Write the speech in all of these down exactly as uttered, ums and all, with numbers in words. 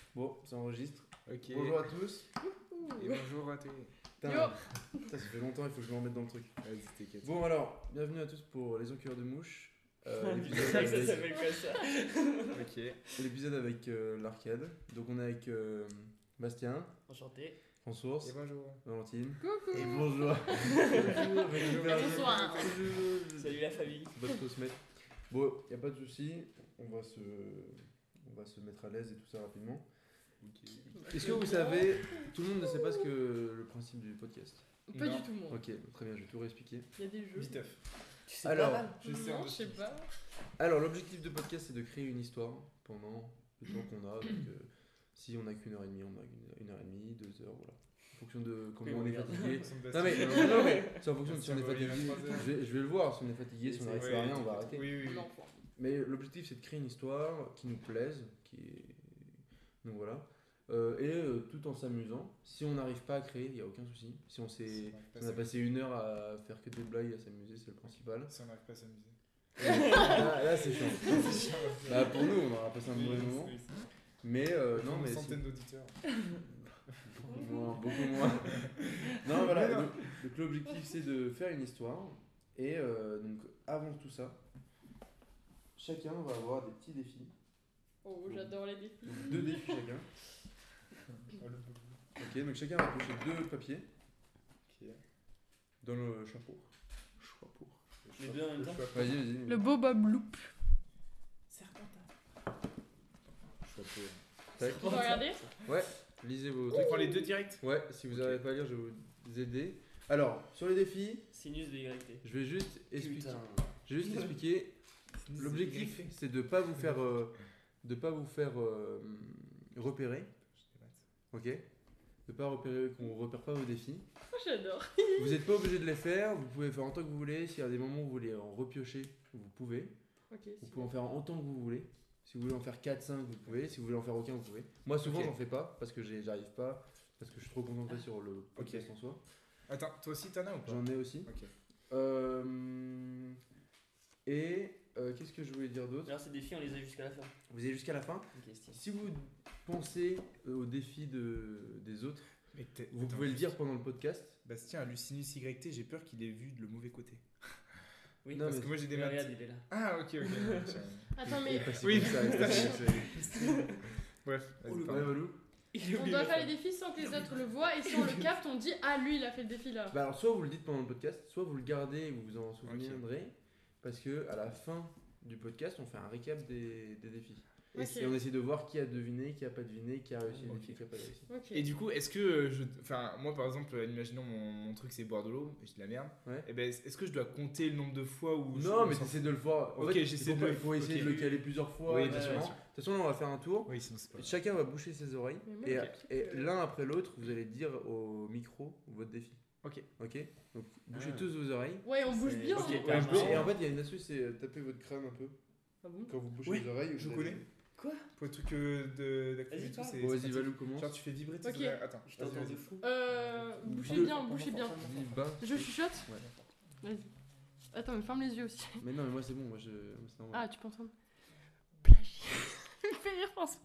Bon, ça enregistre. Ok. Bonjour à tous. Et bonjour à tous. Putain, putain, ça fait longtemps, il faut que je me remette dans le truc. Vas-y, t'inquiète. Bon alors, bienvenue à tous pour Les Encueilleurs de Mouches. Euh, C'est l'épisode vrai que ça avec, s'appelle comme ça. Ok. l'épisode avec euh, l'arcade. Donc on est avec euh, Bastien, Enchanté. François, Et bonjour. Valentine. Coucou. Et bonjour. bonjour. Bonsoir. Salut la famille. Faut pas trop se mettre. Bon, y a pas de souci. On va se, on va se mettre à l'aise et tout ça rapidement. Est-ce que vous savez, tout le monde ne sait pas ce que le principe du podcast. Pas Non. du tout, moi. Ok, très bien, je vais tout réexpliquer. Il y a des jeux. Viteuf. Tu sais Alors, pas mal. Je sais, Non, en je sais pas. Alors, l'objectif de podcast, c'est de créer une histoire pendant le temps qu'on a. Donc, euh, si on n'a qu'une heure et demie, on a une, une heure et demie, deux heures, voilà. En fonction de comment Oui, on est regarde. fatigué. Non mais, non, mais c'est en fonction de si on est Bastien va fatigué. revenir à trois heures. Je vais, je vais le voir, si on est fatigué, si on n'arrive Ouais, pas à rien, on va t'inquiète. arrêter. Oui, oui, oui. Non. Mais l'objectif, c'est de créer une histoire qui nous plaise, qui est... Donc voilà. Euh, et euh, tout en s'amusant. Si on n'arrive pas à créer, il n'y a aucun souci. Si on, s'est... si on a passé une heure à faire que des blagues, à s'amuser, c'est le principal. Si on n'arrive pas à s'amuser. là, là, c'est chiant. Bah, pour nous, on aura passé un mauvais Oui, moment. oui, oui. Mais euh, non, Une mais... si- centaine d'auditeurs. Beaucoup moins, beaucoup moins. Non, voilà. Mais non. Donc, donc l'objectif, c'est de faire une histoire. Et euh, donc, avant tout ça, chacun va avoir des petits défis. Oh, j'adore les défis. Donc, deux défis chacun. Oh, le pauvre. Ok, donc chacun va piocher deux papiers Ok. dans le chapeau. Chapeau. Les deux en même temps. Vas-y, vas-y. Le beau Bob Loop. Chapeau. Tac. On va regarder. Ouais, lisez vos On trucs. prend les deux directs. Ouais, si vous Ok. n'arrivez pas à lire, je vais vous aider. Alors, sur les défis, Sinus de Y T. je vais juste expliquer. Putain. Je vais juste expliquer. L'objectif, c'est de pas vous faire, euh, de pas vous faire euh, repérer, ok? De pas repérer, qu'on repère pas vos défis. Oh, j'adore. Vous n'êtes pas obligé de les faire. Vous pouvez faire en tant que vous voulez. S'il y a des moments où vous voulez en repiocher, vous pouvez. Ok, Vous super. pouvez en faire en tant que vous voulez. Si vous voulez en faire quatre, cinq, vous pouvez. Si vous voulez en faire aucun, vous pouvez. Moi, souvent, Ok. j'en fais pas parce que j'ai- j'arrive pas, parce que je suis trop concentré sur le podcast en soi. Attends, toi aussi t'en as ou pas? J'en ai aussi. Ok. Euh, Et euh, qu'est-ce que je voulais dire d'autre? Alors ces défis on les a jusqu'à la fin. Vous êtes jusqu'à la fin. Ok, stylé. Si vous pensez euh, aux défis de, des autres, Mais t'es- vous attends, pouvez le juste. dire pendant le podcast. Bastien, hallucinus Y T, j'ai peur qu'il ait vu le mauvais côté. Oui, Non, Parce mais- que moi j'ai des mais maths. regarde, il est là. Ah, ok, ok. Attends, Il mais est pas si Oui. bon que ça, il est pas si bon que ça. Bref, Oh, vas-y, le pardon. Ouais, Valou. Il a on oublié doit la faire fin. les défis sans que les autres le voient. Et si on le capte, on dit ah, lui, il a fait le défi là. Bah alors soit vous le dites pendant le podcast, soit vous le gardez et vous vous en souviendrez, parce que à la fin du podcast, on fait un récap des, des défis. Et, Ok. et on essaie de voir qui a deviné, qui a pas deviné, qui a réussi le Ok. défi, qui a pas réussi. Ok. Et du coup, est-ce que euh, je. Enfin, moi par exemple, euh, imaginons mon, mon truc c'est boire de l'eau, et je dis de la merde. Ouais. Et ben, est-ce que je dois compter le nombre de fois où. je- Non, on mais s'en t'essaies de le faire. En Ok, fait, j'essaie il faut de pas- le- Il faut essayer ok. de le caler plusieurs fois. Oui, et bien tout sûr, ça. bien sûr. De toute façon, là, on va faire un tour. Oui, sinon c'est pas. Et chacun va boucher ses oreilles. Mais moi, Et, ok. et l'un après l'autre, vous allez dire au micro votre défi. Ok. Ok. Donc bouchez Ah. tous vos oreilles. Ouais, on bouge C'est- bien. ok, hein. ouais, Et, je et en fait, il y a une astuce, c'est euh, taper votre crâne un peu. Ah bon? Quand vous bouchez Oui, les oreilles. je vous connais. allez- Quoi? Pour le truc euh, de d'actu Vas-y, et tout, parle. c'est. Bon, c'est vas-y, pratique. Valou, commence. Genre, tu fais vibrer tes Ok. oreilles. Attends, Je vas-y, t'entends de vas-y. fou. Euh. Bouchez Dis- bien, bouchez bien. Dis bas. Je chuchote? Ouais. Vas-y. Attends, mais ferme les yeux aussi. Mais non, mais moi c'est bon, moi je. c'est normal. Ah, tu peux entendre? Plagie. Il me fait rire, François.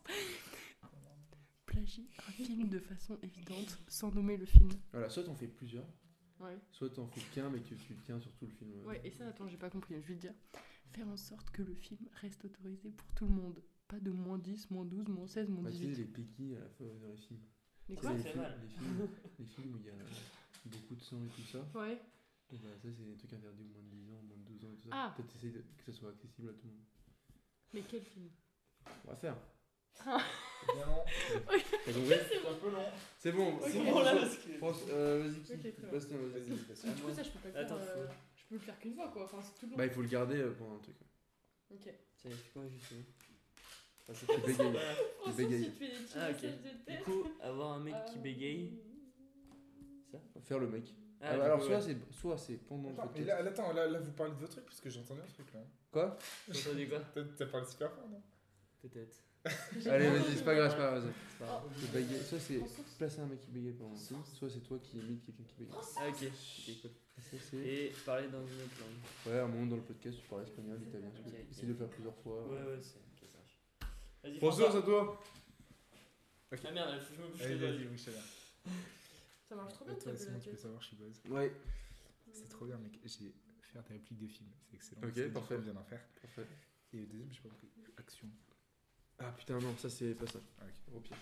Plagie un film de façon évidente, sans nommer le film. Voilà, soit t'en fais plusieurs, Ouais. soit t'en fais qu'un, mais que tu tiens sur tout le film. Ouais, et ça, attends, j'ai pas compris. Je vais te dire. Faire en sorte que le film reste autorisé pour tout le monde. Pas de moins dix, moins douze, moins seize, moins Bah, tu sais, dix-huit. les Peggy à la fin dans les films. Mais Tu quoi? sais, les, fait films, mal. les, films, les films où il y a beaucoup de sang et tout ça. Ouais. Et bah, ça, c'est des trucs interdits aux moins de dix ans, aux moins de douze ans et tout ça. Ah. Peut-être essayer de, que ça soit accessible à tout le monde. Mais quel film? On va faire. Évidemment. T'as compris? C'est un peu long. C'est bon, Ok. c'est Bon, bon. là, France- parce que- France, euh, vas-y, qui Ok, très bien. Bastien, vas-y. Vas-y, Mais Bastien. du coup, ça, je peux pas le faire. Attends, euh, faut- Je peux le faire qu'une fois, quoi. Enfin, c'est tout long. Bah, il faut le garder euh, pendant un truc. Ok. Ça fait quoi justement? Tu bégayes. Voilà. François, bégayes. si tu fais des petits Ah, ok. messages de Du tête. coup, avoir un mec qui euh, bégaye. Ça? Faire le mec. Ah, Ah, du bah, alors, coup, soit ouais. c'est soit c'est pendant le Attends, mais podcast. là, attends, là, là, vous parlez de vos trucs parce que j'ai entendu un truc là. Quoi? T'entendais quoi? T'as t'as parlé super fort, non? Peut-être. Allez, vas-y, c'est pas grave, c'est pas grave. vas-y. C'est pas grave. Le bégayer, soit c'est François, placer un mec qui bégaye pendant le film, soit c'est toi qui imites quelqu'un qui bégaye. Ah, ok. Ok, cool. Et ça, c'est. Et parler dans une autre langue. Ouais, à un moment dans le podcast, tu parles espagnol, italien, tu Ok, ok. Essaye de le faire plusieurs fois. Ouais, ouais, c'est. Ok, ça marche. Vas-y, François, François. c'est à toi. Ok. Ah merde, je me bouge Allez, les doigts. vas-y, bouge là. Ça marche trop bien, Toi, tu sinon, la tu peux tête. savoir, je suis buzz. Ouais, C'est trop bien, mec. J'ai fait des répliques de films. C'est excellent. Ok, C'est du coup, parfait. On vient d'en faire. parfait. Et le deuxième, je sais pas compris. Action. Ah putain, non, ça c'est pas ça. Ah, ok. Au pire.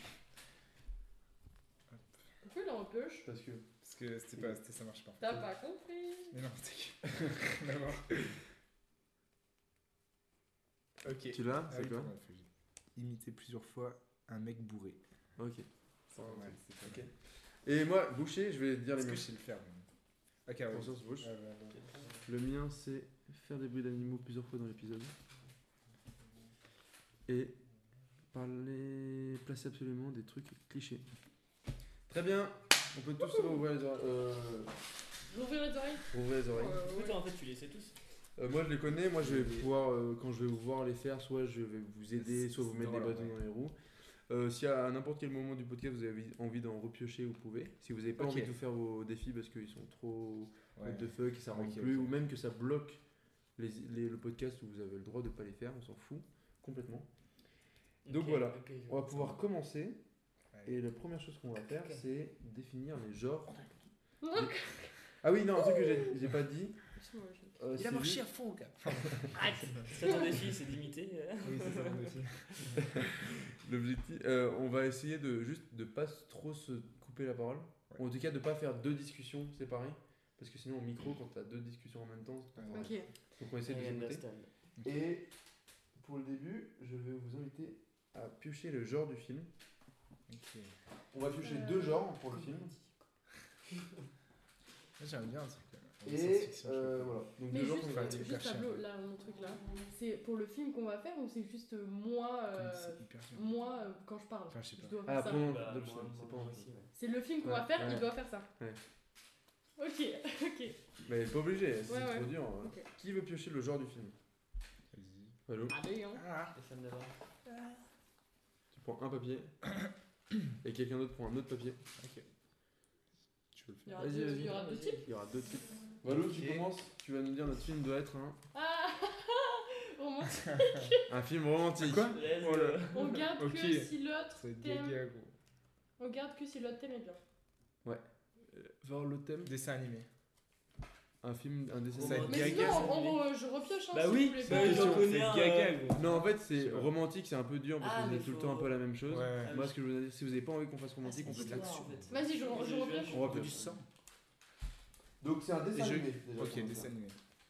Pourquoi il est en pioche? Parce que. Parce que c'était pas, c'était, ça marche pas. T'as pas compris. Mais non, c'était que. Rien à voir. Ok. Tu l'as Ah C'est oui, quoi pardon, faut que j'ai imité plusieurs fois un mec bourré. Ok. C'est pas mal, c'est pas Ok. mal. Et moi, boucher, je vais te dire les Est-ce que miens. je sais le faire même Ok, ouais. Attention, c'est bouche. Ouais, ouais, ouais. Le mien, c'est faire des bruits d'animaux plusieurs fois dans l'épisode. Et parler, placer absolument des trucs clichés. Très bien. On peut tous rouvrir les oreilles. Euh, Ouvrir les oreilles. rouvrir les oreilles. Euh, ouais. Toi, en fait, tu les sais tous. Euh, moi, je les connais. Moi, je vais Oui. pouvoir, euh, quand je vais vous voir les faire, soit je vais vous aider, C'est- soit vous c'est mettre des drôle, bâtons ouais. dans les roues. Euh, si à n'importe quel moment du podcast vous avez envie d'en repiocher, vous pouvez. Si vous n'avez pas Ok. envie de vous faire vos défis parce qu'ils sont trop Ouais. what the fuck et ça rentre Ok, plus, ok. ou même que ça bloque les, les- le podcast où vous avez le droit de pas les faire, on s'en fout complètement. Donc Ok, voilà, ok, je on va vois. pouvoir commencer. Ouais. Et la première chose qu'on va faire, Ok. c'est définir les genres. Non. Ah oui, non, un truc que j'ai j'ai pas dit. Laisse-moi, je- euh, Il a c'est marché juste- à fond, gars. C'est ton défi, c'est d'imiter. euh. Oui, c'est ça mon défi. L'objectif, euh, on va essayer de juste de pas s- trop se couper la parole. Ouais. Ou en tout cas de pas faire deux discussions séparées. Parce que sinon au micro, quand t'as deux discussions en même temps, c'est pas Ouais. vrai. Ok. Donc on essaie de I s'écouter. understand. Et pour le début, je vais vous inviter à piocher le genre du film. Ok. On va piocher Euh, deux genres pour le film. Moi, j'aime bien un truc. là. Et Science-fiction, je euh, sais pas. voilà. Donc Mais deux genres juste, qu'on va un truc juste hyper Pablo, cher. là, mon truc là, c'est pour le film qu'on va faire ou c'est juste moi, euh, C'est hyper cher. moi euh, quand je parle Enfin, je sais pas. dois Ah, faire ça. pendant Bah, le moi, film, moi, c'est pas moi en aussi, ouais. C'est le film qu'on Ouais, va faire, ouais. il doit faire ça. Ouais. Ok, ok. Mais pas obligé, c'est Ouais, ouais. trop dur. hein. Ok. Qui veut piocher le genre du film? Vas-y. Allô? Allez, hein. Ah. Les femmes d'abord. Tu prends un papier et quelqu'un d'autre prend un autre papier. Ok. Tu veux le Il y faire aura Vas-y, deux, vas-y. il y aura deux types. Il y aura deux types. Valou, tu Ok. commences. Tu vas nous dire notre film doit être un, Ah romantique. un film romantique. Quoi Let's Oh go. là. On garde Ok. que si l'autre Ça va être t'aime. gaga, gros. On garde que si l'autre t'aime bien. Euh, Voir le thème. Dessin animé. Un film, un dessin Ça va être animé. Mais gaga, sinon, ça, on, lui. on re- je repioche. Hein, Bah si oui, vous voulez bah pas. oui, C'est j'en connais un, gaga, euh, gros. Non, en fait, Je c'est sais pas. romantique, c'est un peu dur parce Ah, que vous mais êtes tout le faut- temps un peu la même chose. Ouais. Moi, ce que je vous ai dit, si vous n'avez pas envie qu'on fasse romantique, Ah, on c'est peut bizarre, l'action. en fait. Vas-y, je, je repioche. On Un va peu du piocher. sang. Donc, c'est un dessin Et je- animé. Déjà, Ok, pour dessin ça. animé.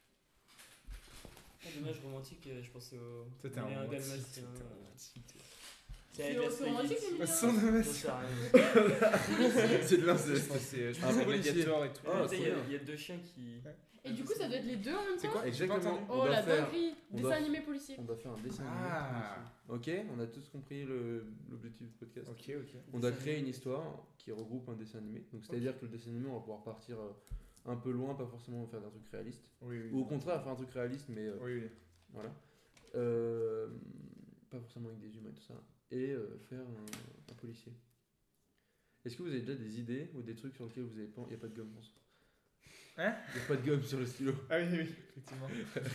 Ah, dommage, romantique, euh, je pensais au. Toi, t'es un Léa romantique. Dalmatien, t'es un euh, romantique. C'est C'est avec la c'est romantique, Spaghetti. les Sans mignons. de J'en sais rien. C'est de Je l'inceste. pense que c'est je Un pense que policier. Gladiator et tout. Ah, Tu sais, il y a- trop bien. il y a deux chiens qui. Et du coup, ça doit être les deux en même C'est temps. quoi J'ai pas Exactement. entendu. On Oh doit la faire- dinguerie. on Dessin doit- animé policier. On doit faire un dessin Ah. animé. Ok, on a tous compris le- l'objectif du podcast. Ok, ok. On doit Dessin créer animé. une histoire qui regroupe un dessin animé. Donc c'est-à-dire que le dessin animé, on va pouvoir partir euh, un peu loin, pas forcément faire un truc réaliste. Oui, oui. Ou au contraire, faire un truc réaliste, mais euh, Oui, oui. voilà. Euh, pas forcément avec des humains et tout ça. Et euh, faire un, un policier. Est-ce que vous avez déjà des idées ou des trucs sur lesquels vous avez pas... Il n'y a pas de gomme, je pense. Hein Il n'y a pas de gomme sur le stylo. Ah oui, oui, effectivement.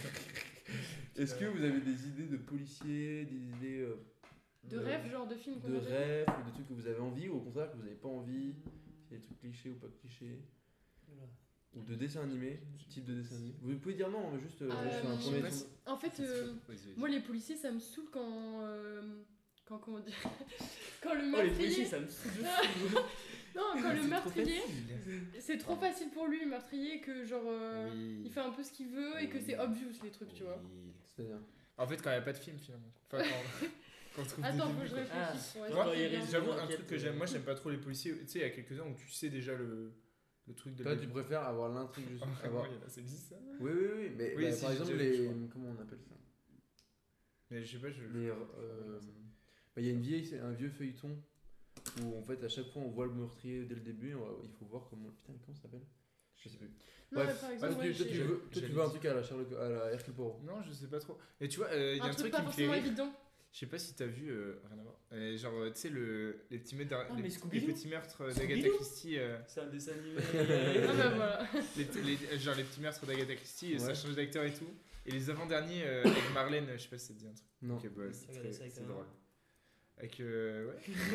Est-ce que vous avez des idées de policiers, des idées euh, De euh, rêve, genre de film qu'on de a fait. rêves, ou des trucs que vous avez envie, ou au contraire que vous n'avez pas envie, s'il y a des trucs clichés ou pas clichés, ou de dessins animés, type de dessin animé. Vous pouvez dire non, mais juste euh, Euh, je fais un je premier sais tour. pas En fait, euh, Vas-y, vas-y. moi les policiers ça me saoule quand. euh, quand comment dire Quand le Oh, les meurtrier. policiers, ça me saoule de fou. Non, quand le C'est trop meurtrier. facile. C'est trop facile pour lui, le meurtrier, que genre. euh, Oui. Il fait un peu ce qu'il veut et que c'est Oui. obvious les trucs, tu vois. Oui. C'est-à-dire. En fait, quand il n'y a pas de film finalement. Enfin, quand, quand on trouve des Attends, films, faut que je quoi. réfléchisse. pour Ah, essayer quand de il y a bien. les- J'avoue, un Enquête, truc que euh, j'aime, moi j'aime pas trop les policiers. Tu sais, il y a quelques-uns où tu sais déjà le, le truc de Toi, la- tu préfères avoir l'intrigue juste. Oh, avoir... vraiment, il y en a, ça existe ça. Oui, oui, oui, mais Oui, bah, si, par j'ai exemple, déjà vu, je les. crois. Comment on appelle ça Mais je sais pas, je. Les, euh, bah, il y a une vieille, c'est un vieux feuilleton où en fait à chaque fois on voit le meurtrier dès le début, on va- il faut voir comment. Putain, mais comment ça s'appelle Je sais plus. Non, mais Bref. par Ah, exemple, toi, ouais, tu, toi, j'ai- tu veux, toi, tu j'ai- veux un truc à la Sherlock, à la Hercule Poirot. Non, je sais pas trop. Et tu vois, euh, il y a un un truc truc pas qui me fait forcément rire. évident. Je sais pas si t'as vu, euh, rien à voir. Euh, genre, euh, tu sais, le, les petits meurtres, Ah, les, mais petits- Scooby-Doo. les petits meurtres d'Agatha Scooby-Doo. Christie. euh, C'est un dessin animé. Ah bah voilà. les, les- genre les petits meurtres d'Agatha Christie, Ouais. ça change d'acteur et tout. Et les avant-derniers euh, avec Marlène, je sais pas si ça te dit un truc. Non. Ok, bah, c'est Regardez très- ça avec c'est ta drôle. Avec. Euh,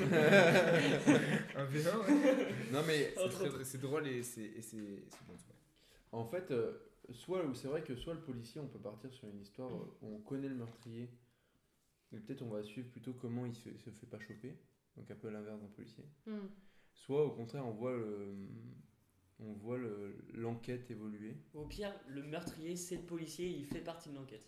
ouais. Un V un, ouais. Non, mais C'est très- C'est drôle et c'est et c'est- c'est bon. Ouais. en fait, euh, soit c'est vrai que soit le policier, on peut partir sur une histoire euh, où on connaît le meurtrier, et peut-être on va suivre plutôt comment il se, se fait pas choper, donc un peu l'inverse d'un policier. Hmm. Soit au contraire, on voit le, on voit le- l'enquête évoluer. Au pire, le meurtrier, c'est le policier, il fait partie de l'enquête.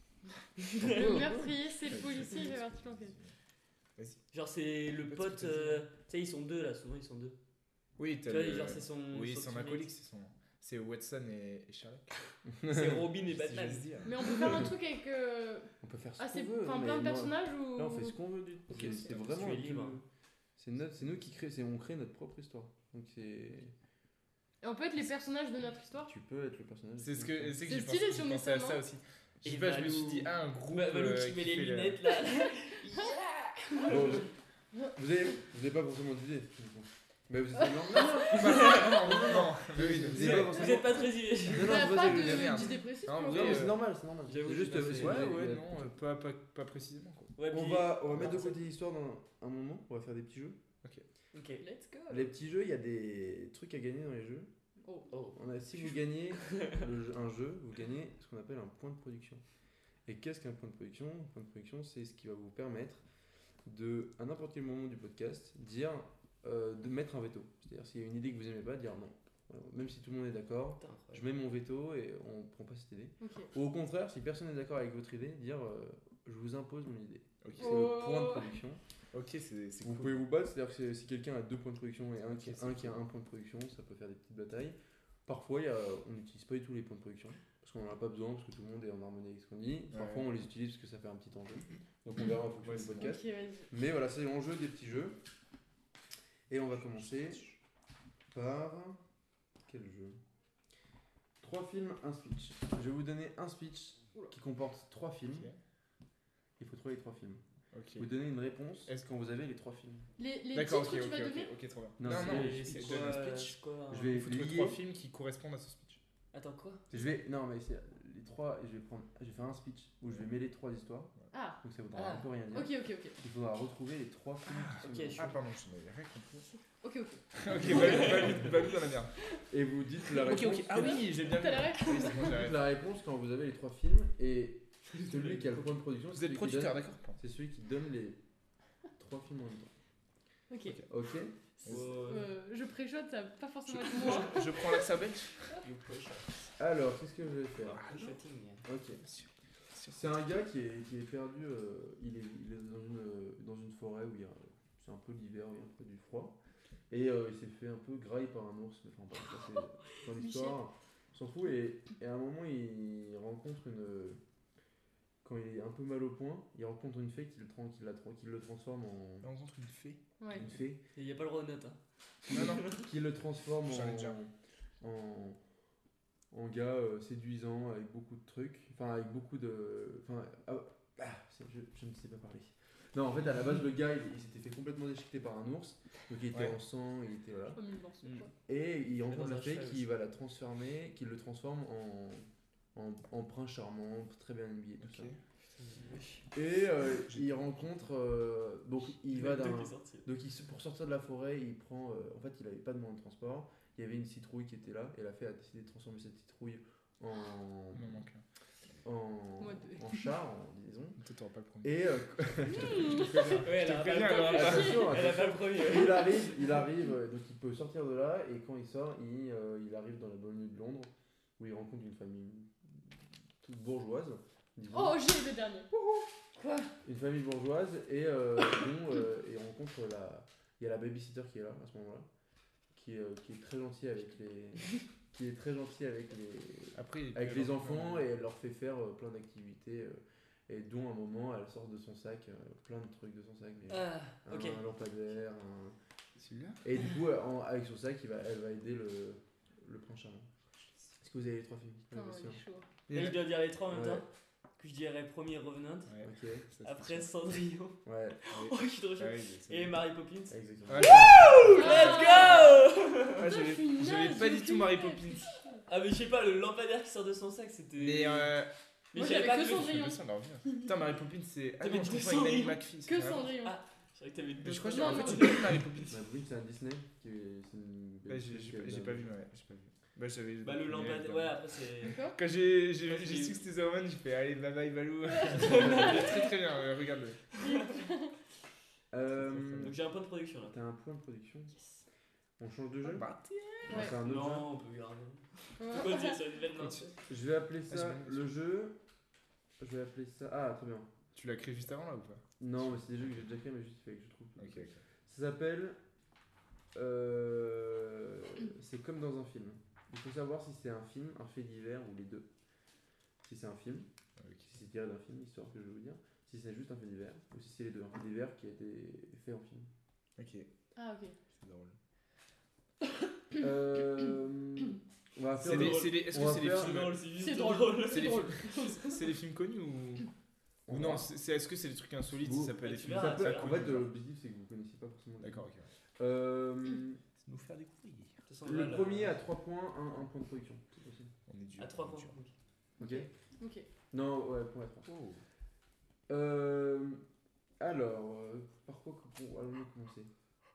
Le meurtrier, c'est le policier, il fait partie de l'enquête. Genre, c'est le Parce pote. que t'as dit. euh, Tu sais, ils sont deux là, souvent ils sont deux. Oui, Tu t'as vois, le- genre, c'est son. Oui, son son teammate. acolyte, c'est son. C'est Watson et, et Sherlock. C'est Robin et Si Batman. j'ose dire. Mais on peut faire un truc avec euh, On peut faire ce assez, qu'on veut. enfin mais plein de moi- personnages ou. Là, on fait ce qu'on veut. Du... Ok, c'est- c'est- c'est vraiment. tu es tout- libre. C'est notre, c'est nous qui créons, c'est on crée notre propre histoire. Donc c'est, Et on peut être les personnages de notre histoire. tu peux être le personnage. C'est ce que, c'est que C'est j'ai stylé pensé, si j'ai on met pensé ça, à ça non aussi. Je Et sais pas, je me suis Valou- dit, ah, un groupe. Bah, Valou euh, qui met qui les fait le- lunettes là. Bon, vous avez, vous avez pas forcément d'idée. Mais vous êtes non, non, non, non, non, non. Mais oui, Vous Vous avez pas êtes- forcément- vous êtes pas très idée. non, Bah, non, pas vous avez- de merde. de- d'idées précises. Non, tu en vois. Non, mais euh, c'est normal, c'est normal. J'avoue, C'est je juste, suis pas c'est- fait. Ouais, c'est- ouais, il y a- non, euh, pas, pas, pas précisément quoi. Ouais, On puis- va, on va mettre de Non, côté l'histoire dans un moment. On va faire des petits jeux. Ok. Let's go. Les petits jeux, il y a des trucs à gagner dans les jeux. Oh. Oh. On a, si vous gagnez le jeu- un jeu, vous gagnez ce qu'on appelle un point de production. Et qu'est-ce qu'un point de production? Un point de production, c'est ce qui va vous permettre de, à n'importe quel moment du podcast, dire, euh, de mettre un veto. C'est-à-dire s'il y a une idée que vous n'aimez pas, dire non. Voilà. Même si tout le monde est d'accord, Putain, je incroyable. mets mon veto et on ne prend pas cette idée. Ok. Ou au contraire, si personne n'est d'accord avec votre idée, dire euh, je vous impose mon idée. Ok, C'est Oh. le point de production. ok, c'est c'est Vous cool. pouvez vous battre, c'est-à-dire que c'est- si quelqu'un a deux points de production et un, qui, Ok, c'est un qui a un point de production, ça peut faire des petites batailles. Parfois, il y a- on n'utilise pas du tout les points de production parce qu'on n'en a pas besoin, parce que tout le monde est en harmonie avec ce qu'on dit. Parfois, Ouais. on les utilise parce que ça fait un petit enjeu. Donc, on verra en fonction Ouais, du c'est podcast. Ok, vas-y. Mais voilà, c'est l'enjeu des petits jeux. Et on va commencer par. Quel jeu? Trois films, un speech. Je vais vous donner un speech qui comporte trois films. Ok. Il faut trouver les trois films. Ok. Vous donnez une réponse Est-ce- quand vous avez les trois films. Les, les D'accord, titres ok, que tu ok, vas ok, donner. ok, trop bien. Non, Non, c'est- non, c'est c'est quoi, donne un euh, speech. quoi, Je un- vais Il faut trouver lier- trois films qui correspondent à ce speech. Attends, quoi? Je vais. Non, mais c'est les trois. Je vais prendre. Je vais faire un speech où je vais mêler trois histoires. Ah, Donc ça voudra Ah. un peu rien dire. ok, ok, ok. Il faudra retrouver les trois films qui sont ok, dedans. je- Ah, pardon, je n'avais rien compris. Ok, ok. Ok, Valou, Valou, Valou dans la merde. Et vous dites la Ok, réponse. ok. Ah oui, j'ai bien vu. T'as la ref? Oui, c'est bon, j'ai la Dites ref. la réponse quand vous avez les trois films et celui qui a le point de production. Vous c'est êtes celui qui producteur, donne- d'accord? C'est celui qui donne les trois films en même temps. Ok. Ok. Ouais. Euh, je préchote, ça va pas forcément être moi. Je, je prends l'accent belge. You push. Alors, qu'est-ce que je vais faire? Shooting. Ok. C'est un gars qui est, qui est perdu. euh, il, est, il est dans une, euh, dans une forêt où il y a. C'est un peu l'hiver, il y a un peu du froid. Et euh, il s'est fait un peu grailler par un ours. Mais enfin, pas ça, c'est dans l'histoire. On s'en fout. Et, et à un moment, il rencontre une. Quand il est un peu mal au point, il rencontre une fée qui le, tran- qui la tra- qui le transforme en. On rencontre une fée. Ouais. Une fée Il n'y a pas le droit de note. Hein. Non, non. qui le transforme J'en ai déjà. en, en, en gars euh, séduisant avec beaucoup de trucs, enfin avec beaucoup de, enfin, ah, ah, c'est- je, je ne sais pas parler. Non, en fait, à la base, le gars, il, il s'était fait complètement déchiqueter par un ours, donc il était Ouais. en sang, il était voilà, Pas mille morceaux, Mm. quoi. et il rencontre dans la un fée cheval qui aussi. va la transformer, qui le transforme en, en, en prince charmant, très bien habillé, tout Ok. ça. Et euh, il rencontre, euh, donc il va d'un. Donc il, se- pour sortir de la forêt, il prend. euh, en fait, il avait pas de moyen de transport. Il y avait une citrouille qui était là, et la fée a décidé de transformer cette citrouille en, Il m'en manque un. en, Moi, deux. en char, en liaison. Toi, t'auras pas le premier. Et euh, Ouais, elle a pas préviens, le alors, premier. attention, Elle a pas attention. le premier. il arrive, il arrive, euh, donc il peut sortir de là, et quand il sort, il, euh, il arrive dans la banlieue de Londres, où il rencontre une famille toute bourgeoise, disons. Oh, j'ai le dernier. Quoi? Une famille bourgeoise, et, euh, dont, euh, et on rencontre la. Il y a la babysitter qui est là à ce moment-là, qui est, euh, qui est très gentille avec les. qui est très gentille avec les. Après, il avec peut les avoir- enfants, et elle leur fait faire euh, plein d'activités, euh, et dont à un moment elle sort de son sac euh, plein de trucs de son sac, mais Ah, un, ok. un lampadaire, un- Celui-là. et du coup en- avec son sac il va, elle va aider le, le prince charmant. Est-ce que vous avez les trois films? Putain, Oui, il bien est sûr. chaud. Et je dois dire les trois en même Ouais. temps. Que je dirais premier Revenant. Ouais. Ok, Ça, c'est Après sûr. Cendrillon. ouais, Oh, je suis trop chaud. Ah oui, c'est- Et Mary Poppins. exactement. Ah, Let's go! Ah, Putain, je suis j'avais j'avais naze, pas j'ai du tout aucune Mary idée. Poppins. Ah, mais je sais pas, le lampadaire qui sort de son sac, c'était. Mais euh. Mais Moi, je savais j'avais pas que que Cendrillon. Je me sens de revenir. Putain, Mary Poppins, c'est. Ah T'avais non, je dit confonds avec Nanny Cendrillon. McPhee. c'est Que rien à voir. Cendrillon. Ah. C'est vrai que t'avais deux. Mais je crois que Non, en non, fait, c'est non. pas Mary Poppins. Bah, oui, c'est un Disney. Qui est, c'est une... Bah, j'ai j'ai pas, j'ai pas vu, ouais, j'ai pas vu. Bah, j'avais. Bah, le lampadaire. Ouais, après, c'est. D'accord. Quand j'ai j'ai- Quand j'ai j'ai- su que c'était Zoroman, j'ai fait allez, bye bye Balou. Très très bien, euh, regarde-le. Euh, Donc, j'ai un point de production là. T'as un point de production. Yes. On change de jeu Bah, On va Ouais. faire un autre Non, on peut garder. Ouais. Pourquoi dire sur une belle main Continue. jeu. Je vais appeler Ah, ça j'ai le jeu. Je vais appeler ça. Ah, très bien. Tu l'as créé juste avant là ou pas? Non, mais c'est des jeux que j'ai déjà créés, mais juste fait que je trouve. Ok, ok. Ça s'appelle. euh, C'est comme dans un film. Il faut savoir si c'est un film, un fait divers ou les deux. Si c'est un film, Ok. si c'est tiré d'un film, l'histoire que je vais vous dire. Si c'est juste un fait divers, ou si c'est les deux. Un fait divers qui a été fait en film. Ok, Ah, ok. c'est drôle. Euh, on va faire C'est le- des- c'est des- Est-ce on que va c'est des faire- C'est films drôle, c'est juste C'est drôle. drôle. C'est C'est des drôle. films- c'est des films connus ou on ou va- non c'est c'est- Est-ce que c'est des trucs insolites? Vous- Ça peut être des tu films. verras, Ça peut- tu en verras. fait, euh, l'objectif c'est que vous connaissez pas forcément. les D'accord, films. ok. Euh, C'est nous faire découvrir. De toute façon, le voilà, premier à trois points, un, un point de production. C'est possible. On est dur. À trois on est points. dur. Ok. Ok. Ok. Non, ouais, point à trois. Oh. Euh, alors, euh, par quoi bon, allons-nous commencer?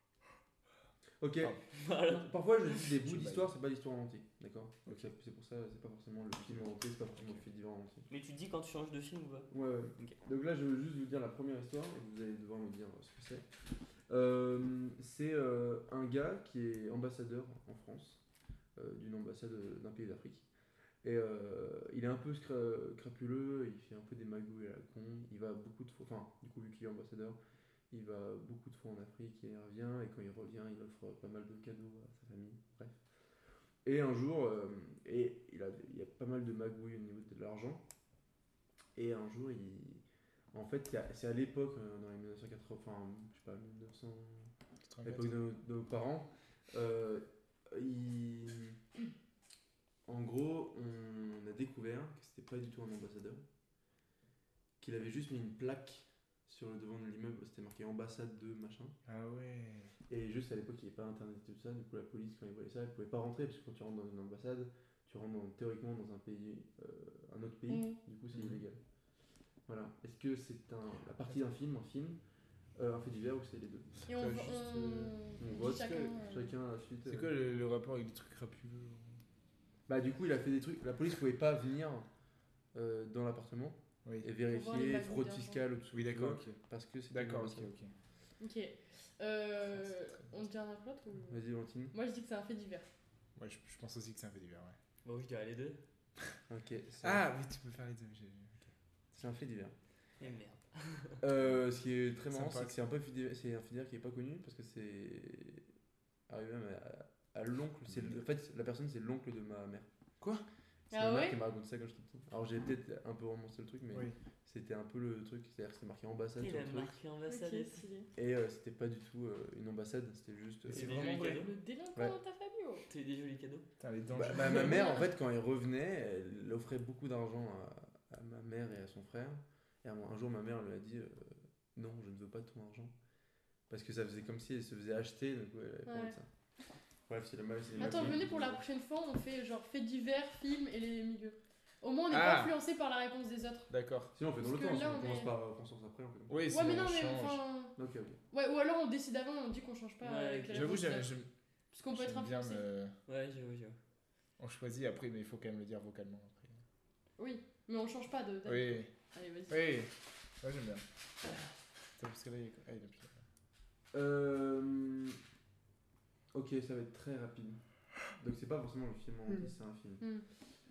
Ok. Pardon. Voilà. Parfois, je dis des bouts Je d'histoire, c'est pas l'histoire en entier, d'accord? Donc, Ok. ça- c'est pour ça, c'est pas forcément le film en entier, c'est pas forcément le fait divers en entier. Mais tu dis quand tu changes de film ou pas? Ouais, ouais. Ok. Donc là, je veux juste vous dire la première histoire et vous allez devoir me dire euh, ce que c'est. Euh, c'est euh, un gars qui est ambassadeur en France, euh, d'une ambassade euh, d'un pays d'Afrique. Et euh, il est un peu scra- crapuleux, il fait un peu des magouilles à la con, il va beaucoup de fois, enfin, du coup, vu qu'il est ambassadeur, il va beaucoup de fois en Afrique et il revient, et quand il revient, il offre pas mal de cadeaux à sa famille, bref. Et un jour, euh, et il, a, il y a pas mal de magouilles au niveau de l'argent, et un jour, il, en fait, il y a- c'est à l'époque, euh, dans les mille neuf cent quatre-vingts, enfin, je sais pas, mille neuf cents, à l'époque de, nos- de nos parents, euh, il- en gros, on a découvert que c'était pas du tout un ambassadeur, qu'il avait juste mis une plaque sur le devant de l'immeuble, c'était marqué ambassade de machin. Ah ouais. Et juste à l'époque, il n'y avait pas internet et tout ça, du coup la police, quand ils voyaient ça, ils pouvaient pas rentrer, parce que quand tu rentres dans une ambassade, tu rentres dans- théoriquement dans un pays, euh, un autre pays, Mhm. du coup c'est Mhm. illégal. Voilà. Est-ce que c'est un, la partie d'un film, un film, euh, un fait divers ou c'est les deux? Et on, T'as va- juste, on, On dit vote chacun. euh, chacun à la suite. C'est euh, quoi le, le rapport avec les trucs crapuleux? Bah du coup il a fait des trucs, la police pouvait pas venir euh, dans l'appartement Oui. et voir les vérifier magouilles fraude d'argent. fiscale ou tout ce Oui, que tu d'accord, veux, ok. parce que c'était D'accord, une ok, ambassade. ok. Ok. Euh, on dit un autre ou... Vas-y Valentine. Moi je dis que c'est un fait divers. Ouais, je, je pense aussi que c'est un fait divers, ouais. Bon, je dirais les deux. Ok. c'est- Ah, oui, tu peux faire les deux. j'ai- ok. C'est un fait divers. Et merde. Euh, ce qui est très marrant, Sympa. c'est que c'est un peu fait divers- c'est un fait divers qui est pas connu parce que c'est arrivé même à, à l'oncle. C'est le- en fait la personne c'est l'oncle de ma mère. Quoi? C'est Ah ma mère ouais qui m'a raconté ça quand j'étais petit. Alors j'ai peut-être un peu romancé le truc, mais Oui. c'était un peu le truc, c'est-à-dire que c'était marqué ambassade Il sur a le truc. marqué ambassade. Ok, stylé. Et euh, c'était pas du tout euh, une ambassade, c'était juste. euh, C'est C'est des vraiment jolis vrai. cadeaux. Le délinquant Ouais. dans ta famille, oh. C'est des jolis cadeaux. Putain, les Bah, dangers. bah, ma mère, en fait, quand elle revenait, elle offrait beaucoup d'argent à, à ma mère et à son frère. Et un, un jour, ma mère lui a dit euh, non, je ne veux pas de ton argent. Parce que ça faisait comme si elle se faisait acheter, donc ouais, elle avait pas envie de ça. Bref, c'est la mal. c'est la Attends, mal- venez pour la prochaine fois, on fait genre fait divers, film et les milieux. Au moins on n'est Ah. pas influencé par la réponse des autres. D'accord. Sinon, on fait dans Parce le que temps, si là, on on commence est- par conscience après. On fait comme Oui, Ouais, sinon mais non, on mais change. enfin. ça. Ok, ok. Ouais, ou alors on décide avant, on dit qu'on change pas Ouais, avec les J'avoue, réponses des j'aime autres. j'aime- Parce qu'on peut être j'aime bien influencé. me... Ouais, j'avoue, j'avoue. On choisit après, mais il faut quand même le dire vocalement après. Oui, mais on change pas de. d'avis. Oui, Allez, vas-y. oui. Ouais, j'aime bien. Attends, parce que là, il y a... Ah, il y a plus... Euh... Ok, ça va être très rapide. Donc, c'est pas forcément le film en entier, Mm. c'est un film. Hmm.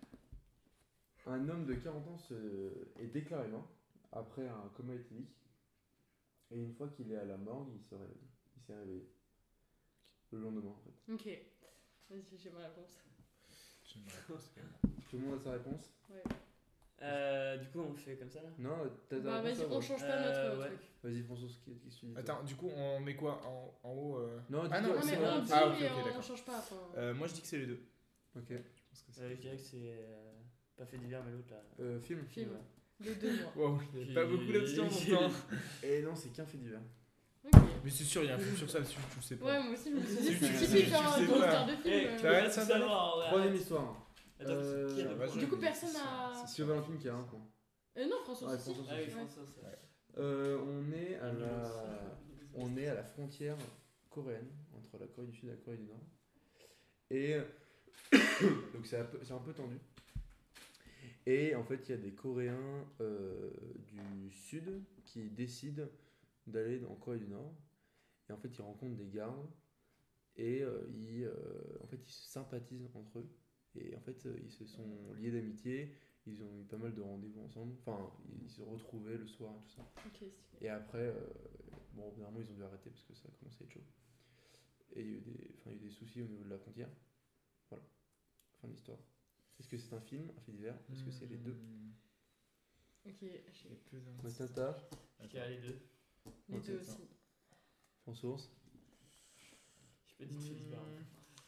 Un homme de quarante ans se... est déclaré mort après un coma éthylique. Et une fois qu'il est à la morgue, il se réveille. Il s'est réveillé. Le lendemain, en fait. Ok. Vas-y, j'ai ma réponse. J'aime bien la réponse, quand même. Tout le monde a sa réponse? Ouais. Euh, du coup, on fait comme ça là. Non, t'as ta Bah, réponse vas-y, avant. on change pas Euh, notre ouais. truc. Vas-y, François, qu'est-ce que tu dis? toi Attends, du coup, on met quoi en, en haut euh... Non, Ah dis-toi, non, Non, c'est mais vrai. on dit, Ah, ok, mais ok, on d'accord. change pas. Enfin... Euh, Moi, je dis que c'est les deux. Ok. Je pense que c'est... Euh, je dirais que c'est euh, pas fait divers, mais l'autre là. Euh, film. Film. Ouais. Les deux, moi. Wow, il y a pas Puis- beaucoup d'options pourtant. Et non, c'est qu'un fait divers. Ok. Mais c'est sûr, il y a un film sur ça, tu, tu le sais pas. Ouais, moi aussi, je me suis Tu- dit, tu- c'est tu- typique, tu genre, sais dans pas. ce genre de film. Eh, euh. tu T'as rien vas de ça, tout savoir, ouais. Troisième histoire. Attends, Euh, qui a Ah, le bah, point je- Du coup, c'est personne sûr, n'a- c'est C'est sûr. Valentine qui a un point. Euh, non, François Ouais, aussi. François Ah oui, aussi. François, ça. Euh, on est à Un la... numéro. on est à la frontière coréenne, entre la Corée du Sud et la Corée du Nord. Et donc c'est un, peu, c'est un peu tendu. Et en fait, il y a des Coréens euh, du Sud qui décident d'aller en Corée du Nord. Et en fait, ils rencontrent des gardes. Et euh, ils, euh, en fait, ils se sympathisent entre eux. Et en fait, ils se sont liés d'amitié. Ils ont eu pas mal de rendez-vous ensemble. Enfin, ils se retrouvaient le soir et tout ça. Ok, stylé. Et après, euh, bon, finalement, ils ont dû arrêter parce que ça a commencé à être chaud. Et il y a eu des, enfin, il y a eu des soucis au niveau de la frontière. Voilà. Fin de l'histoire. Est-ce que c'est un film, un fait divers? Est-ce que c'est les deux? Hmm, Ok, j'ai j'ai peu d'indices. Matata, Je dirais les deux. les Ok, deux attends. aussi. François. Je peux dire fait divers. Hmm,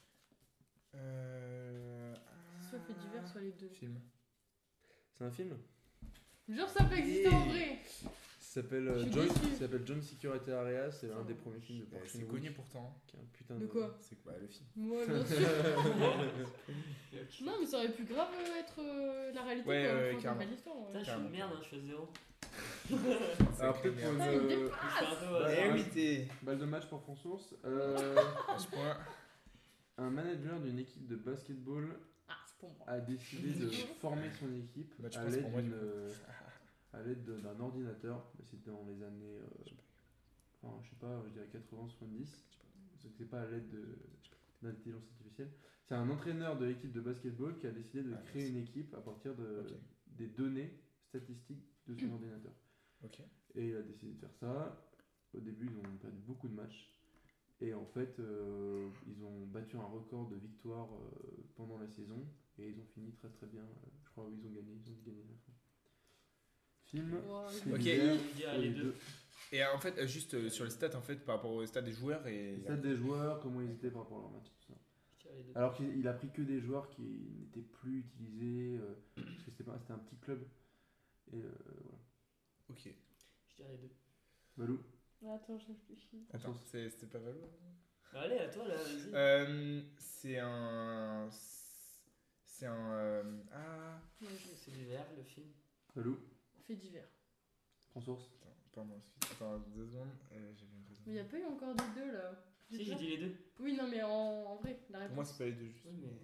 euh... Soit fait divers, soit les deux. Film. C'est un film? Genre, ça peut exister en vrai. Ça s'appelle Je euh, suis John, déçue. ça s'appelle John Security Area. C'est l'un des premiers films de Euh, Park c'est Chan-wook, connu pourtant. qui est un putain De quoi? C'est quoi le film? Moi, bien sûr. Non, mais ça aurait pu grave euh, être euh, la réalité. Ouais, quoi. ouais, Faut carrément. pas l'histoire, ouais. Putain, je suis Carrément. une merde, hein, je suis à zéro. Alors peut-être pour une Ah, il me euh, Je suis un peu au Ouais, hasard. ouais. oui, t'es. balle de match pour François. Euh, À ce point. un manager d'une équipe de basketball Ah, c'est pour moi. a décidé de former son équipe Bah, tu à penses l'aide pour moi, du d'une, coup. euh, à l'aide de- d'un ordinateur. Mais c'était dans les années, euh, enfin, je sais pas, je dirais quatre-vingts soixante-dix. Donc c'est pas à l'aide de d'intelligence artificielle. C'est un entraîneur de l'équipe de basketball qui a décidé de Ah, créer merci. une équipe à partir de, Ok. des données statistiques de son ordinateur. Ok. Et il a décidé de faire ça. Au début, ils ont perdu beaucoup de matchs. Et en fait, euh, ils ont battu un record de victoires euh, pendant la saison. Et ils ont fini très très bien. Euh, je crois qu'ils ont gagné. Ils ont gagné la fin. Film. Wow, fait Ok. divers, Je dirais les deux. Et euh, en fait, euh, juste euh, sur le stat, en fait, par rapport au stade des joueurs et. Les stats des joueurs, comment ils étaient par rapport à leur match, tout ça. Je dirais les deux. Alors qu'il il a pris que des joueurs qui n'étaient plus utilisés. euh, parce que c'était pas- c'était un petit club. Et euh, voilà. Ok. Je dirais les deux. Valou. Attends, je réfléchis. Attends, c'est- c'était pas Valo? Bah, allez, à toi là, vas-y. Euh, c'est un. C'est un. euh, Ah. Moi, je C'est divers, le film. Valou. fait divers. François. Attends, pardon, excuse- attends, deux secondes. Euh, J'avais une raison. Mais il n'y a pas eu encore des deux là. Si, j'ai dit les deux. Oui, non, mais en, en vrai, la Pour moi, réponse. c'est pas les deux juste. Oui, mais.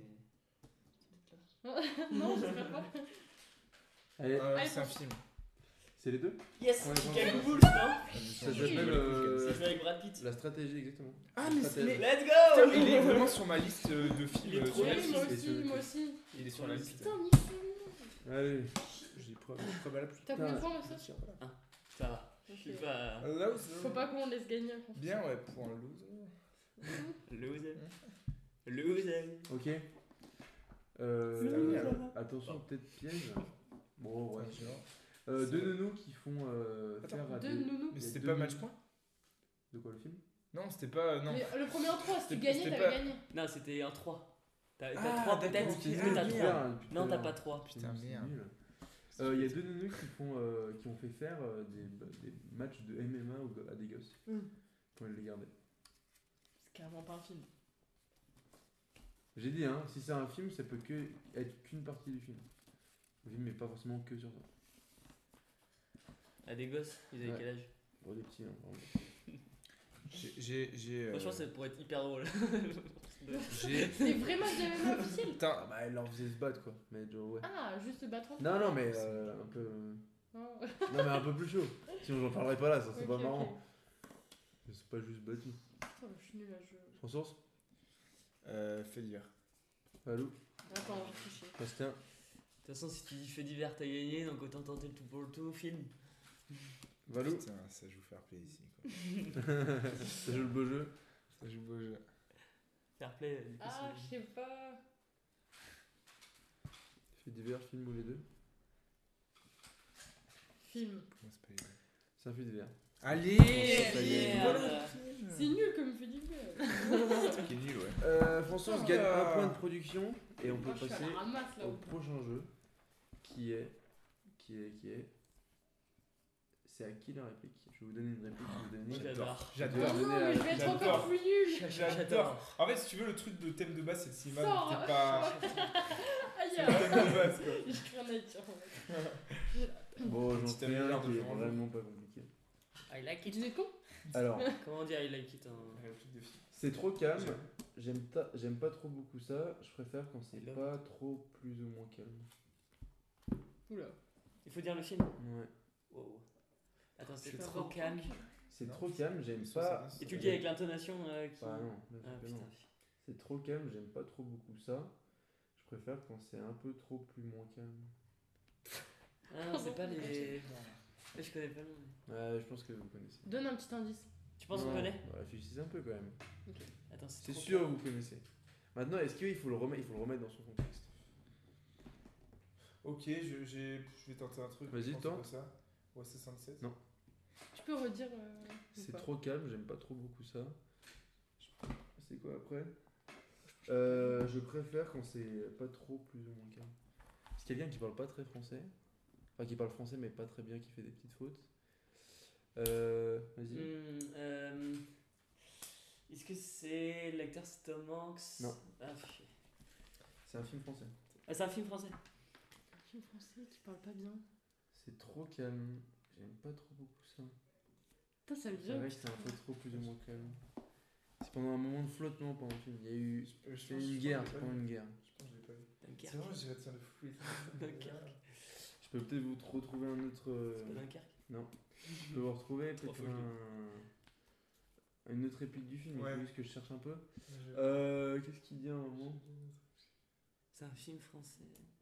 Non, j'espère pas. Allez, Euh, Allez, c'est un François. film. C'est les deux Yes Ouais, Chicago ouais. Bulls, non Ça s'appelle euh, C'est fait avec Brad Pitt. la stratégie, exactement. Ah, mais Stratège. c'est. Let's Putain, go il est vraiment sur ma liste euh, de films. Il est euh, trop sur bien, Oui, Netflix. moi Et aussi, sur le moi truc. aussi. Il est sur la liste. Putain, nique Allez. J'ai preuve, preuve à la pluie. T'as combien de points, ça Ça va. Je suis Ok. pas. Faut pas qu'on laisse gagner un contre. Bien, ouais, pour un loser. Loser. Loser. Ok. Euh, Génial. attention, peut-être piège. Bon, ouais. Enfin, genre. Euh, C'est- deux nounous qui font euh, Attends, faire à Deux des... nounous. Mais Il y a c'était deux pas nounous. match point? De quoi, le film? Non, c'était pas. Non. Mais le premier en trois, si tu C'était- gagnais, c'était t'avais pas- gagné. Non, c'était un trois. T'as Ah, t'as trois d'accord, peut-être, c'était mais nul. t'as Merde. trois. Hein, depuis tout Non, à t'as l'heure. pas trois. Putain, C'est merde. nul. Euh, Il y a deux nounous qui, font, euh, qui ont fait faire euh, des, des matchs de M M A au- à des gosses. Mm. Pour les garder. C'est carrément pas un film. J'ai dit, hein, si c'est un film, ça peut que être qu'une partie du film. Le film n'est pas forcément que sur ça. À des gosses, ils avaient Ouais. quel âge Pour des petits, hein, vraiment. J'ai. j'ai- j'ai, euh, Franchement, ça pourrait être hyper drôle. J'ai. C'est vraiment du M M A officiel. Ah Putain. bah, elle leur faisait se battre, quoi. Mais genre, ouais. Ah, juste se battre entre Non, non, mais euh, un peu. Non. Non, mais un peu plus chaud. Sinon, j'en parlerai pas là, ça c'est Ok, pas ok. marrant. Mais c'est pas juste battu. Putain, je suis nulle à jeu. François. Euh, fais dire. Allô. Attends, je réfléchis. Bastien. De toute façon, si tu dis fait divers, t'as gagné, donc autant tenter le tout pour le tout. Film. Valou. Putain, ça joue fair play ici, quoi. Ça joue le beau jeu. Ça joue beau jeu. Fair play, du coup, Ah, je c'est. sais pas. Fait divers, film ou les deux. Film. Comment c'est pas les deux? C'est un fait divers. Allez! Ça y est. Merde. C'est nul comme fait divers. Qui est nul, ouais. Euh, François, on se Oh gagne là. un point de production et on peut Moi, je suis à passer la ramasse là. au prochain jeu qui est. Qui est. Qui est. C'est à qui la réplique? Je vais vous donner une réplique. Je vais vous donner une- J'adore. Je vais J'adore. vous Non, donner la mais je vais être J'adore. encore plus nul. J'adore. En fait, si tu veux, le truc de thème de base, c'est le cinéma, Sors. donc t'es pas. Aïe, C'est le thème de base, quoi. j'ai rien à dire. en fait. Bon, j'en Petit fais un améliore de qui est genre. vraiment pas compliqué. I like Tu it. disais quoi? Alors, Comment dire, I like it en. Réplique de film. c'est trop calme. J'aime ta- j'aime pas trop beaucoup ça. Je préfère quand c'est Là. pas trop plus ou moins calme. Oula. Il faut dire le film. Ouais. Wow. Attends, c'est C'est trop trop calme. C'est Non. trop calme, j'aime Ça, pas. ça, Et tu le dis avec l'intonation euh, qui. Bah non, bien Ah sûr que putain. non. C'est trop calme, j'aime pas trop beaucoup ça. Je préfère quand c'est un peu trop plus moins calme. Ah non, c'est pas les. Je connais pas le nom. mais- Ouais, je pense que vous connaissez. Donne un petit indice. Tu penses qu'on Non, connaît bah, réfléchissez un peu quand même. Attends, c'est C'est trop sûr calme. vous connaissez. Maintenant, est-ce qu'il faut le remettre, il faut le remettre dans son contexte? Ok, je, j'ai- je vais tenter un truc. Vas-y, je pense tente. que ça. O S soixante-seize. Non. Tu peux redire. euh, ou C'est pas trop calme, j'aime pas trop beaucoup ça. C'est quoi après? Euh, je préfère quand c'est pas trop plus ou moins calme. C'est quelqu'un qui parle pas très français. Enfin, qui parle français mais pas très bien, qui fait des petites fautes. Euh, Vas-y. Hmm, euh, Est-ce que c'est l'acteur c'est Tom Hanks? Non. Ah, chier. C'est un film français. Ah, c'est un film français. Un film français qui parle pas bien. C'est trop calme. J'aime pas trop beaucoup ça. Putain, ça le C'est vient. vrai que c'est un peu trop plus ou moins calme. C'est pendant un moment de flottement pendant le film. Il y a eu. Je- je C'est pense- je une pense guerre, que je c'est l'ai pendant pas vu. une guerre. Je pense que je l'ai pas vu. Dunkerque. C'est vrai, je dirais tiens le fou et tout. Dunkerque. Je peux peut-être vous retrouver un autre. euh, C'est pas Dunkerque. Non. Je peux vous retrouver Trop peut-être folie. un... une autre réplique du film. Ouais. Il faut juste que je cherche un peu. Je- Euh, Qu'est-ce qu'il dit à un moment? C'est un film français.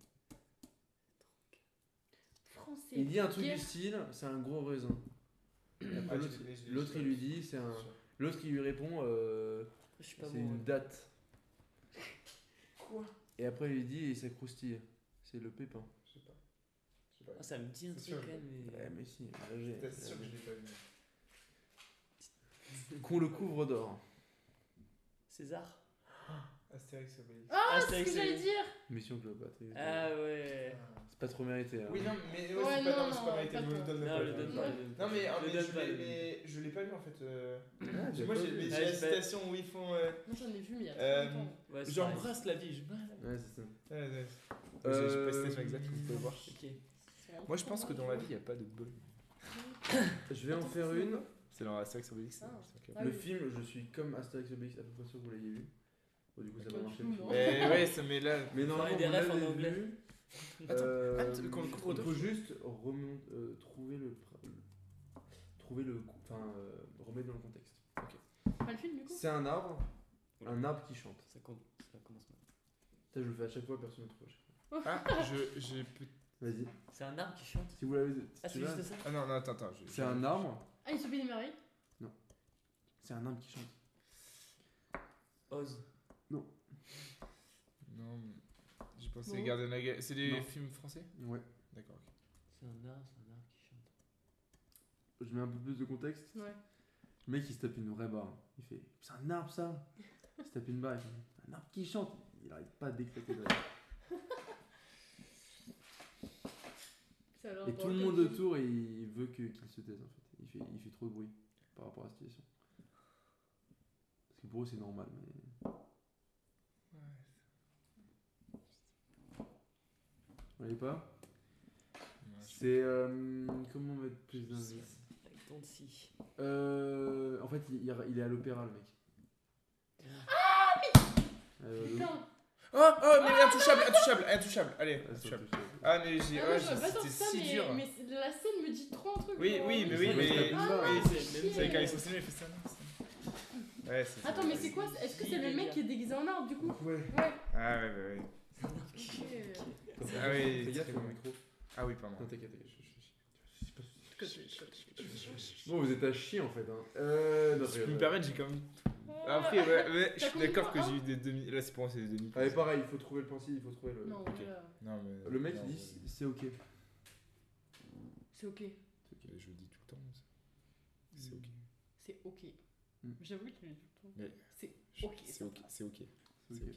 Français. Il dit un truc guerre. du style, c'est un gros raisin. Et après, Ah, je l'autre, l'ai- je l'ai- l'autre, je il l'ai- lui dit, c'est un. sûr. L'autre il lui répond, euh, Je suis pas c'est bon. une date. Quoi? Et après il lui dit, et ça croustille. C'est le pépin. Je sais pas. Je sais pas. Ah, ça me dit un C'est truc sûr, quand même. mais- Ouais, mais si, là, j'ai- T'es sûr que je l'ai pas vu. Qu'on le couvre d'or. César. Astérix Obélix. Ah, c'est ce Astérix que j'allais et- dire. Mission Cléopâtre. Ah ouais. C'est pas trop mérité. Hein. Oui, non, mais ouais, Ouais, c'est non, pas, non, c'est non, pas mérité, pas je le toi. donne Non, pas. le je le donne donne pas. pas. le donne Non, mais, pas. ah, Le mais, donne je pas, l'ai, le donne mais je l'ai pas vu en fait. Euh... Ah, Parce j'ai que moi, pas j'ai vu. mais Ah, j'ai la j'ai pas- citation où ils font. Euh... Moi, j'en ai vu, mais il y a Euh, très longtemps. Ouais, c'est J'embrasse pareil. la vie. Je... Ouais, c'est ça. Ouais, ouais. Euh, J'ai pas la citation exacte, vous pouvez voir. Ok. Moi, je pense que dans la vie, il n'y a pas de bonne. Je vais en faire une. C'est dans Astérix Obélix. Ah. c'est- c'est ok. Ah Le oui. film, je suis comme Astérix Obélix, à peu près sûr que vous l'ayez vu. Bon, du coup, ça Toi, va marcher. tu le me film. mens. Mais ouais, ça met là. Mais normalement, des vous refs en l'avez anglais. vu. Attends, Euh, attends, qu'on le couvre on d'or, peut je- juste remon- euh, trouver le, pr- trouver le, cou- enfin, euh, remettre dans le contexte. Pas le film, du coup. C'est un arbre, Oula. un arbre qui chante. Ça, compte, ça commence mal. Ça, je le fais à chaque fois, personne ne trouve. à chaque fois. Ah, je, j'ai peut- Vas-y. C'est un arbre qui chante. Si vous l'avez, Ah, tu c'est l'as juste ça? Ah non, non, attends, attends. je- C'est un arbre. Ah, il se fait des merveilles. C'est un arbre qui chante. Oz. Non, mais j'ai pensé Bon. Garder la Galaxie. C'est des Non. films français? Ouais. D'accord, ok. C'est un arbre, c'est un arbre qui chante. Je mets un peu plus de contexte. Ouais. Le mec, il se tape une vraie barre. Il fait, c'est un arbre ça. Il se tape une barre. Il fait, un arbre qui chante. Il arrête pas d'éclater de rire. Ça a l'air Et drôle tout le comme monde film. autour, il veut que- qu'il se taise en fait. Il fait, il fait trop de bruit par rapport à la situation. Parce que pour eux, c'est normal. Mais... Vous voyez pas? Ouais, je- C'est. euh, comment mettre plus d'indices? Avec ton si. Euh, en fait, il, il est à l'opéra, le mec. Euh, Putain. Oh, oh, mais intouchable, intouchable, intouchable. Allez, ah, c'est intouchable. touché. Ah, mais j'ai. Ah, Ouais, moi, j'aurais pas c'était sorti ça, si mais, dur. mais c'est- la scène me dit trop un truc. Oui, genre, oui, mais il oui, se mais. fait- tape une Ah, barre. oui, c'est- c'est même c'est ça. quand ils sont cinéma, il fait ça. non, c'est- Ouais, c'est. Attends, mais c'est quoi? Est-ce que c'est le mec qui est déguisé en arbre, du coup? Ouais. Ouais. Ah, ouais, ouais, ouais. Ok. Ah oui, Fais gaffe c'est au bon. micro. Ah oui, pardon. Non, t'inquiète, t'inquiète. je- je- je- je- Bon, vous êtes à chier en fait. Hein. Euh, non, Si je je peux me rigole. permettre, j'ai quand même. Après, ouais, ouais, je T'as suis combien de d'accord que points, j'ai eu des demi. Là, c'est pour moi, c'est des demi. Allez, pareil, il faut trouver le principe, il faut trouver le. Non, Ok. voilà. Non, mais. Le mec non, il dit mais- c'est ok. C'est ok. mais Je le dis tout le temps. mais C'est ok. C'est ok. Mm. J'avoue que tu le dis tout le temps. Mais C'est je- ok. C'est ok. C'est ok. C'est C'est ok. ok.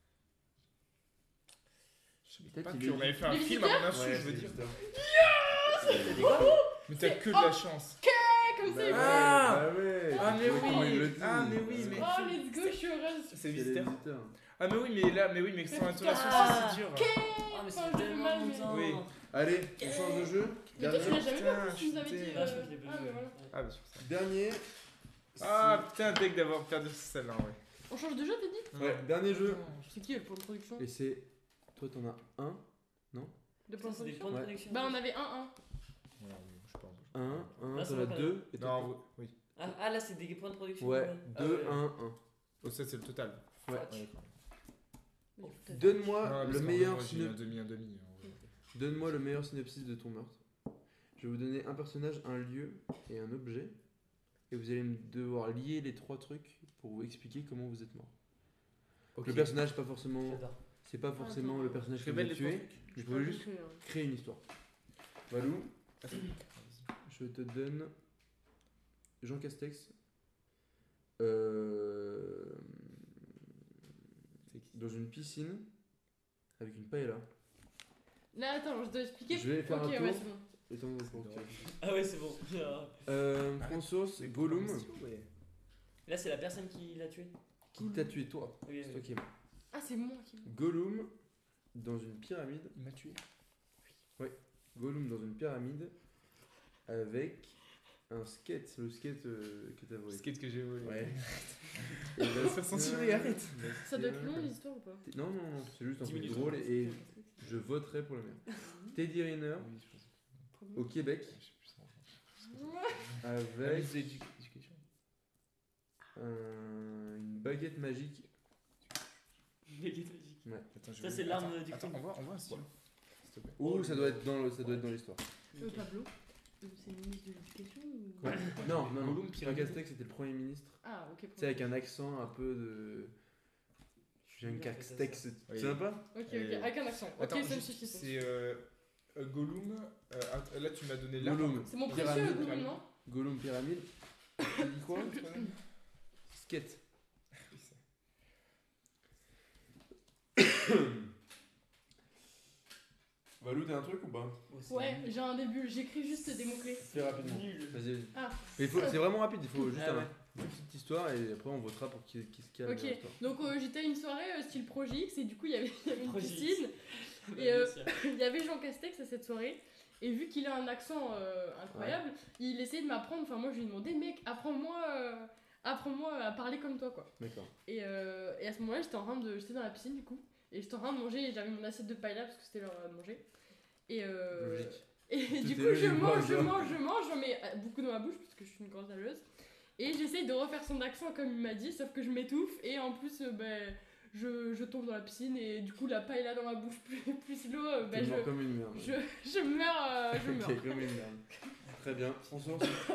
Je savais Peut-être pas qu'il qu'on est- avait fait un Les film à mon insu, Ouais, je veux c'est dire. juste, hein. T'as dit quoi? Mais t'as que de Oh la chance. Comme Bah ça, ouais, Ah bah ouais. Ah, mais Tu vois comment oui. il le dit. Ah, mais oui, mais- oh, let's go, je suis heureuse. C'est C'est les visiteur. visiteurs. Ah, mais oui, mais là, mais oui, mais sans Putain. intonation, Ah, c'est si dur. Ah, mais Enfin, c'est j'ai tellement mal, mais- longtemps. Oui. Allez, on change de jeu. Mais toi, tu l'as Dernier. jamais Putain, vu, tu nous avais dit. chuté. Ah, je crois que je l'ai euh, pas Ah, vu. mais voilà. Ah, bah sur ça. Dernier. Ah putain, dès que d'avoir perdu celle-là, ouais. On change de jeu, t'as dit? Ouais, dernier jeu. C'est qui le point de production? Et c'est. Toi, t'en as un. De point de C'est des production? points de Ouais. production. Bah, on avait un un. Ouais, je sais pas. Un, un, Là, c'est t'en as pas deux. Et Non, t'as- en vrai, oui. Ah, ah, là, c'est des points de production. Ouais, Ah, deux, ouais. un, un. Oh, ça, c'est le total. Ouais. Ouais, d'accord. Mais du coup, t'as- Donne-moi Non, parce le qu'en vrai, meilleur moi, j'ai eu un synop- demi, un demi. en vrai. Donne-moi le meilleur synopsis de ton meurtre. Je vais vous donner un personnage, un lieu et un objet. Et vous allez me devoir lier les trois trucs pour vous expliquer comment vous êtes mort. Ok. Le personnage, pas forcément. J'adore. C'est pas forcément Attends. le personnage Je que vous révèle avez les tué. trois trucs. Vous Pas pouvez juste compris, hein. créer une histoire. Valou, Attends, vas-y. je te donne Jean Castex. Euh, C'est qui dans une piscine avec une paella. Là, attends, je dois expliquer. Je vais faire Ok, un tour. ouais, c'est bon. Et t'en vas pour que tu- Ah, ouais, c'est bon. Euh, François, Gollum, Ouais. Là, c'est la personne qui l'a tué. qui t'a tué toi. Ok, C'est toi ok. qui es mort. Ah, c'est moi qui. Gollum dans une pyramide. Il m'a tué. Gollum dans une pyramide avec un skate, le skate euh, que t'as volé. Skate que j'ai volé. Ouais. Il va se faire censurer, arrête. Ça doit être long les histoires ou pas? Non, non, non, c'est juste un dix truc minutes. drôle et, et je voterai pour le maire. Teddy Riner Oui, je pense. au Québec Je sais plus ça. avec Avec l'éducation. un- une baguette magique. Baguette magique. Ouais. Attends, je Ça, vais- c'est l'arme Attends, du Attends, crime. on voit, on voit un stylo. S'il te plaît. Ou ça doit être dans le- ça doit être dans l'histoire. Euh, Pablo, euh, c'est le ministre de l'éducation ou... Ouais. Non, non, non. Gollum, Jean pyramide. Castex c'était le premier ministre. Ah, ok. Tu sais, avec un accent un peu de. Jean Castex, tu Oui. sais pas? Ok, ok, Euh, avec un accent. Ok, Attends, ça me juste, suffit. ça me c'est euh, euh, Gollum. euh, att- là, tu m'as donné l'arme. Gollum. C'est mon Pyramide, précieux, Gollum, pyramide. non? Gollum pyramide. Quoi tu m'as donné Skate. Oui, c'est- Valou, t'as un truc ou pas? Oh, c'est Ouais, nul. j'ai un début, j'écris juste des mots-clés. Fais rapidement. Nul. Vas-y, vas-y. Ah. Mais il faut- c'est vraiment rapide, il faut juste Ah un- ouais. une petite histoire et après on votera pour qui, qui se calme. Ok, donc euh, j'étais à une soirée euh, style Projet X et du coup il y avait, il y avait une Projet X. piscine. Bah, Et bien euh, sûr. il y avait Jean Castex à cette soirée. Et vu qu'il a un accent euh, incroyable, il essayait de m'apprendre. Enfin, moi je lui ai demandé, mec, apprends-moi euh, apprends-moi à parler comme toi quoi. D'accord. Et, euh, et à ce moment-là, j'étais en train de. J'étais dans la piscine du coup. Et j'étais en train de manger et j'avais mon assiette de paella parce que c'était l'heure de manger. Et, euh, Logique. et Tout du est coup, je logique, mange, je moi, mange, je mange, j'en mets euh, beaucoup dans ma bouche parce que je suis une grande saleuse. Et j'essaye de refaire son accent comme il m'a dit, sauf que je m'étouffe et en plus, euh, ben, je, je tombe dans la piscine et du coup, la paella dans ma bouche plus, plus l'eau, euh, ben, T'es mort je, comme une merde. je, je meurs. euh, je meurs. Ok, comme une merde. Très bien. François.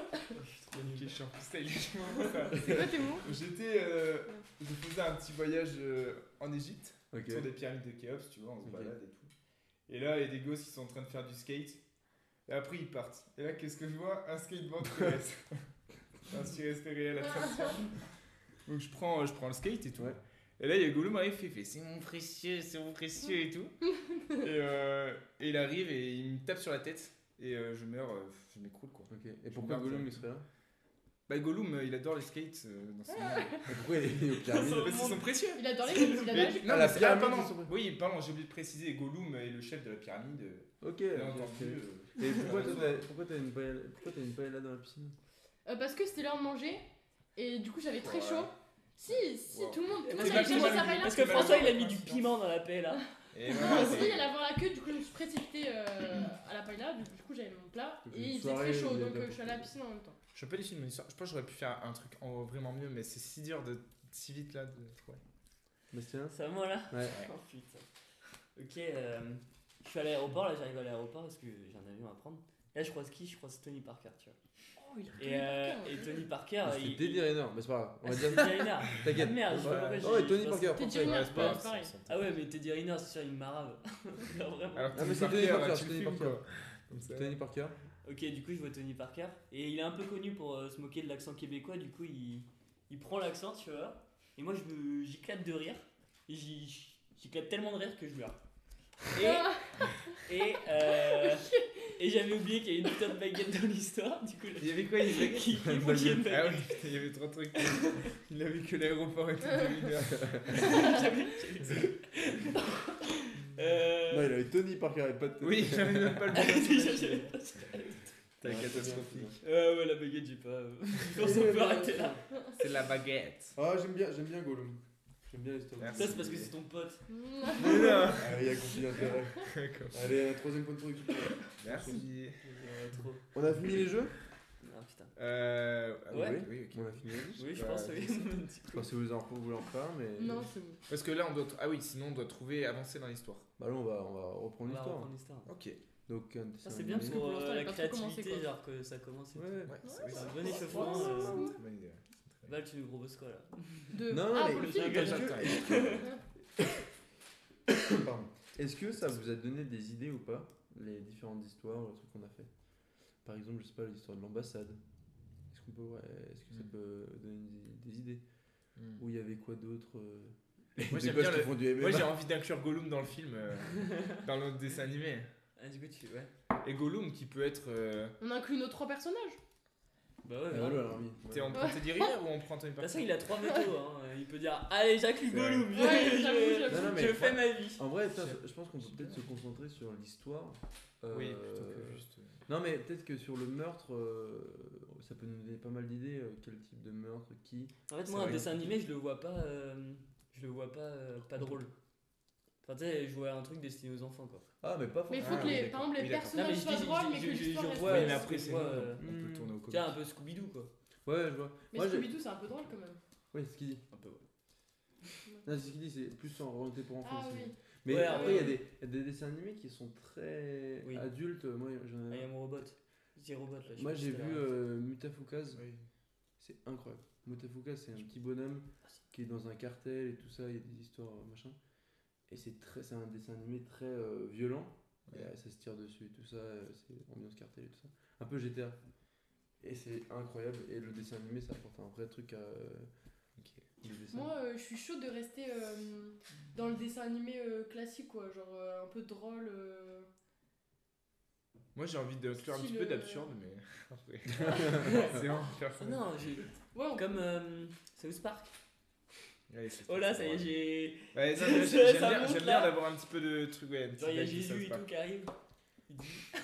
Ok, je suis en freestyle. je m'en vais. C'est quoi tes mots? J'étais. euh, je faisais un petit voyage euh, en Égypte, Ok. sur des pyramides de Khéops, tu vois, on se Ok. balade et tout. Et là, il y a des gosses qui sont en train de faire du skate. Et après, ils partent. Et là, qu'est-ce que je vois? Un skateboard qui reste. Un surresté réel à attention. Donc, je prends, je prends le skate et tout. Ouais. Et là, il y a Gollum arrive, il fait c'est mon précieux, c'est mon précieux et tout. et, euh, et il arrive et il me tape sur la tête. Et euh, je meurs, euh, je m'écroule quoi. Ok. Et pourquoi regarde Gollum ça. il serait là? Bah, Gollum, euh, il adore les skates euh, dans son monde. Et pourquoi il est au pyramide? Parce qu'ils sont précieux. Il adore les il adore Mais- les- non, Ah, mais la c'est- pyramide, ah, pardon. ils sont- Oui, pardon, j'ai oublié de préciser. Gollum est le chef de la pyramide. euh, Ok. Bien ok, entendu. ok. euh, Et pourquoi toi, t'as- pourquoi t'as une paella pourquoi t'as une paella dans la piscine? Euh, parce que c'était l'heure de manger et du coup, j'avais très Ouais. chaud. Si, si, Wow. tout le monde, tout le monde Parce avait que- cherché sa paella. Parce que François, il a mis du piment dans la paix là. Et Non, voilà, si, c'est- elle avait la queue, du coup je me suis précipitée euh, à la paella, du du coup j'avais mon plat Donc, et une il faisait soirée très chaud où il y a donc de la euh, je suis allée à la piscine en même temps. Je suis un peu déçu de mon histoire. Je pense que j'aurais pu faire un truc en- vraiment mieux, mais c'est si dur de si vite là. De... Ouais. Bastien? C'est à moi là. Ouais. Oh putain. Ok, euh, je suis à l'aéroport, là j'arrive à l'aéroport parce que j'ai un avion à prendre. Là je croise qui? Je croise Tony Parker, tu vois. Oh, il a Et, euh, et Tony Parker, C'était il. Teddy Riner, mais c'est pas grave. On Ah, va c'est dire. Teddy Riner. T'inquiète. Ah, merde, je sais pas Ouais. pourquoi Oh, j'ai- et Tony je pense- Parker, Teddy parfait. Riner, Ouais, c'est pas ouais, c'est pareil. Ah ouais, mais Teddy Riner, c'est sûr, il me marave. Non, vraiment. Alors, Ah, mais Tony c'est Tony Parker, Parker, tu c'est le Tony filmes, Parker. quoi. Comme ça. Tony Parker. Ok, du coup, je vois Tony Parker. Et il est un peu connu pour euh, se moquer de l'accent québécois. Du coup, il, il prend l'accent, tu vois. Et moi, je me, j'éclate de rire. Et j'y- j'éclate tellement de rire que je meurs. Et, et, euh, et j'avais oublié qu'il y avait une putain de baguette dans l'histoire. Du coup, Il y avait quoi? Il y avait qui, qui faut qu'il y ait une Ah ouais, baguette. putain, il y avait trop de trucs. Il a vu que l'aéroport était devenu. J'avais- j'avais- Euh, Non, il avait Tony Parker et pas de Oui, j'avais même pas le bon. déjà, j'avais pas ça. C'était Ouais, catastrophique. c'est bien, Ah ouais, la baguette, j'ai pas. Je pense qu'on peut arrêter là. C'est la baguette. Ah, j'aime bien, j'aime bien Gollum. J'aime bien l'histoire. Merci. Ça, c'est parce que c'est ton pote. Mm. Mais non. Allez, il y a conflit d'intérêt. Allez, un troisième point de production. Merci. Ouais, trop. On a fini les jeux? Ah putain. Euh, ah Ouais. oui, oui, ok. On a fini les jeux. Oui, je Bah, pense, oui. Je sais pas si vous en vous voulez en faire, mais. Non, c'est bon. Parce que là, on doit. Ah oui, sinon, on doit trouver, avancer dans l'histoire. Bah là, on va, on va reprendre On va l'histoire. reprendre l'histoire. Ok. Donc, un Ça, dessin c'est bien animé. pour pour euh, l'instant, il la a pas trop commencé, créativité, quoi. genre que ça commence et tout. Ouais. Ouais, c'est oui, C'est c'est un bon vrai. échauffement. Ouais, euh, C'est une très bonne idée. ouais. Val, tu nous proposes quoi là De... Non, ah, mais pour le je film rigole, J'attends. Pardon. Est-ce que ça vous a donné des idées ou pas, les différentes histoires, les trucs qu'on a fait? Par exemple, je sais pas, l'histoire de l'ambassade. Est-ce qu'on peut, ouais, est-ce que ça Mm. peut donner des, des idées? Hmm. Ou il y avait quoi d'autre euh, Moi, des j'aime gosses bien qui le- font du M M A. Moi, j'ai envie d'inclure Gollum dans le film, euh, dans le dessin animé. Ah, du coup, tu. Ouais. Et Gollum qui peut être. euh, On inclut nos trois personnages. Bah ouais, Ah, grave. voilà, alors, oui. T'es Ouais. en prend Teddy Riner ou on prend Tony De toute Parker façon, il a trois métaux. Hein. Il peut dire allez, j'inclus C'est vrai. Gollum. Je, Ouais, je- j'avoue, je- j'avoue. Non, non, mais- je fais ma vie. En vrai, putain, je pense qu'on peut peut-être se concentrer sur l'histoire. euh, Oui, plutôt que juste. euh, Non, mais peut-être que sur le meurtre, euh, ça peut nous donner pas mal d'idées. euh, quel type de meurtre, qui. En fait, C'est moi, un vrai. dessin animé, je le vois pas. euh, je le vois pas. euh, pas drôle. Enfin, tu sais, je vois un truc destiné aux enfants, quoi. Ah, mais pas Mais il forcément. faut que oui, les, d'accord. par exemple, les Oui, d'accord. Non, mais personnages je soient dis- drôles, je- mais je- que je- l'histoire je reste. vois, Oui, Ouais, mais c'est après, ce c'est que nous, je vois, on euh, peut Hmm. tourner au Tu comics. sais, un peu Scooby-Doo, quoi. Ouais, je vois. Mais Moi, j'ai- Scooby-Doo, c'est un peu drôle quand même. Oui, c'est ce qu'il dit. Un peu, ouais. Non, c'est ce qu'il dit, c'est plus orienté pour enfants. Ah aussi. oui. Mais Ouais, après, ouais. il y, a des- il y a des dessins animés qui sont très Oui. adultes. Moi, j'en ai- I am Robot. Petit robot, là. je sais Moi pas j'ai si t'as vu la- euh, Mutafukaz, Oui. c'est incroyable. Mutafukaz, c'est un petit bonhomme qui est dans un cartel et tout ça, il y a des histoires euh, machin. Et c'est très, c'est un dessin animé très euh, violent. Et, Ouais. euh, ça se tire dessus et tout ça, euh, c'est ambiance cartel et tout ça. Un peu G T A. Et c'est incroyable. Et le dessin animé, ça apporte un vrai truc à. euh, Ok. le dessin. Moi, euh, je suis chaude de rester euh, dans le dessin animé euh, classique, quoi. Genre euh, un peu drôle. euh. Moi, j'ai envie d'inclure un petit Style, peu euh, d'absurde, mais. après. C'est vraiment Ah faire non, j'ai. Ouais, on- Comme euh, South Park. Ouais, c'est- Oh là, ça c'est y est, vrai. j'ai. Ouais, non, Ça- mais ça j'aime monte, bien, j'aime bien là. d'avoir un petit peu de trucs, ouais. un petit Genre, il y a vibe de Jésus South et Park. tout qui arrive. Il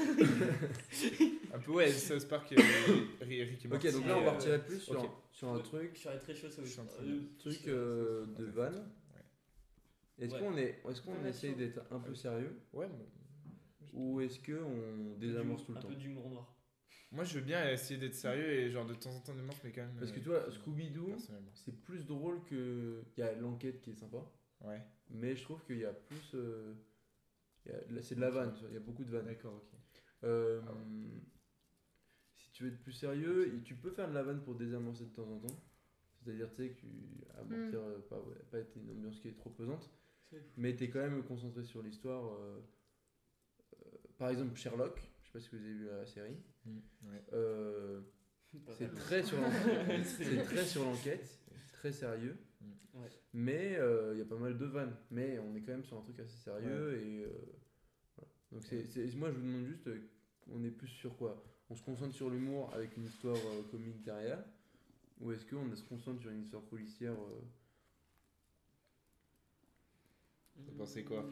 dit- Un peu, ouais, South Park et et Rick et Ok, Morty. donc là on euh, partirait plus sur, ok. sur un truc, Je serais très chaud, ça Je suis en aussi. train de- Euh, truc euh, de van. Ouais. Est-ce Ouais. qu'on est, est-ce qu'on Van essaye action. d'être un peu sérieux Ouais, bon. ou est-ce qu'on désamorce tout le Un temps? peu d'humour noir. Moi, je veux bien essayer d'être sérieux et genre de temps en temps de mais quand même. Parce que euh, tu vois, Scooby-Doo, personnellement. c'est plus drôle que. Il y a l'enquête qui est sympa, Ouais, mais je trouve qu'il y a plus. euh, il y a- là, c'est de la vanne, tu vois, il y a beaucoup de vannes. d'accord, ok. Euh, Ah Si tu veux être plus sérieux, et tu peux faire de la vanne pour désamorcer de temps en temps. C'est-à-dire, tu sais, que amortir, euh, pas, ouais, pas être une ambiance qui est trop pesante, mais tu es quand même concentré sur l'histoire. euh, euh, par exemple, Sherlock, je sais pas si vous avez vu la série. Mm, ouais. Euh, Pas c'est mal. très sur l'enquête, c'est très sur l'enquête, très sérieux. Ouais. Mais il y a pas mal de vannes. Mais on est quand même sur un truc assez sérieux et euh, voilà. Donc c'est, c'est- moi je vous demande juste, euh, on est plus sur quoi? On se concentre sur l'humour avec une histoire euh, comique derrière, ou est-ce qu'on se concentre sur une histoire policière euh, Vous pensez quoi?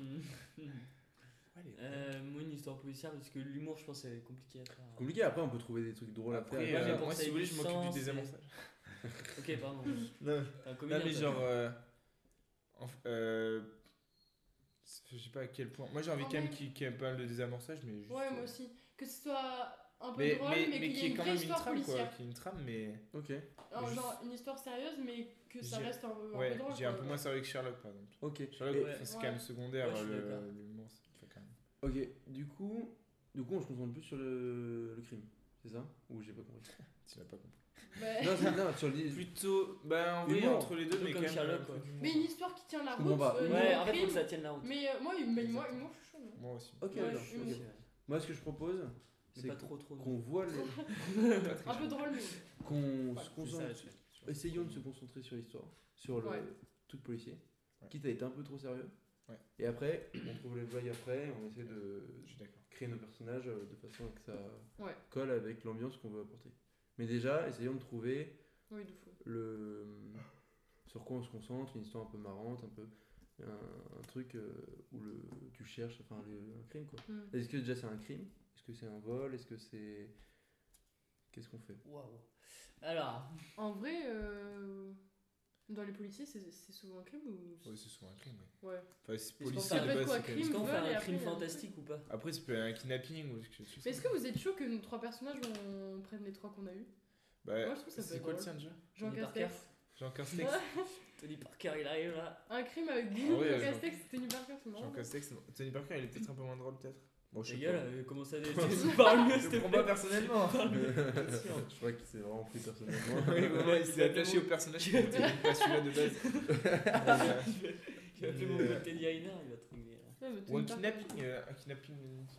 Euh, moi, une histoire policière, parce que l'humour, je pense, c'est compliqué à faire. compliqué? Après on peut trouver des trucs drôles à Après, faire. Ouais, mais euh, pour moi, que ça si vous ait voulez, du je m'occupe sens, du c'est- désamorçage. Ok, pardon. Non, T'es un non, comédien, mais toi. genre. euh, enf- euh, je sais pas à quel point. Moi, j'ai envie En quand même vrai- qu'il qu'il y ait pas mal de désamorçage, mais juste. Ouais, moi euh, aussi. Que ce soit un peu Mais, drôle, mais, mais, mais qu'il y qui ait est une quand vraie même une histoire trame, quoi. policière. Qui est une trame, mais. Ok, Alors, Mais genre une histoire sérieuse, mais que ça J'ai- reste un, un Ouais, peu drôle. j'ai un quoi. peu moins sérieux que Sherlock, par exemple. ok. Sherlock, Et- enfin, c'est Ouais. quand même secondaire, Ouais, je suis le- d'accord. l'humour. c'est- enfin, quand même. Ok, du coup, du coup on se concentre plus sur le, le crime, c'est ça? Ou j'ai pas compris? Tu l'as pas compris. Ouais. Non, c'est- non, sur le... Plutôt, ben, oui, Humour. entre les deux, Plutôt mais comme quand même. Sherlock, un peu quoi. d'humour. Mais une histoire qui tient la Je route. comprends pas. euh, Ouais, niveau en fait, faut crime. que ça tienne la route. Mais euh, moi, mais moi, humour, je suis chaud. non Moi aussi. Ok, Ouais, d'accord. humour. ok. Moi ce que je propose, Mais c'est pas trop, trop. qu'on voit les... Un peu drôle, mais. qu'on Ouais, se C'est concentre, ça, je- essayons de se concentrer sur l'histoire, sur le Ouais. tout policier, Ouais. quitte à être un peu trop sérieux. Ouais. Et après, on trouve les blagues après, on essaie de Je suis d'accord. créer nos personnages euh, de façon à que ça Ouais. colle avec l'ambiance qu'on veut apporter. Mais déjà, essayons de trouver Oui, de fou. le sur quoi on se concentre, une histoire un peu marrante, un peu un, un truc euh, où le tu cherches, enfin le, un crime quoi. Mm. Est-ce que déjà c'est un crime? Est-ce que c'est un vol? Est-ce que c'est qu'est-ce qu'on fait? Waouh. Alors, En vrai, euh, dans les policiers, c'est c'est souvent un crime ou. Ouais, c'est souvent un crime, oui. Ouais. Enfin, c'est Est-ce qu'on policier fait- de Ça peut base, être quoi, c'est quand même- est-ce qu'on Crime, fait vol, et un après, crime il y a un fantastique ou pas? Après, c'est peut-être un kidnapping ou quelque chose comme Mais est-ce ça. que vous êtes chaud que nos trois personnages on prenne les trois qu'on a eu? Bah, Moi, je trouve que ça peut c'est être quoi le drôle. sien déjà Jean Tony Castex. Jean Castex. Tony Parker, il arrive là. Un crime avec Goulou, Ah ouais, Jean Jean- Castex, Tony Parker, c'est marrant. Jean Castex, non. Tony Parker, il est peut-être un peu moins drôle, peut-être. Bon, je Les sais gars, pas. là, euh, comment ça tu parles mieux, Je s'il le te prends plaît. pas personnellement. Je crois qu'il s'est vraiment pris personnellement. Oui, vraiment, il s'est attaché au personnage qui était pas celui-là de base. Mais, euh, Il va appeler mon pote Teddy Riner, il va te régler là. Ouais, mais Ou un Tony Parker, kidnapping. euh, Un kidnapping.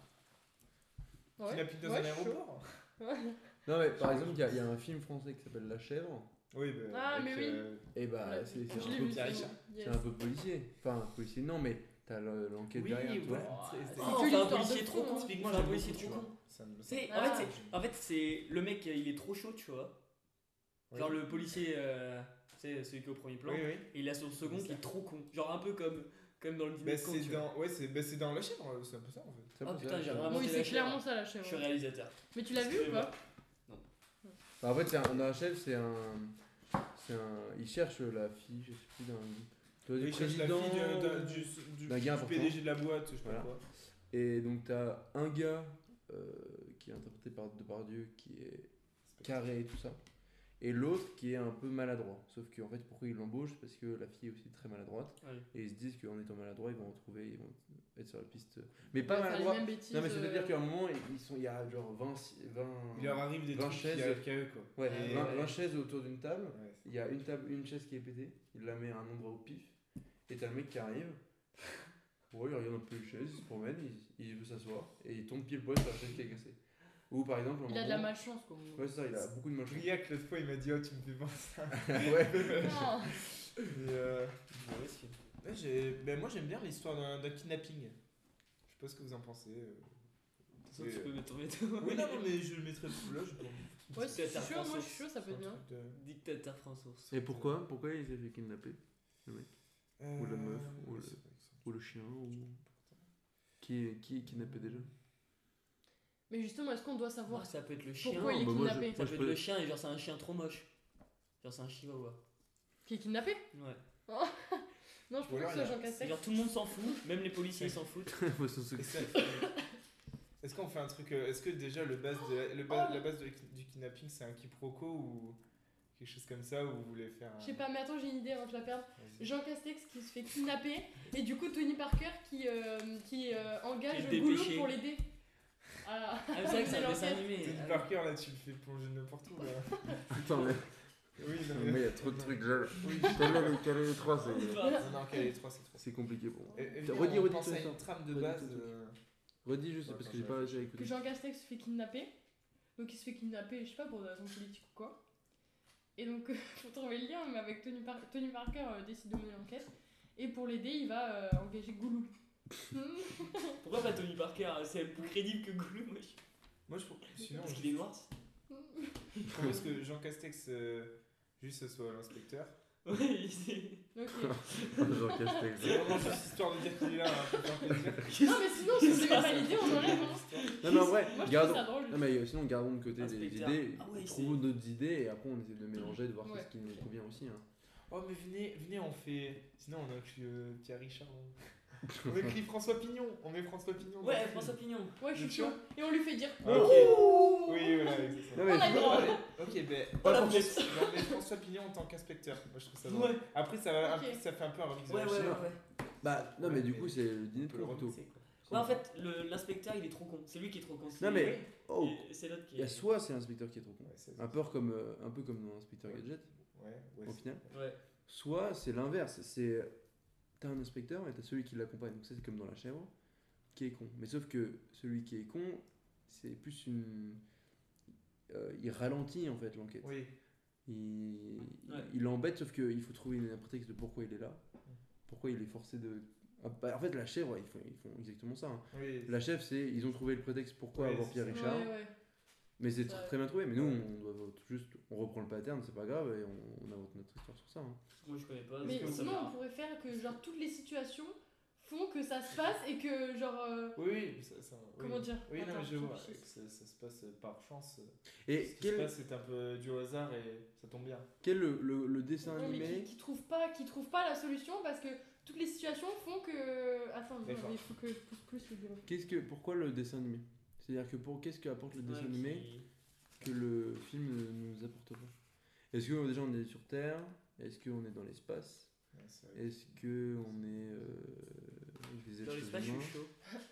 Ouais. Kidnapping dans Ouais, un je suis chaud. aéroport. Ouais. Non, mais par exemple, il y, a- il y a un film français qui s'appelle La Chèvre. Oui, bah. Ah, avec, mais oui. euh, Et bah, Ouais, c'est c'est je un, l'ai peu- vu, Pierre c'est Richard. bon. c'est Yes. un peu policier. Enfin, policier, non, mais t'as le- l'enquête Oui, derrière, tu vois. ouais. Oh, c'est- c'est c'est- oh, que c'est un l'histoire de policier fond, trop hein. con. Typiquement, C'est un j'aime policier beaucoup, trop tu con. vois. Ça me- Tu sais, Ah. en fait, c'est- en fait, c'est le mec, il est trop chaud, tu vois. Genre Oui. le policier, euh, c'est celui qui est au premier plan. Oui, oui. Et il a son second qui est trop con. Genre un peu comme, comme dans le dîner Bah, de con, c'est tu vois. dans... Ouais, c'est bah, c'est dans La Chèvre, c'est un peu ça en fait. C'est un Oh, peu putain, ça, j'ai tu vois. vraiment- Oui, c'est c'est la clairement chèvre. ça la Je suis chèvre. réalisateur. Mais tu l'as vu ou pas? Bah, en fait, c'est un, dans La Chèvre, c'est un, c'est un. Il cherche la fille, je sais plus, d'un. tu vois, du Oui, il cherche la président. fille de- de- du, du, d'un du gars important. P D G de la boîte, je sais pas Voilà. quoi. Et donc, t'as un gars euh, qui est interprété par Depardieu qui est carré et tout ça. Et l'autre qui est un peu maladroit. Sauf qu'en fait, pourquoi ils l'embauchent? Parce que la fille est aussi très maladroite. Ouais. Et ils se disent qu'en étant maladroit, ils vont retrouver, ils vont être sur la piste. Mais pas Faire les maladroit. mêmes bêtises. Non, mais c'est-à-dire euh, qu'à un moment, ils sont, il y a genre vingt. vingt Il leur arrive des vingt trucs chaises. qui arrivent qu'à eux quoi. Ouais, Et- vingt, ouais. vingt chaises autour d'une table. Ouais, c'est- Il y a une, table, une chaise qui est pétée. Il la met à un endroit au pif. Et t'as le mec qui arrive. Ouais, il regarde un peu les chaises, il se promène, il, il veut s'asseoir. Et il tombe pile poil sur la chaise qui est cassée. Ou par exemple. un Il a de la moment- malchance quoi. Ouais, c'est ça, il a beaucoup de malchance. Briac, l'autre fois, il m'a dit Oh, tu me fais penser à ça. Ouais. Non. Et, euh, ouais, j'ai- ben, moi, j'aime bien l'histoire d'un d'un kidnapping. Je sais pas ce que vous en pensez. euh. Sauf Oui, que tu peux euh, mettre ton veto. Oui, non, non, mais je le mettrai là. Je peux... Ouais, si je suis Dictateur chaud, moi je français. suis chaud, ça peut être bien. Dictateur français. Et pourquoi Pourquoi il s'est fait kidnapper le mec Ou la meuf, ou le- Ou le chien ou... Qui est, qui est kidnappé déjà Mais justement, est-ce qu'on doit savoir Voir, ça peut être le chien. pourquoi il est bah, moi, je- kidnappé? Ça Moi, peut je être peux- le chien et genre c'est un chien trop moche. Genre c'est un chihuahua. Qui est kidnappé? Ouais. Non, je Ou pense alors, que il y c'est a- Jean Castex. Genre tout le monde s'en fout, même les policiers ils s'en foutent. Faut s'en s'occuper. Est-ce qu'on fait un truc euh, Est-ce que déjà le base de la, le ba- la base de- du kidnapping c'est un quiproquo ou quelque chose comme ça ou vous voulez faire un... Je sais pas, mais attends, j'ai une idée avant que je la perde. Vas-y. Jean Castex qui se fait kidnapper et du coup Tony Parker qui, euh, qui euh, engage Qui est Goulou dépêché. pour l'aider. Ah, Ah, mais c'est vrai que c'est un mener dessin l'enquête. animé. Tony Ah, Parker là tu le fais plonger n'importe où là. Attends, mais Oui, non, mais il y a trop de trucs. déjà. Oui. Caler les- caler les trois, c'est Non, non, ok, les trois c'est trop. c'est compliqué pour moi. Et- et T'as- viens, redis, on redis pense tout à ça. une trame de Redis base. tout le truc. euh, Redis juste Ouais, parce quand que j'ai je pas réfléchis. j'ai Que écouté. Jean Castex se fait kidnapper. Donc il se fait kidnapper, je sais pas, pour des raisons politiques ou quoi. Et donc, faut trouver le lien, mais avec Tony, Par- Tony Parker euh, décide de mener l'enquête. Et pour l'aider, il va euh, engager Goulou. Pourquoi pas Tony Parker? C'est plus crédible que Goulou, moi. je- Moi je trouve. Sinon, Parce je qu'il est noir. je propose que Jean Castex euh, juste ce soit l'inspecteur. Ouais, c'est. Ok. Jean Castex. C'est vraiment juste histoire de dire qu'il est là, hein, pour faire plaisir. Non, mais sinon, si c'est pas l'idée, on enlève. Hein. Non, mais en vrai, Moi, je trouve gardons. ça drôle. Non, mais euh, sinon, gardons de côté les Inspecteur. idées, Ah ouais, trouvons c'est- d'autres idées et après on essaie de mélanger, de voir Ouais. ce qui nous convient aussi. Hein. Oh mais venez, venez on fait... Sinon on a inclus euh, Pierre Richard. On... on écrit François Pignon, on met François Pignon. dans Ouais, le film. François Pignon. Ouais, je Le suis chaud. chien. Et on lui fait dire. Ah, ok. Oui voilà, exactement. Non, mais On a tu le vois, droit. Ok, ben Oh, la on met- pièce. on met François Pignon en tant qu'inspecteur. Moi je trouve ça drôle. Ouais. Après ça, va, Ok. après, ça fait un peu un remix de Ouais, la ouais, ouais. chèvre. ouais. bah, non, mais Ouais, du mais coup, c'est le dîner On de peut le con plutôt. remixer, quoi. Ouais, en fait, le- l'inspecteur il est trop con. C'est lui qui est trop con. c'est- Non, mais. Oh, Et c'est l'autre qui il y a est. soit c'est l'inspecteur qui est trop con, Ouais, c'est- un peu comme, euh, un peu comme dans Inspecteur Gadget, Ouais, ouais, au c'est- final. Ouais. Soit c'est l'inverse, c'est t'as un inspecteur et t'as celui qui l'accompagne. Donc ça c'est comme dans La Chèvre, qui est con. Mais sauf que celui qui est con, c'est plus une, euh, il ralentit en fait l'enquête. Oui. Il, Ouais. il l'embête, sauf qu'il faut trouver un prétexte de pourquoi il est là, pourquoi il est forcé de. Ah, bah, en fait, La Chèvre, ils font, ils font exactement ça. Hein. Oui. La Chèvre, c'est ils ont trouvé le prétexte pourquoi Ouais, avoir c'est Pierre ça. Richard. Ouais, ouais. Mais c'est Ça- très bien trouvé. Mais nous, Ouais. on doit juste, on reprend le pattern, c'est pas grave, et on, on a notre histoire sur ça. Hein. Moi je connais pas. Mais donc ça sinon, verra. on pourrait faire que genre toutes les situations font que ça se passe et que genre euh, Oui, oui, ça, ça- oui. comment dire Oui, non, Attends, mais je je vois. réfléchis. que Ça, ça se passe par chance. Et Ce qui quel, se passe, c'est un peu du hasard et ça tombe bien. quel le, le, le dessin Ouais, mais animé qui, qui trouve pas qui trouve pas la solution parce que toutes les situations font que attends non, D'accord. mais il faut que je pousse plus le bureau. Qu'est-ce que, pourquoi le dessin animé? C'est-à-dire que pour qu'est-ce qu'apporte le dessin Ouais, animé qui- que le film ne nous apporte pas? Est-ce que déjà on est sur Terre? Est-ce qu'on est dans l'espace? Ouais, c'est vrai. Est-ce qu'on est euh, des Dans êtres l'espace, je humains? suis chaud.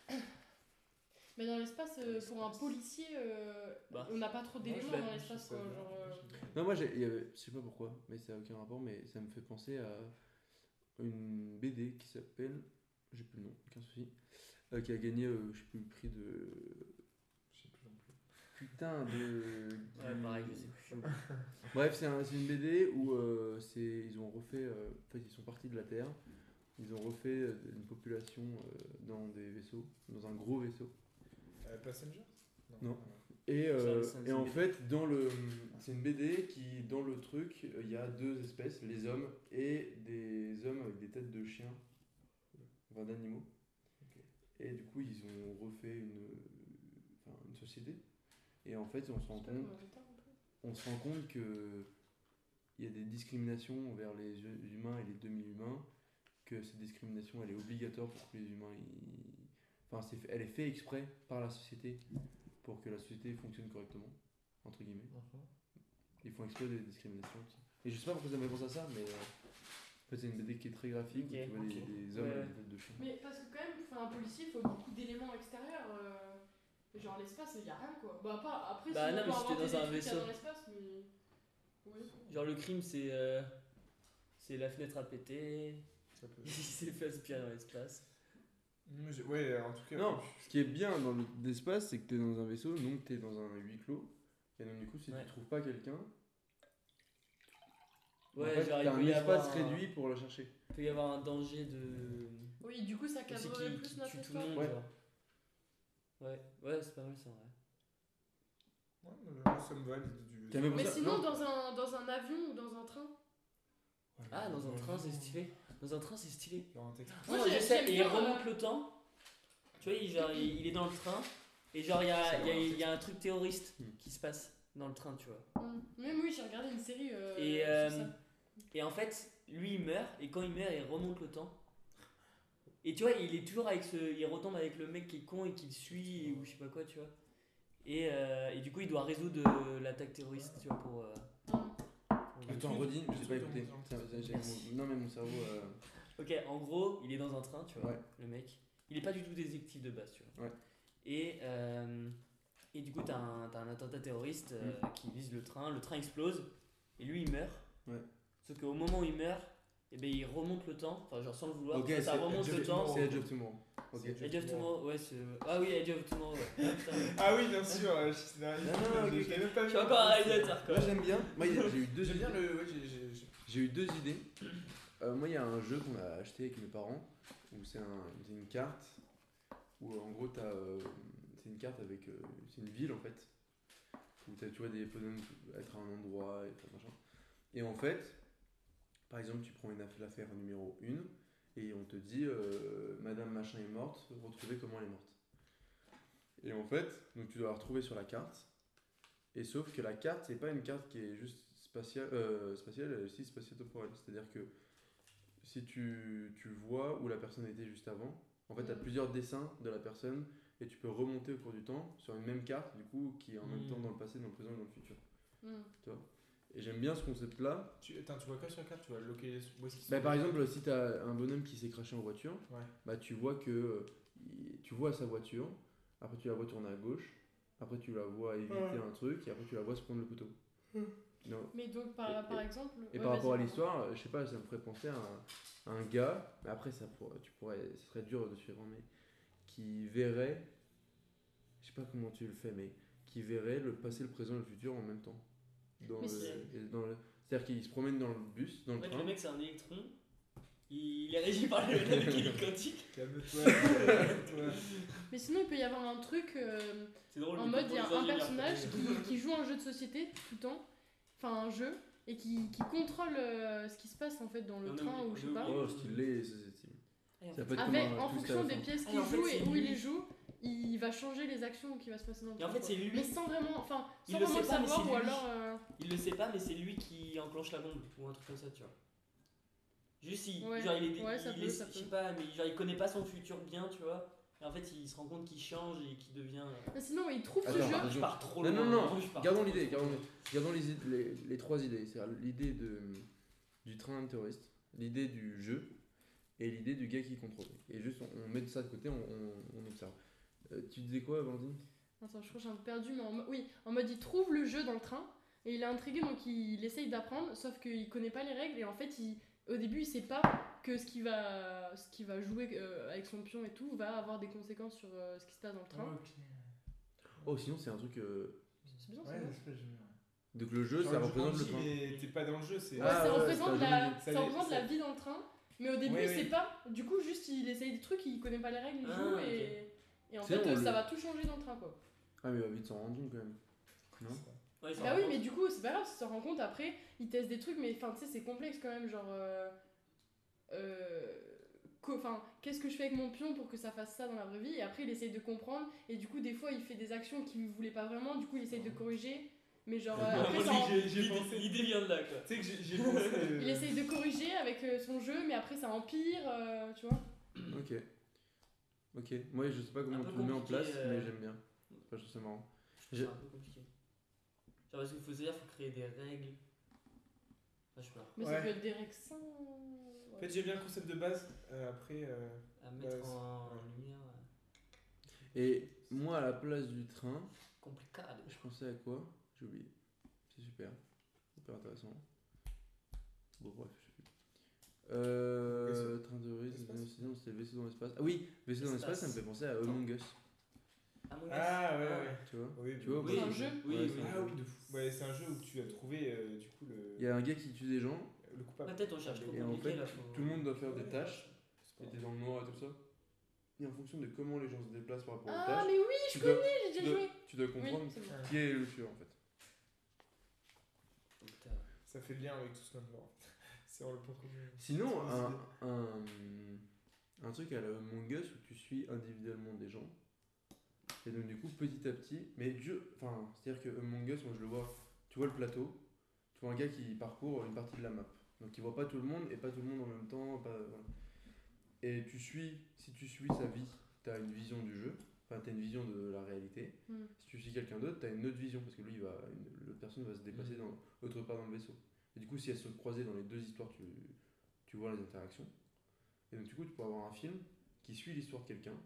Mais dans l'espace euh, Dans pour un l'espace. policier euh, Bah. on n'a pas trop Moi, d'éléments je dans l'ai- l'espace je quoi sais genre bien. euh, Non, moi, j'ai- il y avait, je sais pas pourquoi, mais ça n'a aucun rapport, mais ça me fait penser à une B D qui s'appelle, j'ai plus le nom, aucun souci, euh, qui a gagné, euh, je sais plus, le prix de. Je sais plus non plus. Putain, de. Ouais, du- pareil, je sais plus. Bref, c'est un- c'est une B D où euh, c'est, ils ont refait, euh, en fait, ils sont partis de la Terre, ils ont refait euh, une population euh, dans des vaisseaux, dans un gros vaisseau. Euh, Passenger Non. Et, euh, Ça, c'est et une en B D. fait, dans le, c'est une B D qui, dans le truc, euh, il y a deux espèces, les hommes et des hommes avec des têtes de chiens, enfin d'animaux. Ok. Et du coup, ils ont refait une, enfin, une société. Et en fait, on se rend je sais pas compte, comment j'étais, un peu. on se rend compte que il y a des discriminations envers les humains et les demi-humains, que cette discrimination, elle est obligatoire pour que les humains, ils... enfin, c'est, elle est faite exprès par la société pour que la société fonctionne correctement, entre guillemets. Ils font exprès des discriminations. aussi. Et je sais pas pourquoi ça m'a fait penser à ça, mais euh, en fait, c'est une B D qui est très graphique, où Ok, tu vois des, ok. des hommes Ouais. avec des têtes de chien. Mais parce que quand même pour faire un policier il faut beaucoup d'éléments extérieurs euh, genre l'espace il y a rien quoi bah pas après Bah si non, on mais peut si t'es inventer dans des un trucs qu'il y a vaisseau. dans l'espace mais oui Genre le crime, c'est euh, c'est la fenêtre a pété, Ça peut. il s'est fait aspirer dans l'espace. Mais j'ai- Ouais, en tout cas. Non, ce qui est bien dans l'espace, c'est que tu es dans un vaisseau, donc tu es dans un huis clos. Et donc, du coup, si Ouais. tu trouves pas quelqu'un, Ouais, en fait, genre t'as il peut un y espace avoir un- réduit pour le chercher. Il peut y avoir un danger de. oui du coup ça Aussi cadrerait qui, plus qui notre tue tout le histoire monde, Ouais. genre. Ouais, ouais, c'est pas mal ça, ouais. Ouais, mais moi, ça me va l'idée du. T'as même mais ça- sinon non. dans un dans un avion ou dans un train Ouais, Ah, dans un mais- train, c'est stylé. Dans un train, c'est stylé. Il y aura un texte. Moi, Non, j'ai- je sais, j'aime et il bien, remonte euh, le temps. Tu vois, il, genre, il, il est dans le train. Et genre, il y a, C'est il y a- vrai, il y a un truc terroriste Hmm. qui se passe dans le train, tu vois. Hum. Même oui j'ai regardé une série euh, Et, sur euh, ça. et en fait, lui, il meurt. Et quand il meurt, il remonte le temps. Et tu vois, il est toujours avec ce. Il retombe avec le mec qui est con et qui le suit, ou je sais pas quoi, tu vois. Et, euh, et du coup, il doit résoudre euh, l'attaque terroriste, tu vois, pour. euh, Hum. pour- Attends, redis, je sais pas Tout écouté. dans- Ça- ça- j'ai- Merci. mon- Non, mais mon cerveau. euh, Ok, en gros, il est dans un train, tu vois, Ouais. le mec. Il est pas du tout détective de base, tu vois. Ouais. Et, euh, et du coup, t'as un, t'as un attentat terroriste euh, qui vise le train, le train explose, et lui il meurt. Ouais. Sauf qu'au moment où il meurt, eh ben, il remonte le temps, enfin, genre sans le vouloir, Ok, ça c'est remonte Edge le of temps. Tomorrow. C'est Edge of Tomorrow. Ok. C'est Edge of Tomorrow, ouais, c'est. Ah oui, Edge of Tomorrow, ouais. Ah, putain. Ah oui, bien sûr, euh, je suis scénariste. Non, non, ok, je ok. l'ai même pas Je vu. suis encore un réalisateur, quoi. Moi, j'aime bien. Moi, il y a- j'ai eu deux J'aime bien idées. le. Ouais, j'ai- j'ai- j'ai- J'ai eu deux idées. Euh, moi, il y a un jeu qu'on a acheté avec mes parents où c'est un, c'est une carte où en gros t'as, euh, c'est une carte avec, euh, c'est une ville en fait où t'as, tu vois des bonhommes être à un endroit et tout machin. Et en fait, par exemple, tu prends une aff- l'affaire numéro un et on te dit euh, Madame machin est morte, retrouvez comment elle est morte. Et en fait, donc tu dois la retrouver sur la carte. Et sauf que la carte, c'est pas une carte qui est juste spatiale, euh, spatiale elle est aussi spatio-temporelle. C'est-à-dire que si tu, tu vois où la personne était juste avant, en fait, tu as Mhm. plusieurs dessins de la personne et tu peux remonter au cours du temps sur une même carte, du coup, qui est en même Mhm. temps dans le passé, dans le présent et dans le futur. Hum. Tu vois. Et j'aime bien ce concept-là. Tu, attends, tu vois quoi sur la carte? Tu vois le localiser où est-ce qu'ils Bah, sont par localisés? exemple, si tu as un bonhomme qui s'est craché en voiture, Ouais. bah, tu vois que euh, il- tu vois sa voiture, après tu la vois tourner à gauche, après tu la vois éviter Ouais. un truc et après tu la vois se prendre le couteau. Non. Mais donc par, Et- par exemple Et ouais, par rapport à vas-y, l'histoire, euh, je sais pas, ça me ferait penser à un, à un gars, mais après ça pourrait, tu pourrais, ce serait dur de suivre, mais qui verrait, je sais pas comment tu le fais, mais qui verrait le passé, le présent et le futur en même temps. Dans Mais le- c'est- et dans le- c'est-à-dire qu'il se promène dans le bus, dans En le fait, train. le mec, c'est un électron. Il est régi par le- la mécanique quantique. Calme-toi. calme-toi. Mais sinon, il peut y avoir un truc euh, C'est drôle. en mais mode pour il y a les un ingénieurs, personnage quoi. qui, qui joue un jeu de société tout le temps, enfin un jeu, et qui, qui contrôle euh, ce qui se passe en fait dans le On a train oublié- ou je sais on a pas. oublié. Oh, stylé, ça, c'est stylé. Et en Ça fait, peut être Avec, comme un en twist à fonction la des fin. pièces Ah, qu'il en fait, joue c'est et où lui. il les joue, il va changer les actions qui va se passer dans le Et en film, fait, quoi. c'est lui. Mais sans vraiment, enfin, Il sans le vraiment sait pas, mais savoir, c'est ou lui. alors. euh, Il le sait pas, mais c'est lui qui enclenche la bombe ou un truc comme ça, tu vois. Juste, il, Ouais, genre, il est, ouais, ça il peut, est- ça je sais peut. pas, mais genre, il connaît pas son futur bien, tu vois. Et en fait, il se rend compte qu'il change et qu'il devient. euh, Mais sinon, il trouve ce Attends, jeu. pardon. Je pars trop Non, loin. non, non, hein, je pars gardons trop, l'idée, trop gardons, loin. gardons les, id- les, les trois idées. C'est-à-dire l'idée de, du train terroriste, l'idée du jeu et l'idée du gars qui contrôle. Et juste, on, on met ça de côté, on, on, on observe. Euh, tu disais quoi, Valentine? Attends, je crois que j'ai un peu perdu, mais en mo- oui, en mode il trouve le jeu dans le train et il est intrigué donc il, il essaye d'apprendre, sauf qu'il connaît pas les règles et en fait, il, au début, il sait pas que ce qu'il va, ce qu'il va jouer euh, avec son pion et tout va avoir des conséquences sur euh, ce qui se passe dans le train. Ok. Oh, sinon, c'est un truc. euh, C'est bien, c'est Ouais, bien. c'est pas j'aime bien. Donc le jeu, Genre, ça le représente le Jumanji, train. mais t'es pas dans le jeu, c'est. Ouais, Ah, ça ouais, représente, c'est un la, jeu de- ça ça représente dé- la ça- vie dans le train, mais au début, Oui, il oui. sait pas. Du coup, juste il essaye des trucs, il connaît pas les règles, il Ah, joue ok. et, et en C'est fait, bon, euh, le- ça va tout changer dans le train, quoi. Ah, mais il va vite s'en rendre compte quand même. Non? Ouais, il s'en Bah rend oui, compte. mais du coup, c'est pas grave, si tu te rends compte, après, ils testent des trucs, mais enfin, tu sais, c'est complexe quand même, genre. Euh, euh, qu'au- Enfin, qu'est-ce que je fais avec mon pion pour que ça fasse ça dans la vraie vie? Et après, il essaye de comprendre, et du coup, des fois, il fait des actions qu'il voulait pas vraiment, du coup, il essaye de corriger, mais genre. euh, Moi, après, Moi, ça je en- dis que j'ai l'idée- pensé- L'idée vient de là, quoi. Tu sais que j'ai j'ai pensé. euh, il essaye de corriger avec euh, son jeu, mais après, ça empire, euh, tu vois. Ok. Ok. Moi, je sais pas comment Un peu tu le mets en compliqué, place, euh, mais j'aime bien. Enfin, je trouve ça marrant. C'est J'ai- un peu compliqué. Genre, parce qu'il faut se dire, faut créer des règles. Enfin, je sais pas. Mais ça Ouais. peut être des règles sans. En fait, j'aime bien le concept de base. euh, après. euh, À mettre Ouais, c'est- en ouais. lumière. euh, Et moi, à la place du train, Complicado. je pensais à quoi? J'ai oublié. C'est super. Super intéressant. Bon, bref, je sais plus. Euh. Vaisseau. Train de risque, L'espace. sinon c'était vaisseau dans l'espace. Ah oui, vaisseau dans l'espace, ça me fait penser à Among Us. Among Us. Ah, ouais, ouais. Tu vois? Oui, Tu vois, Oui, C'est un moi, jeu. Oui, Ouais, oui. c'est un Ah jeu. oui, de fou. Ouais, c'est un jeu où tu as trouvé euh, du coup le, Il y a un gars qui tue des gens, le coupable. Ah, peut-être on cherche trop et en compliqué fait, là. Faut... tout le monde doit faire des Ouais. tâches. C'est Et pas t'es dans le noir et tout ça. Et en fonction de comment les gens se déplacent par rapport aux Ah, tâches, mais oui, tu je dois, connais, tu j'ai déjà dois- joué. tu dois Oui, comprendre c'est bon. grave. qui est le tueur en fait. Putain. Ça fait le lien avec tout ce qu'on vient de voir. C'est vraiment le point commun. Sinon, C'est un, possible. un, un truc à la Among Us où tu suis individuellement des gens. Et donc, du coup, petit à petit, mais Dieu, enfin, c'est-à-dire que Among Us, moi je le vois, tu vois le plateau, tu vois un gars qui parcourt une partie de la map. Donc, il voit pas tout le monde et pas tout le monde en même temps. Pas, voilà. Et tu suis, si tu suis sa vie, tu as une vision du jeu, enfin, tu as une vision de la réalité. Hmm. Si tu suis quelqu'un d'autre, tu as une autre vision parce que lui, il va, une- l'autre personne va se déplacer Mm. dans, autre part dans le vaisseau. Et du coup, si elles sont croisées dans les deux histoires, tu, tu vois les interactions. Et donc, du coup, tu peux avoir un film qui suit l'histoire de quelqu'un.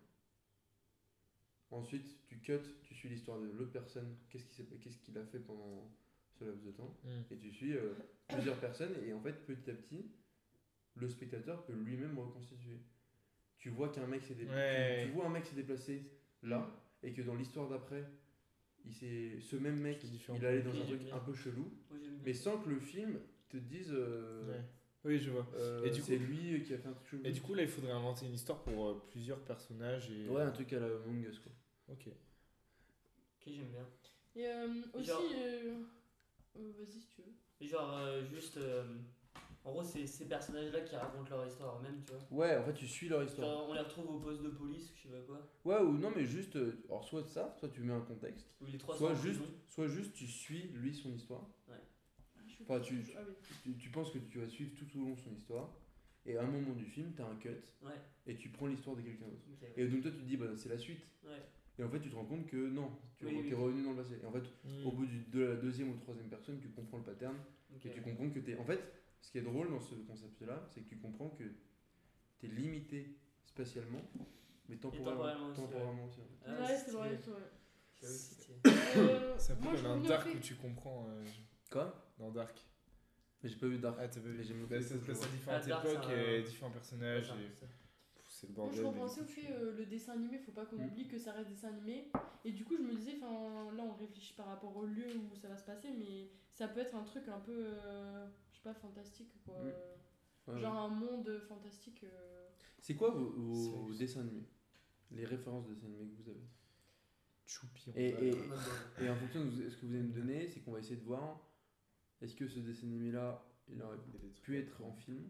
Ensuite, tu cut, tu suis l'histoire de l'autre personne, qu'est-ce qu'il s'est- qu'est-ce qu'il a fait pendant ce laps de temps. Mm. Et tu suis euh, plusieurs personnes, et en fait, petit à petit, le spectateur peut lui-même reconstituer. Tu vois qu'un mec s'est dé- Ouais. tu, tu vois un mec s'est déplacé là, et que dans l'histoire d'après, il s'est, ce même mec, C'est différent. il allait dans Oui, un j'aime truc bien. un peu chelou, Moi j'aime bien. mais sans que le film te dise euh, Ouais. Oui, je vois. euh, Et du c'est coup- lui qui a fait un truc chelou. Et du coup, là, il faudrait inventer une histoire pour euh, plusieurs personnages. Et... Ouais, un truc à la Among Us quoi. Ok. Ok, j'aime bien. Et euh, aussi. Genre- euh, euh, Vas-y si tu veux. Et genre, euh, juste. euh, En gros, c'est ces personnages-là qui racontent leur histoire eux-mêmes, tu vois. Ouais, en fait, tu suis leur histoire. Genre, on les retrouve au poste de police, je sais pas quoi. Ouais, ou non, mais juste, euh, alors soit ça, soit tu mets un contexte, Où les trois sont soit en juste, prison. soit juste tu suis lui son histoire. Ah, je suis Enfin, pas tu- sûre. Ah oui. Tu, tu penses que tu vas suivre tout au long son histoire, et à un moment du film, t'as un cut, Ouais, et tu prends l'histoire de quelqu'un d'autre. ok. Et donc toi, tu te dis, bah c'est la suite. Ouais. Et en fait, tu te rends compte que non, tu Oui, es oui. revenu dans le passé. Et en fait, Mm. au bout du- de la deuxième ou troisième personne, tu comprends le pattern, Ok. et tu comprends que t'es. En fait, ce qui est drôle dans ce concept-là, c'est que tu comprends que t'es limité spatialement, mais temporellement, temporellement aussi, ouais. temporairement aussi. en fait. Ah, Ouais, c'est c'est vrai, stylé. c'est vrai. J'avoue que c'était- Euh, C'est un peu moi, je comme un revenais au Dark fait- où tu comprends. euh, Quoi? dans Dark. Mais j'ai pas vu Dark. Ah, t'as vu Mais j'ai bah, monté Ça se les passe à photos, différentes Ah, Dark, époques c'est un- et différents personnages. Ouais, et... c'est ça. Pff, c'est le Moi bordel. je mais repensais au du coup, fait tu- euh, le dessin animé, faut pas qu'on Mm. oublie que ça reste dessin animé. Et du coup je me disais, enfin là on réfléchit par rapport au lieu où ça va se passer, mais ça peut être un truc un peu, euh, je sais pas, fantastique quoi. Mm. Ouais, Genre ouais. un monde fantastique. euh. C'est quoi vos, vos C'est- dessins animés? Les références de dessins animés que vous avez? Choupi, on Et, va- et, En mode, euh, et en fonction de ce que vous allez me donner, c'est qu'on va essayer de voir est-ce que ce dessin animé là il aurait Il y a des trucs. pu être en film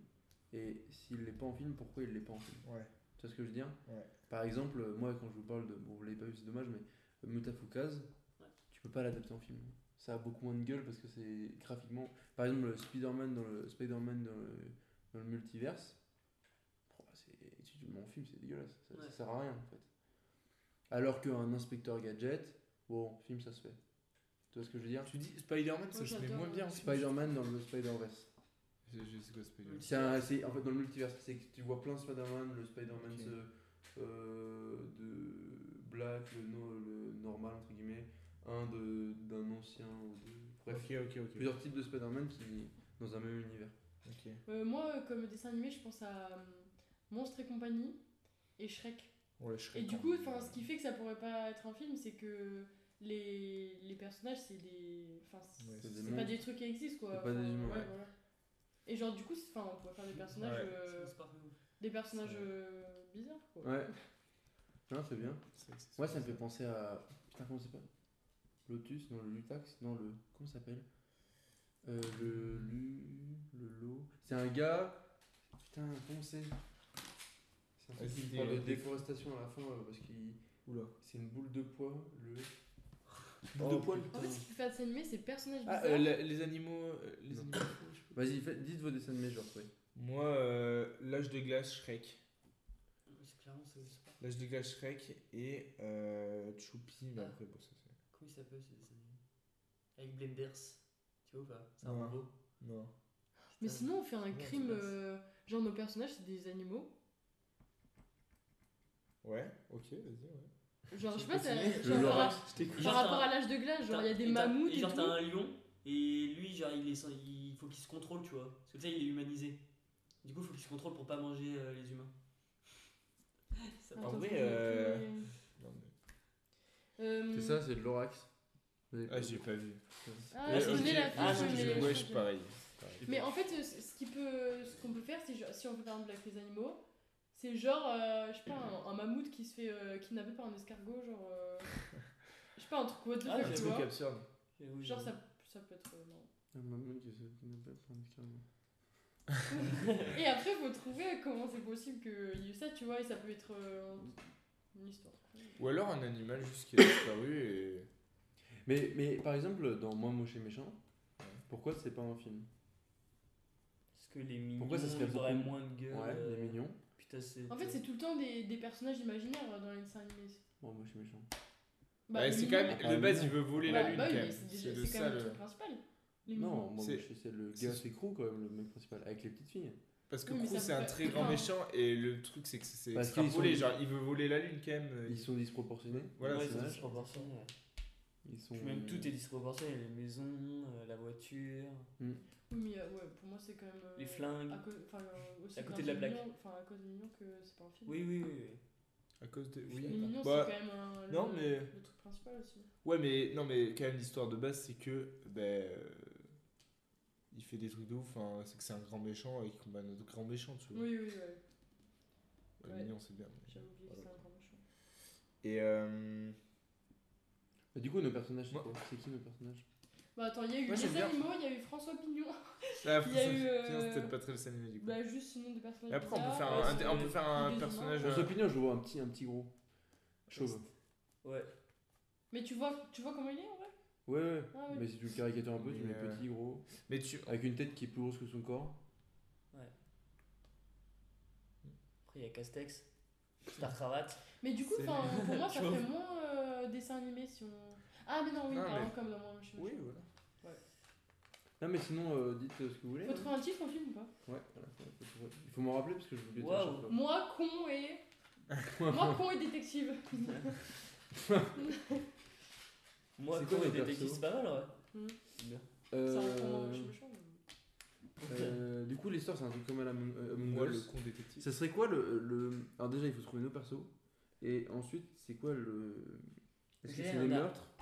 Et s'il l'est pas en film, pourquoi il l'est pas en film? Ouais. Tu vois ce que je veux dire? Ouais. Par exemple, euh, moi quand je vous parle de. Bon, vous l'avez pas vu, c'est dommage, mais euh, Mutafukaz, tu peux pas l'adapter en film. Ça a beaucoup moins de gueule parce que c'est graphiquement. Par exemple, le Spider-Man dans le, Spider-Man dans le, dans le multiverse, oh, c'est, si tu le mets en film, c'est dégueulasse. Ça, Ouais. ça sert à rien en fait. Alors qu'un inspecteur gadget, bon, film ça se fait. Tu vois ce que je veux dire? Tu dis Spider-Man, ça Moi, se met j'adore, moins bien en ouais. film. Spider-Man dans le Spider-Verse. Je je sais quoi Spider-Man. C'est un, c'est, en fait, dans le multiverse, c'est que tu vois plein de Spider-Man, le Spider-Man Ok. ce- euh, de Black, le, no- le normal, entre guillemets, un de, d'un ancien, ou de, bref, Ok, ok, ok. plusieurs types de Spider-Man qui, dans un même univers. Ok. Euh, moi, euh, comme dessin animé, je pense à euh, Monstres et compagnie et Shrek. Ouais, je serais Et du pas- coup, enfin, ce qui fait que ça pourrait pas être un film, c'est que les, les personnages, c'est des. Enfin, c'est Ouais, c'est c'est des pas monstres. des trucs qui existent quoi. C'est pas des Enfin, humains, ouais, ouais. voilà. Et genre, du coup, c'est- enfin, on pourrait faire des personnages. Ouais. euh, C'est pas fou. des personnages C'est- euh, bizarres quoi. Ouais. Non, c'est bien. C'est vrai que c'est Moi, ça me super fait penser à. Putain, comment ça s'appelle? Lotus? Non, le Lutax? Non, le. Comment ça s'appelle? Euh, le. Lu. Le Lo. C'est un gars. Putain, comment c'est? C'est un truc Vas-y, qui dis, parle de euh, dis. déforestation à la fin euh, parce qu'il. Oula. C'est une boule de poids. Le. Boule Oh, de poil. putain. En fait, ce qui fait dessin animé, c'est personnages Ah, bizarres. euh, la- les animaux. euh, les Non. animaux fous, je sais pas. Vas-y, faites- dites vos dessins de mes genres, ouais. Moi, euh, l'âge de glace Shrek. C'est clairement ça, je sais pas. L'âge de glace Shrek et euh, Choupi, mais Ah. après, bon, ça c'est. Comment il s'appelle ce dessin animé? Avec Blenders. Tu vois ou pas? C'est un Non. robot. Non. Mais Putain. sinon, on fait un Ouais, crime. c'est classe. euh, genre, nos personnages, c'est des animaux. Ouais, ok, vas-y, ouais. Genre, je sais pas, ça, Continue. Le genre, par, Lorax. Je t'écoute. par Genre, rapport t'as à l'âge de glace, genre, il y a des Et t'as- mammouths et et, genre tout. t'as un lion et lui genre il est sans- il faut qu'il se contrôle, tu vois, parce que tu sais il est humanisé, du coup il faut qu'il se contrôle pour pas manger euh, les humains. Ça Attends, En part. vrai, faut que je euh, me- Non, mais- Euh, C'est ça, c'est le Lorax. Vous avez Ah, pas- j'ai pas vu. Ah, Euh, je connais ok. la fille, Ah, je non, connais je- les Ouais, choses, je suis pareil. pareil. Mais en fait, euh, ce ce qui peut, ce qu'on peut faire, c'est genre- si on fait par exemple avec les animaux, c'est genre, euh, je sais pas, un, un mammouth qui se fait euh, kidnapper par un escargot, genre, euh, je sais pas, un truc what the Ah, fuck, Un j'ai tu truc vois. absurde. J'avoue, Genre, j'avoue. ça, ça peut être euh, marrant. Un mammouth qui se kidnappe par un escargot. Et après, faut trouver comment c'est possible qu'il y ait eu ça, tu vois, et ça peut être euh, une histoire. Ou alors un animal juste qui a disparu et. Mais, mais par exemple, dans Moi Moche et Méchant, pourquoi c'est pas un film? Parce que les mignons, Pourquoi ça serait ils auraient beaucoup- moins de gueule. Ouais, euh, les mignons. Putain, c'est. En fait, c'est tout le temps des, des personnages imaginaires euh, dans les dessins animés. Moi Moche et Méchant. Bah, Ouais, les c'est mignons- quand même. Ah, De base, mignon. il veut voler Bah, la lune bah oui, quand mais même. c'est C'est déjà- de c'est quand ça même le le. truc principal. Les Non, mignons. moi C'est- Moche, c'est le c'est- gars, c'est Crew quand même, le mec principal, avec les petites filles. Parce que Oui, mais Crew ça c'est un peut- très grand enfin- méchant et le truc c'est que c'est Parce qu'ils extrapolé. sont- Genre, il veut voler la lune quand même. Ils sont disproportionnés. Voilà, les Ouais, c'est c'est personnages. disproportionné. ouais. Ils sont. Puis même tout est disproportionné, les maisons, euh, la voiture. Hmm. Oui, mais euh, ouais, pour moi, c'est quand même. euh, Les flingues. à cause- Enfin, euh, aussi À côté grâce de la aux plaque. mignons- Enfin, à cause des mignons que c'est pas un film. Oui, oui, oui. oui. À cause de. Les Oui. mignons, Bah, c'est quand même un, le, non, mais- le truc principal aussi. Ouais, mais non, mais quand même, l'histoire de base, c'est que. Ben. euh, il fait des trucs de ouf. Hein. C'est que c'est un grand méchant et qu'il combat notre grand méchant, tu vois. Oui, oui, ouais. Le Ouais. mignon, c'est bien. mais- J'avais oublié que Voilà. c'était un grand méchant. Et. Euh... Bah, du coup, nos personnages, c'est Moi- quoi? C'est qui nos personnages? Bah attends, il y a eu Moi, les j'aime bien. animaux, il y a eu François Pignon. Ah, Il y a eu, euh, Sinon, c'était pas très le animé du coup. Bah juste sinon des personnages Et après, on peut bizarres. faire Ouais, un, c'est- on peut faire un des personnage. humains. François euh, Pignon, je vois un petit, un petit gros. Chauve. Ouais. Mais tu vois, tu vois comment il est en vrai? Ouais, ouais. Ah oui. Mais si tu le caricatures un peu, tu Mais, mets euh, petit, gros. Mais tu. Avec une tête qui est plus grosse que son corps. Après, il y a Castex, Star Cravate. Mais du coup, C'est- enfin, pour moi, ça Tu vois. fait moins euh, dessin animé si on. Ah, mais non, oui, Non, par mais- exemple, comme dans Moi Moche et Oui, Méchant. voilà. Non, mais sinon, euh, dites euh, ce que vous voulez. Faut hein. trouver un titre au film ou pas? Ouais, voilà, faut- faut trouver. Il faut m'en rappeler parce que je l'oublie à Waouh. chaque fois. Moi, con et. Moi, con et détective. Moi, C'est quoi quoi, les les détectives, persos c'est pas mal, ouais. Hmm. C'est bien. Euh, Ça rend Moi Moche et Méchant. mais- euh, du coup, l'histoire, c'est un truc comme à la Among euh, Among Moi, Us. le con détective. Ça serait quoi le, le. Alors, déjà, il faut trouver nos persos. Et ensuite, c'est quoi le. Est-ce que J'ai c'est un des arbre. meurtres?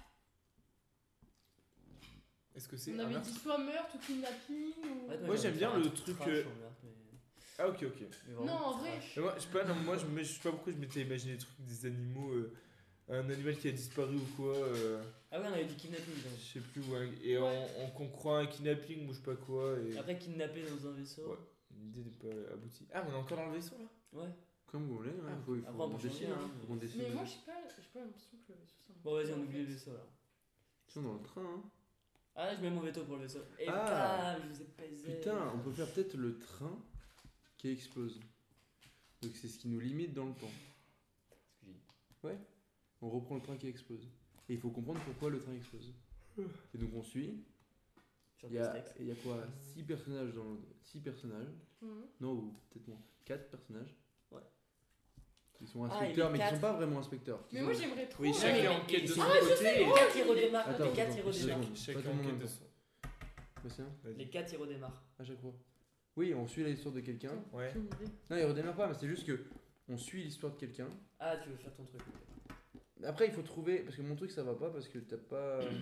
Est-ce que c'est On un avait meurtre dit soit meurtre ou kidnapping ou. Ouais, Moi, j'aime bien le truc, trash, euh, en meurtre, mais- Ah, ok, ok. mais vraiment Non, en vrai. trash. Mais moi, je sais pas, non, moi, je, me- je sais pas pourquoi je m'étais imaginé des trucs, des animaux. euh, un animal qui a disparu ou quoi. euh, Ah ouais, on avait dit kidnapping. donc. je sais plus, ouais. Et Ouais. on, on qu'on croit un kidnapping ou je sais pas quoi. Et... Après, kidnapper dans un vaisseau. Ouais. une idée de pas aboutie. Ah, on est encore dans le vaisseau là? Ouais. Comme vous voulez, hein, Ah, il faut, il faut après, on qu'on peut décide. changer, hein, hein, faut qu'on décide. Mais moi, j'ai pas, j'ai pas l'impression que le vaisseau c'est un Bon, vas-y, peu on en oublie fait. le vaisseau là. Ils sont dans le train. Hein. Ah, je mets mon veto pour le vaisseau. Et Ah. bam, je vous ai pesé. Putain, on peut faire peut-être le train qui explose. Donc c'est ce qui nous limite dans le temps. C'est ce que j'ai dit. On reprend le train qui explose. Et il faut comprendre pourquoi le train explose. Et donc on suit. Sur Il y a, Castex. il y a quoi six personnages dans le... six personnages. Mhm. Non, ou peut-être moins. quatre personnages. Ouais. Qui sont Ah, et inspecteurs, les mais qui quatre- sont pas vraiment inspecteurs. Qui Mais sont- moi, j'aimerais trop. Oui, euh, chacun mais- en quête de mais- son Ah, côté. et- Les quatre ils redémarrent. Attends, Les quatre attends, ils attends, redémarrent. Pas Chacun tout le en monde quête en de même son. Bastien, Les quatre ils redémarrent. à chaque fois. Oui, on suit l'histoire de quelqu'un. Ouais. Aucune idée. Non, il redémarre pas, mais c'est juste que on suit l'histoire de quelqu'un. Ah, tu veux faire ton truc. Après, il faut trouver. Parce que mon truc, ça va pas parce que t'as pas. euh,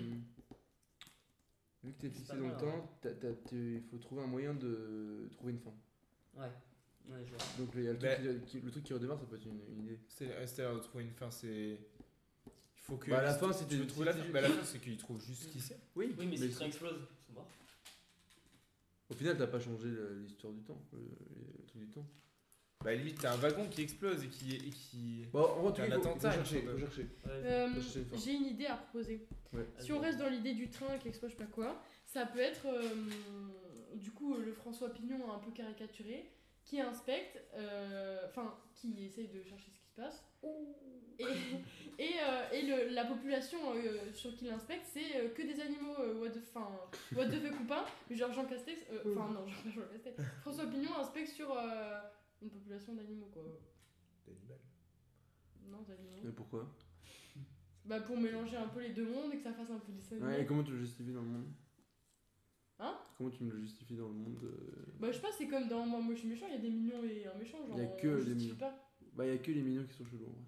Vu que t'es C'est fixé pas dans mal, le temps, t'as- t'as- tu- il faut trouver un moyen de trouver une fin. Ouais. Ouais, je vois. Donc il y a le, Bah- truc, qui, qui- le truc qui redémarre, ça peut être une, une idée. C'est- C'est-à-dire de trouver une fin, c'est. Il faut que. Bah, la fin, tu c'était- veux trouver la c'était fin. juste- Bah, la fin, c'est qu'il trouve juste ce qu'il sait. Oui, Oui, mais si mais le train explose, ils sont morts. au final, t'as pas changé le- l'histoire du temps, le, le truc du temps. Bah, limite, t'as un wagon qui explose et qui. Et qui... Bon, en tout T'as cas, un il faut, attentat, faut une chercher, sorte faut de- chercher. Ouais. Euh, Moi, je sais une fin. J'ai une idée à proposer. Ouais. Si on reste dans l'idée du train qui explose, je sais pas quoi, ça peut être euh, du coup le François Pignon un peu caricaturé qui inspecte, euh, enfin qui essaye de chercher ce qui se passe. Et, et, euh, et le- la population euh, sur qui l'inspecte, c'est euh, que des animaux, euh, what the, fin, what the fuck ou pas, mais genre Jean Castex, euh, enfin non, Jean, Jean Castex, François Pignon inspecte sur euh, une population d'animaux quoi. D'animal. Non, d'animaux. Mais pourquoi? Bah pour mélanger un peu les deux mondes et que ça fasse un peu dessin animé. Ouais, et comment tu le justifies dans le monde? Hein? Comment tu me le justifies dans le monde euh, Bah je sais pas, c'est comme dans Moi, moi je suis méchant, il y a des mignons et un méchant, genre Il y a on que les justifie mignons. pas. Bah, il y a que les mignons qui sont chelous. en vrai.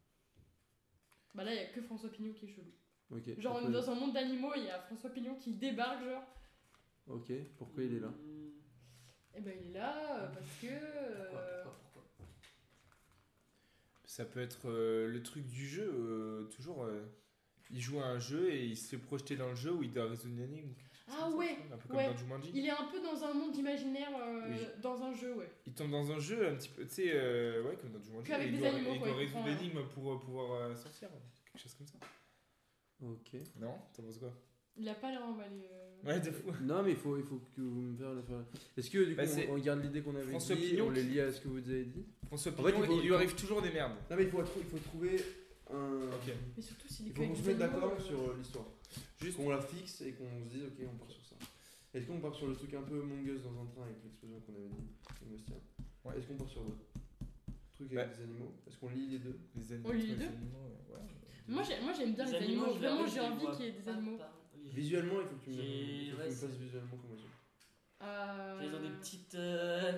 Bah là il y a que François Pignon qui est chelou. Ok. Genre pourquoi, dans un monde d'animaux, il y a François Pignon qui débarque genre. Ok, pourquoi il est là? Hmm. Et ben il est là euh, parce que... Pourquoi, euh, pourquoi, pourquoi Ça peut être euh, le truc du jeu, euh, toujours. euh, il joue à un jeu et il se fait projeter dans le jeu où il doit résoudre une énigme. Ah ouais, Un peu comme ouais. dans Jumanji. il est un peu dans un monde imaginaire, euh, Oui. dans un jeu, ouais. Il tombe dans un jeu un petit peu, tu sais, euh, ouais, comme dans Jumanji. Qu'avec et il des doit, animaux, et il quoi, doit il résoudre comprend l'énigme pour euh, pouvoir euh, sortir. Quelque chose comme ça. Ok. Non? T'en penses quoi? Il a pas l'air emballé. euh. Ouais, de fou. Non, mais il faut, il faut que vous me fassiez la faire. Est-ce que du coup, Bah, c'est on, on garde l'idée qu'on avait François dit, Pignon on les qui- lie à ce que vous avez dit? François En fait, Pignon, il faut- il lui arrive toujours des merdes. Non, mais il faut, il faut trouver un. Ok. Mais surtout s'il est Il que faut qu'on avec se des mette animaux, d'accord euh, sur euh, l'histoire. Juste. Qu'on la fixe et qu'on se dise, ok, on part sur ça. Est-ce qu'on part sur le truc un peu Among Us dans un train avec l'explosion qu'on avait dit avec Bastien? Ouais. Est-ce qu'on part sur d'autres trucs Bah. avec des animaux? Est-ce qu'on lit les deux? Les animaux. On lit les les deux animaux, ouais. Moi j'ai- moi, j'aime bien les, Les animaux, je les vraiment vois, j'ai je les envie vois qu'il y ait des pas, animaux. pardon. Oui. Visuellement, il faut que tu me, J'ai- il faut que ouais, tu me c'est- fasses visuellement comment ils sont. Euh... Ils ont des petites. euh,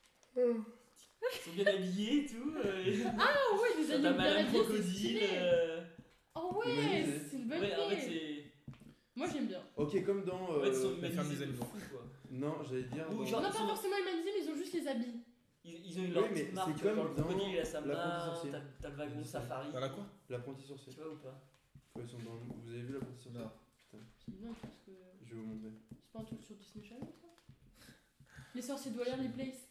Ils sont bien habillés et tout. euh, Ah ouais, des T'as animaux bien Madame habillés, c'est Crocodile. stylé. euh, Oh Bonne ouais, idée. c'est une bonne Ouais, en fait, idée. c'est. Moi j'aime bien. Ok, comme dans. En fait, ils sont euh, la ferme des humanisés de animaux. fou, quoi. Non, j'allais dire. Ou dans- genre- Non, ils pas sont- forcément humanisés, mais ils ont juste les habits. Ils, ils ont eu Oui, leur mais petite marque, c'est tu vois, comme genre le crocodile dans et la samba, l'apprenti sorcier. t'as t'as le wagon safari. Dans la quoi? L'apprenti sorcier. Tu vois ou pas? Quand ils sont dans le- Vous avez vu l'apprenti sorcier? Non. C'est bien parce que. Je vais vous montrer. C'est pas un truc sur Disney Channel ça? Les sorciers de Waverly Place.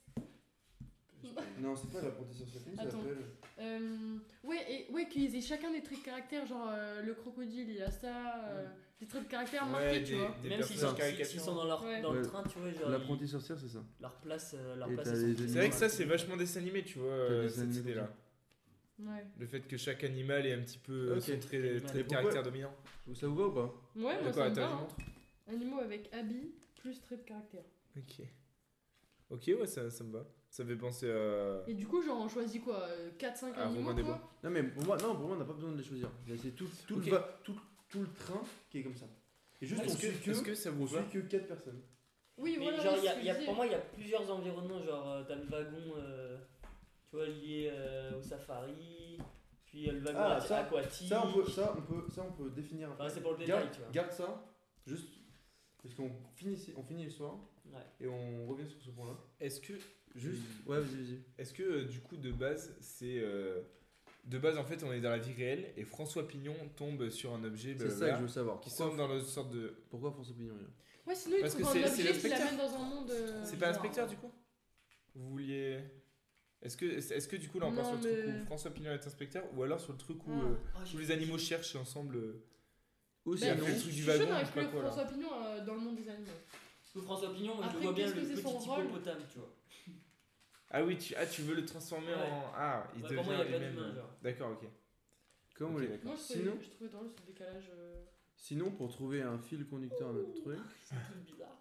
Non, c'est pas l'apprenti sorcier. Comment ça Attends. s'appelle? Euh, ouais, et, ouais, qu'ils aient chacun des traits de caractère, genre euh, le crocodile il a ça, euh, des traits de caractère marqués, Ouais, tu des, vois. des Même s'ils personnages sont, caricatural. s'ils sont dans, leur, Ouais. dans le Ouais. train, tu vois, genre. L'apprenti ils- sorcière, c'est ça. Leur place, euh, leur Et place t'as est les centrée. C'est vrai que ça, c'est vachement dessin animé, tu vois, euh, dessin cette animé idée-là. Ouais. Le fait que chaque animal est un petit peu Ok. son trait, Animal. trait Et de pourquoi- caractère dominant. Ça vous va ou pas? Ouais, De moi quoi, ça me attends, va. je hein. montre. Animaux avec habits plus traits de caractère. Ok. Ok, ouais, ça, ça me va. Ça me fait penser à. Et du coup, genre on choisit quoi quatre cinq Ah, animaux Romain des quoi Bois. Non, mais pour moi, non, pour moi, on n'a pas besoin de les choisir. C'est tout, tout, Ok. le, va- tout, tout le train qui est comme ça. Et juste, on Est-ce suit que, que, est-ce que ça on vous va? suit que quatre personnes. Oui, Mais voilà. genre, ouais, il y a- c'est ce il y a- que je pour disais. moi, il y a plusieurs environnements. Genre, euh, t'as le wagon, euh, tu vois, lié euh, au safari, puis euh, le wagon Ah, aqu- ça- aquatique. Ça, on peut, ça, on peut, ça, on peut définir. Enfin, après. c'est pour le garde, détail, tu vois. garde ça, juste parce qu'on finit, ici- on finit l'histoire Ouais. et on revient sur ce point-là. Est-ce que. Juste, Hmm. ouais, vas-y, vas-y. Est-ce que, euh, du coup, de base, c'est. euh, De base, en fait, on est dans la vie réelle et François Pignon tombe sur un objet C'est ça que blablabla, je veux savoir. qui Pourquoi, semble dans une sorte de. pourquoi François Pignon est là? Ouais, sinon il Parce trouve que un c'est- c'est objet qui l'inspecteur. l'amène dans un monde. euh, C'est pas bizarre, l'inspecteur, hein. du coup? vous vouliez. Est-ce que, est-ce que du coup là on part Non, sur le truc mais- où François Pignon est inspecteur ou alors sur le truc où Ah. euh, Ah, tous j'ai- les animaux cherchent ensemble euh, Aussi, Bah, a fait le je truc suis du chaud wagon, je sais d'inclure pas quoi, là. François Pignon euh, dans le monde des animaux. Parce que François Pignon, moi, je Après, le vois bien qu'est-ce le que c'est son petit rôle hippopotame, tu vois. Ah oui, tu, ah, tu veux le transformer Ouais. en. Ah, il Ouais, devient pour moi, il y a pas lui-même. d'humain, genre. D'accord, ok. comme Ok, vous voulez. d'accord. Moi, je trouvais, Sinon- je trouvais drôle ce décalage. euh. Sinon, pour trouver un fil conducteur à notre truc, C'est tout bizarre.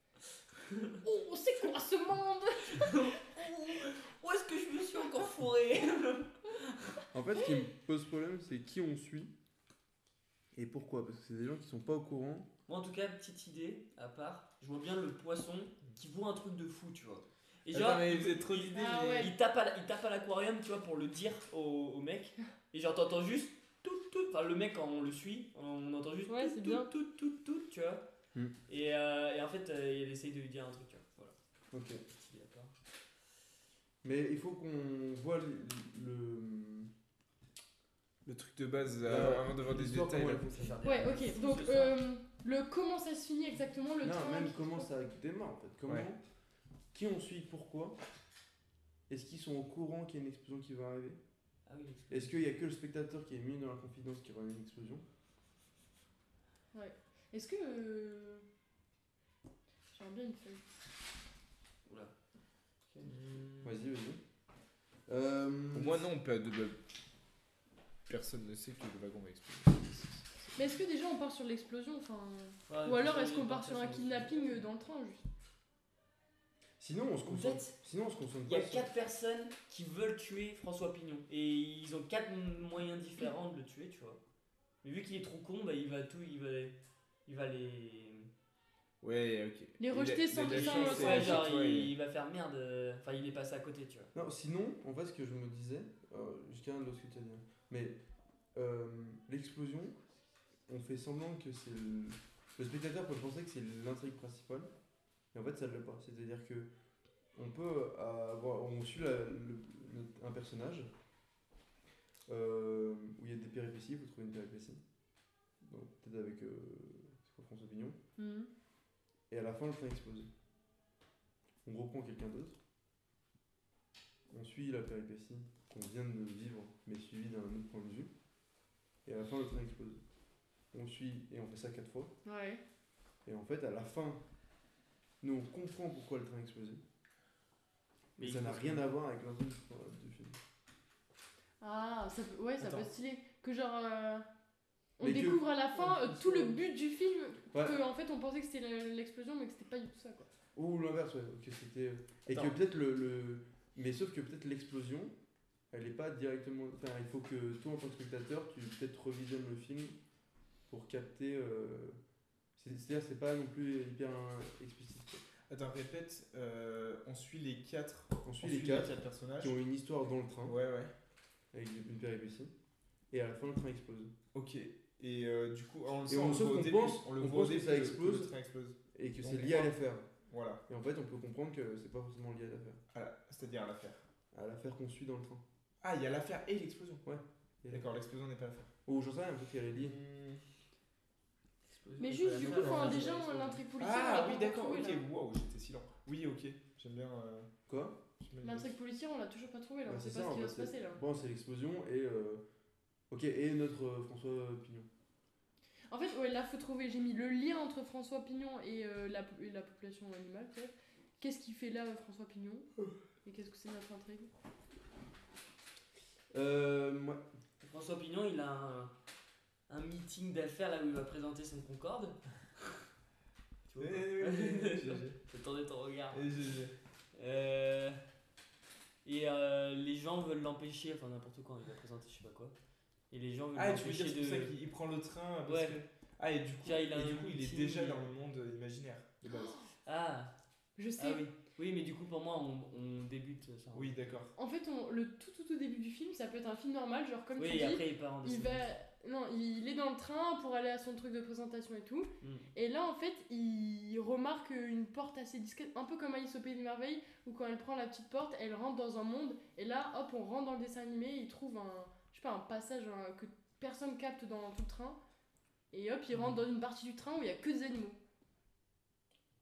Oh, c'est quoi ce monde? Où est-ce que je me suis encore fourré? en fait, ce qui me pose problème, c'est qui on suit et pourquoi. Parce que c'est des gens qui sont pas au courant. Moi, en tout cas, petite idée, à part, je vois bien le poisson qui voit un truc de fou, tu vois. Et Attends, mais il- vous êtes trop il- d'idées. Ah mais- ouais. Il tape à la- il tape à l'aquarium, tu vois, pour le dire au, au mec. Et genre, t'entends juste tout, tout. Enfin, le mec, quand on le suit, on entend juste Ouais, tout, c'est tout, bien. tout, tout, tout, tu vois. Hmm. Et, euh, et en fait, euh, il essaye de lui dire un truc, tu vois. Voilà. Ok. Petite idée à part. Mais il faut qu'on voit le, le- Le truc de base, Euh, avant avant d'avoir des l'histoire, détails. comment là. elle fonctionne. Faire des Ouais, rêves ok. fous Donc, ce soir. euh, le comment ça se finit exactement, le Non, train. même qui- comment ça démarre en fait. Comment, Ouais. qui on suit, pourquoi. Est-ce qu'ils sont au courant qu'il y a une explosion qui va arriver? Ah oui, l'explosion. Est-ce qu'il y a que le spectateur qui est mis dans la confidence qu'il y aura une explosion? Ouais. Est-ce que. euh, J'aimerais bien une feuille. Oula. Hmm. Vas-y, vas-y. Euh, Pour moi, non, pas de. de- Personne ne sait que le wagon va exploser. Mais est-ce que déjà on part sur l'explosion enfin... Ouais, Ou alors parce est-ce que qu'on part les sur un portations, kidnapping euh, dans le train juste? Sinon, on se En concentre. fait, Sinon, on se concentre il y a pas sur- quatre personnes qui veulent tuer François Pignon. Et ils ont quatre m- moyens différents de le tuer, tu vois. Mais vu qu'il est trop con, bah, il va tout. Il va, il va les. Ouais, ok. Les Il a- rejeter il a sans de la qu'ils s'en chance, ressentent. c'est Ouais, la genre, chute, il, ouais. il va faire merde. euh, Enfin, il est passé à côté, tu vois. Non, sinon, en fait, ce que je me disais, euh, jusqu'à un de ce que tu as dit, hein, mais euh, l'explosion, on fait semblant que c'est le... le spectateur peut penser que c'est l'intrigue principale, et en fait, ça ne l'est pas. C'est-à-dire que on peut avoir, on suit la- le- le- un personnage euh, où il y a des péripéties, il faut trouver une péripétie. Donc peut-être avec euh, c'est quoi, François Pignon. Mhm. Et à la fin, le train explose. On reprend quelqu'un d'autre. On suit la péripétie qu'on vient de vivre, mais suivi d'un autre point de vue. Et à la fin, le train explose. On suit et on fait ça quatre fois. Ouais. Et en fait, à la fin, nous on comprend pourquoi le train a explosé. Mais Mais ça il n'a pense rien que- à voir avec l'intrigue du film. Ah, ça peut, ouais, ça peut Attends. stylé. Que genre. euh, On Mais que- découvre à la fin euh, tout le but du film. Ouais. Que en fait on pensait que c'était le- l'explosion, mais que c'était pas du tout ça quoi. Ou l'inverse, ouais. Ok, c'était. Et que Attends. peut-être le, le. Mais sauf que peut-être l'explosion, elle est pas directement. Enfin, il faut que toi en tant que spectateur, tu peut-être revisionnes le film pour capter. euh, c'est- C'est-à-dire, c'est pas non plus hyper euh, explicite. quoi. Attends, répète. euh, on suit les quatre. On suit les quatre personnages. qui ont une histoire dans le train, Ouais, ouais. avec une péripétie, et à la fin, le train explose. Ok. Et euh, du coup, on le Et sait, on- le sauf voit au qu'on début, pense- on le on voit au pense que début ça que- explose. que le train explose. Et que Donc, c'est on lié à croit- l'affaire. Voilà. Et en fait, on peut comprendre que c'est pas forcément lié à l'affaire. À la- C'est-à-dire à l'affaire. À l'affaire qu'on suit dans le train. Ah, il y a l'affaire et l'explosion. Ouais. Et- D'accord, l'explosion n'est pas l'affaire. Ou j'en sais rien, peut-être qu'elle est liée. Mais juste du coup, enfin, déjà l'intrigue policière. on l'a Ah pas oui, d'accord, trouvé, ok. là. Waouh, j'étais si lent. Oui, ok. J'aime bien. euh, Quoi j'aime bien L'intrigue policière, on l'a toujours pas trouvé là. Ouais, On sait c'est pas ça, ce qui en va fait, se passer c'est- là. Bon, c'est l'explosion et. euh, Ok, et notre euh, François Pignon. En fait, ouais, là faut trouver. J'ai mis le lien entre François Pignon et, euh, la, et la population animale. tu vois. Qu'est-ce qu'il fait là, euh, François Pignon? Et qu'est-ce que c'est notre intrigue? Euh. Moi. François Pignon, il a un, un meeting d'affaires là où il va présenter son Concorde. Tu vois Oui, pas oui, oui, oui, G G. J'attendais ton regard. Et G G. Euh, et euh, les gens veulent l'empêcher, enfin n'importe quoi, il va présenter je sais pas quoi. Et les gens veulent Ah, tu veux dire, l'empêcher c'est pour de. ça qu'il il prend le train parce Ouais. que... Ah, et du coup, Tiens, il a et du un coup, il est meeting, déjà il- dans le monde euh, imaginaire, de base. Ah, Je sais. ah oui. Oui, mais du coup, pour moi, on, on débute ça. Oui, d'accord. En fait, on- le tout, tout tout début du film, ça peut être un film normal, genre comme Oui, tu et dis. après, il part en Il dessin. va, non, il est dans le train pour aller à son truc de présentation et tout. Mm. Et là, en fait, il remarque une porte assez discrète, un peu comme Alice au Pays des Merveilles, où quand elle prend la petite porte, elle rentre dans un monde. Et là, hop, on rentre dans le dessin animé. Et il trouve un, je sais pas, un passage un- que personne capte dans tout le train. Et hop, il rentre dans une partie du train où il y a que des animaux.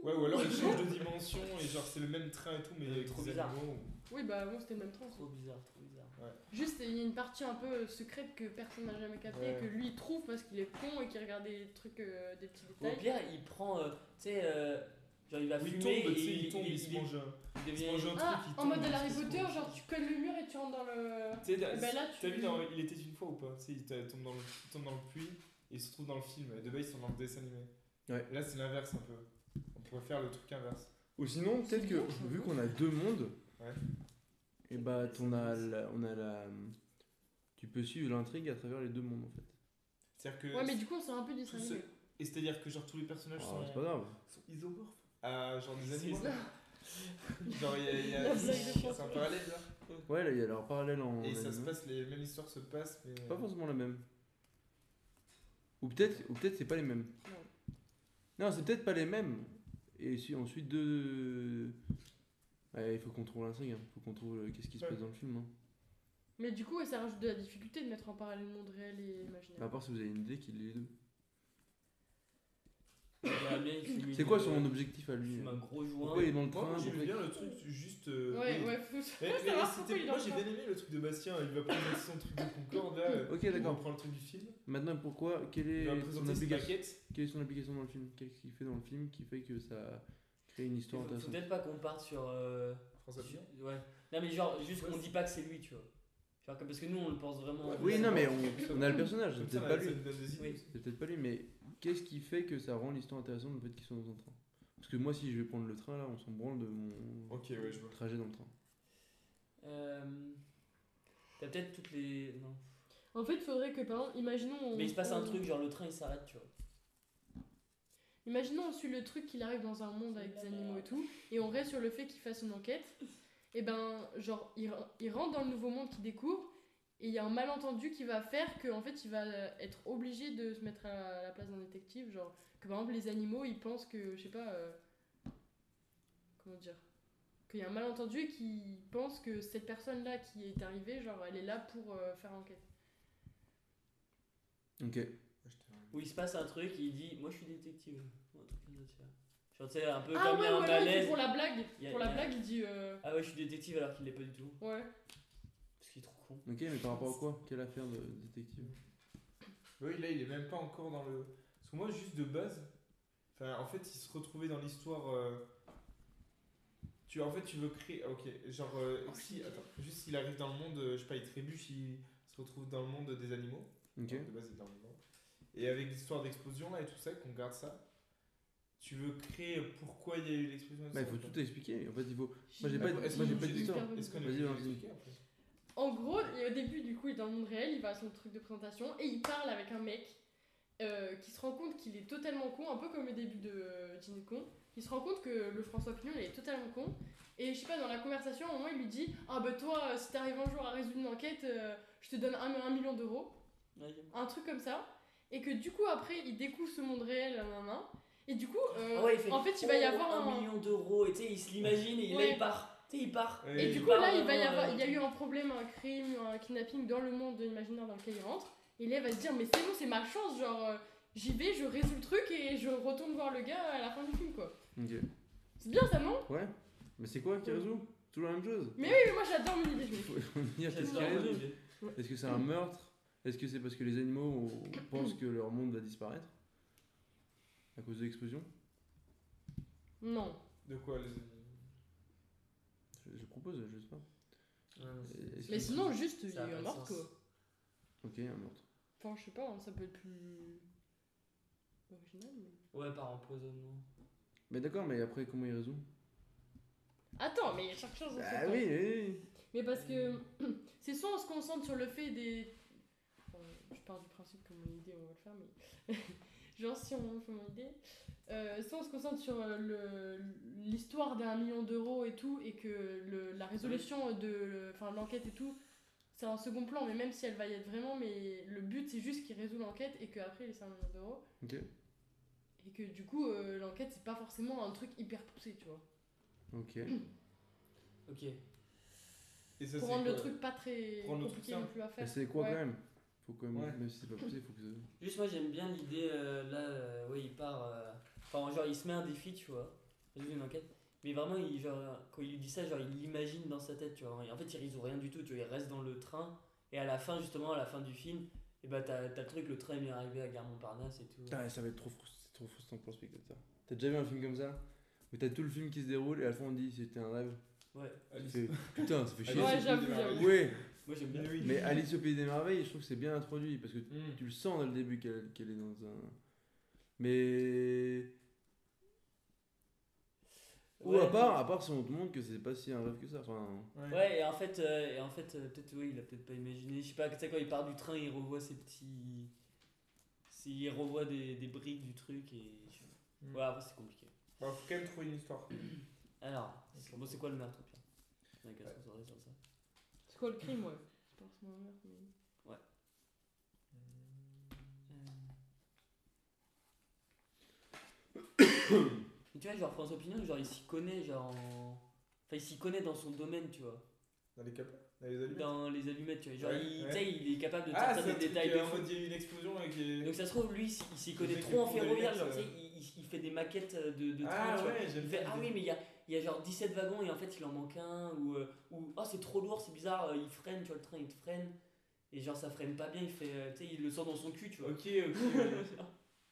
Ouais, ou alors il change de dimension et genre c'est le même train et tout, mais avec Trop des bizarre. animaux. Oui, bah bon, c'était le même train. Trop bizarre, trop bizarre. Juste, il y a une partie un peu secrète que personne n'a jamais captée, Ouais. que lui il trouve parce qu'il est con et qu'il regarde des trucs, euh, des petits Ou au détails. pire, il prend, euh, tu sais, euh, genre il va Oui, il fumer tombe, tu sais, et il tombe, il se il- mange un. il Il se devient. mange un Ah, truc, il en tombe, mode il Harry se Potter, mange. genre tu colles le mur et tu rentres dans le. Tu sais, Eh ben là, t'as tu- vu dans Il était une fois ou pas? Tu sais, il tombe dans, le... il tombe dans le puits et il se trouve dans le film. Et de base, ils sont dans le dessin animé. Ouais. Là, c'est l'inverse un peu. On pourrait faire le truc inverse. Ou sinon, peut-être que, bien, ça. vu qu'on a deux mondes, Ouais. et bah, on a la, on a la. Tu peux suivre l'intrigue à travers les deux mondes en fait. C'est-à-dire que. Ouais, mais du coup, on sort un peu du tout dessin ce- animé. Et c'est-à-dire que genre tous les personnages Ah, sont, c'est pas grave. sont isomorphes. Ah, genre des C'est animaux. ça. Genre, il y a. il y a- La blague de C'est un François. parallèle là. Ouais, là, il y a leur parallèle en. Et ça se animé. passe, les mêmes histoires se passent, mais. C'est pas forcément la même. Ou peut-être, ou peut-être c'est pas les mêmes. Non, c'est peut-être pas les mêmes. Et si ensuite deux. Ouais, il faut qu'on trouve l'intrigue. Il faut qu'on trouve euh, qu'est-ce qui se Ouais. passe dans le film. Hein. Mais du coup, ouais, ça rajoute de la difficulté de mettre en parallèle le monde réel et À imaginaire. part si vous avez une idée qu'il ait les deux. J'aimerais bien qu'il fume C'est une- quoi son objectif à lui? fume un gros joint. Pourquoi il est dans le Moi, train? moi, j'aime pourquoi- bien le truc juste. euh, Ouais, oui. ouais, faut Mais, faut mais savoir c'était- pourquoi il est moi dans j'ai le bien train. aimé le truc de Bastien, il va prendre son truc de Concorde là. Ok, il d'accord. reprend le truc du film. Maintenant, pourquoi? Quelle Il va est, son présenter ses application, maquettes. quelle est son application dans le film? Qu'est-ce qu'il fait dans le film qui fait que ça crée une Faut, histoire faut intéressante? peut-être pas qu'on parte sur. euh, François sur- Pillon. Ouais. Non, mais genre, juste Ouais, qu'on c'est- dit pas que c'est lui, tu vois. Genre, que- parce que nous, on le pense vraiment. Ouais, Oui, Ouais, non, mais c'est on, on a le personnage, c'est Comme ça, peut-être là, pas ça lui. nous donne des idées. Oui. C'est peut-être pas lui, mais qu'est-ce qui fait que ça rend l'histoire intéressante le fait qu'ils sont dans un train? Parce que moi, si je vais prendre le train là, on s'en branle de mon Ok, ouais, je vois. trajet dans le train. Euh, T'as peut-être toutes les. Non. En fait, il faudrait que, par exemple, imaginons. on- Mais il se passe un on- truc, genre le train il s'arrête, tu vois. Imaginons on suit le truc qu'il arrive dans un monde avec des animaux et tout, et on reste sur le fait qu'il fasse une enquête. Et ben, genre, il, il rentre dans le nouveau monde qu'il découvre, et il y a un malentendu qui va faire qu'en fait, il va être obligé de se mettre à la place d'un détective. Genre, que par exemple, les animaux, ils pensent que, je sais pas. euh, comment dire? Qu'il y a un malentendu et qu'ils pensent que cette personne-là qui est arrivée, genre, elle est là pour euh, faire enquête. Ok. Où il se passe un truc, il dit moi je suis détective. Ou un truc comme ça, tu vois. Genre, tu sais, un peu Ah comme il ouais, y a un ouais, ouais, malaise. pour la blague. Il y a- Pour il y la a- blague, il dit. euh, Ah ouais, je suis détective alors qu'il l'est pas du tout. Ouais. Parce qu'il est trop con. Ok, mais par rapport à quoi? Quelle affaire de détective? Oui, là il est même pas encore dans le. Parce que moi, juste de base, enfin, en fait, il se retrouvait dans l'histoire. euh, Tu, en fait, tu veux créer. ah, Ok, genre, euh, si, attends, juste s'il arrive dans le monde, euh, je sais pas, il trébuche, il se retrouve dans le monde des animaux. Ok. De base, il est dans le monde. Et avec l'histoire d'explosion là et tout ça, qu'on garde ça, tu veux créer pourquoi il y a eu l'explosion et Bah, il ça, faut ou tout pas expliquer. En fait, il faut. Moi, j'ai Ah, pas, est-ce moi, qu'on j'ai est pas obligé d'histoire. d'expliquer Est-ce qu'on est Vas-y, obligé vas-y. d'expliquer après En gros, et au début, du coup, il est dans le monde réel, il va à son truc de présentation et il parle avec un mec euh, qui se rend compte qu'il est totalement con, un peu comme le début de euh, Dîner de con. Il se rend compte que le François Pignon il est totalement con. Et je sais pas, dans la conversation, au moment il lui dit ah bah toi, euh, si t'arrives un jour à résoudre une enquête, euh, je te donne un, un million d'euros. Ouais, il y a- Un truc comme ça. Et que du coup, après, il découvre ce monde réel, nanana. Et du coup, euh, Ah ouais, il fait, en fait, il va y oh, avoir un un. million d'euros et tu sais, il se l'imagine et là Ouais. il part. Tu sais, il part. Ouais, Et il du coup, part là, il va y vraiment, avoir, euh, il y a eu un problème, un crime, un kidnapping dans le monde imaginaire dans lequel il rentre. Et là, il va se dire, mais c'est bon, c'est ma chance, genre, euh, j'y vais, je résous le truc et je retourne voir le gars à la fin du film, quoi. Ok. C'est bien ça, non? Ouais. Mais c'est quoi qui résout? Toujours la même chose. Mais oui, mais moi j'adore mon idée, je me Faut faut dire qu'est-ce qui J'adore résout. l'idée. Est-ce que c'est un meurtre? Est-ce que c'est parce que les animaux pensent que leur monde va disparaître à cause de l'explosion? Non. De quoi les. je, je propose, je sais pas. Est-ce Mais que- sinon, juste, il y Ça a a eu pas un de meurtre, sens. quoi. Ok, un meurtre. Enfin, je sais pas, hein, ça peut être plus. original, mais. Ouais, par empoisonnement. Mais d'accord, mais après, comment il résout? Attends, mais chaque chose. en Ah son temps. oui, oui, Mais parce que c'est soit on se concentre sur le fait des. Bon, je pars du principe que mon idée, on va le faire, mais. Genre, si on fait mon idée. Euh, soit on se concentre sur euh, le- l'histoire d'un million d'euros et tout, et que le, la résolution de. Enfin, l'enquête et tout, c'est un second plan, mais même si elle va y être vraiment, mais le but c'est juste qu'il résout l'enquête et qu'après il laisse un million d'euros. Ok. Et que du coup, euh, l'enquête c'est pas forcément un truc hyper poussé, tu vois. Ok. Ok. Et ça, Pour c'est rendre le quoi truc pas très Pour rendre le truc compliqué non simple. plus à Mais faire. c'est quoi Ouais. quand même? Faut quand même, Ouais. même si c'est pas poussé, faut que ça. Juste moi j'aime bien l'idée euh, là, euh, ouais il part, euh, enfin genre il se met un défi tu vois, résoudre une enquête. Mais vraiment, il, genre, quand il lui dit ça, genre, il l'imagine dans sa tête, tu vois. En fait, il résout rien du tout, tu vois. Il reste dans le train. Et à la fin, justement, à la fin du film, et bah, t'as, t'as le truc, le train est bien arrivé à Gare Montparnasse et tout. Putain, ça va être trop frustrant, c'est trop frustrant pour le spectateur. T'as déjà vu un film comme ça où t'as tout le film qui se déroule et à la fin on dit c'était un rêve. Ouais, Tu fais, putain, ça fait chier. Ouais, j'avoue, j'avoue. Ouais, moi j'aime bien. Mais oui. mais Alice au pays des merveilles, je trouve que c'est bien introduit parce que Mm. tu le sens dès le début qu'elle, qu'elle est dans un. Mais. Ou Ouais, à part, à part si on te montre que c'est pas si un rêve que ça. Enfin, Ouais, et en fait, euh, et en fait euh, peut-être, oui, il a peut-être pas imaginé. Je sais pas, tu sais, quand il part du train, il revoit ses petits. Il revoit des, des briques du truc et. Mm. Ouais, après, c'est compliqué. Bon, faut quand même trouver une histoire. Alors, c'est- bon, c'est quoi le meurtre, Pierre? On a qu'à se concentrer sur ça. C'est quoi le crime, ouais? C'est pas forcément un meurtre, mais. Euh. Mais tu vois, genre François Pignon, genre il s'y connaît, genre. en- Enfin, il s'y connaît dans son domaine, tu vois. Dans les capes Dans les allumettes Dans les allumettes, tu vois. Genre, Ouais, il, ouais. tu sais, il est capable de te Ah, sortir c'est un des truc détails euh, de en fou. mode il y a eu une explosion avec les... Donc ça se trouve, lui, il s'y- il s'y connaît Avec trop les en ponts ferroviaire, d'allumettes, genre, tu sais, euh. il, il- il fait des maquettes de, de train, Ah tu vois. ouais, j'aime Il bien fait, ah l'idée. oui, mais il y a, il y a genre dix-sept wagons et en fait il en manque un, ou, euh, ou oh c'est trop lourd, c'est bizarre, euh, il freine, tu vois, le train il te freine, et genre ça freine pas bien, il fait, euh, tu sais, il le sort dans son cul, tu vois. Ok, ok.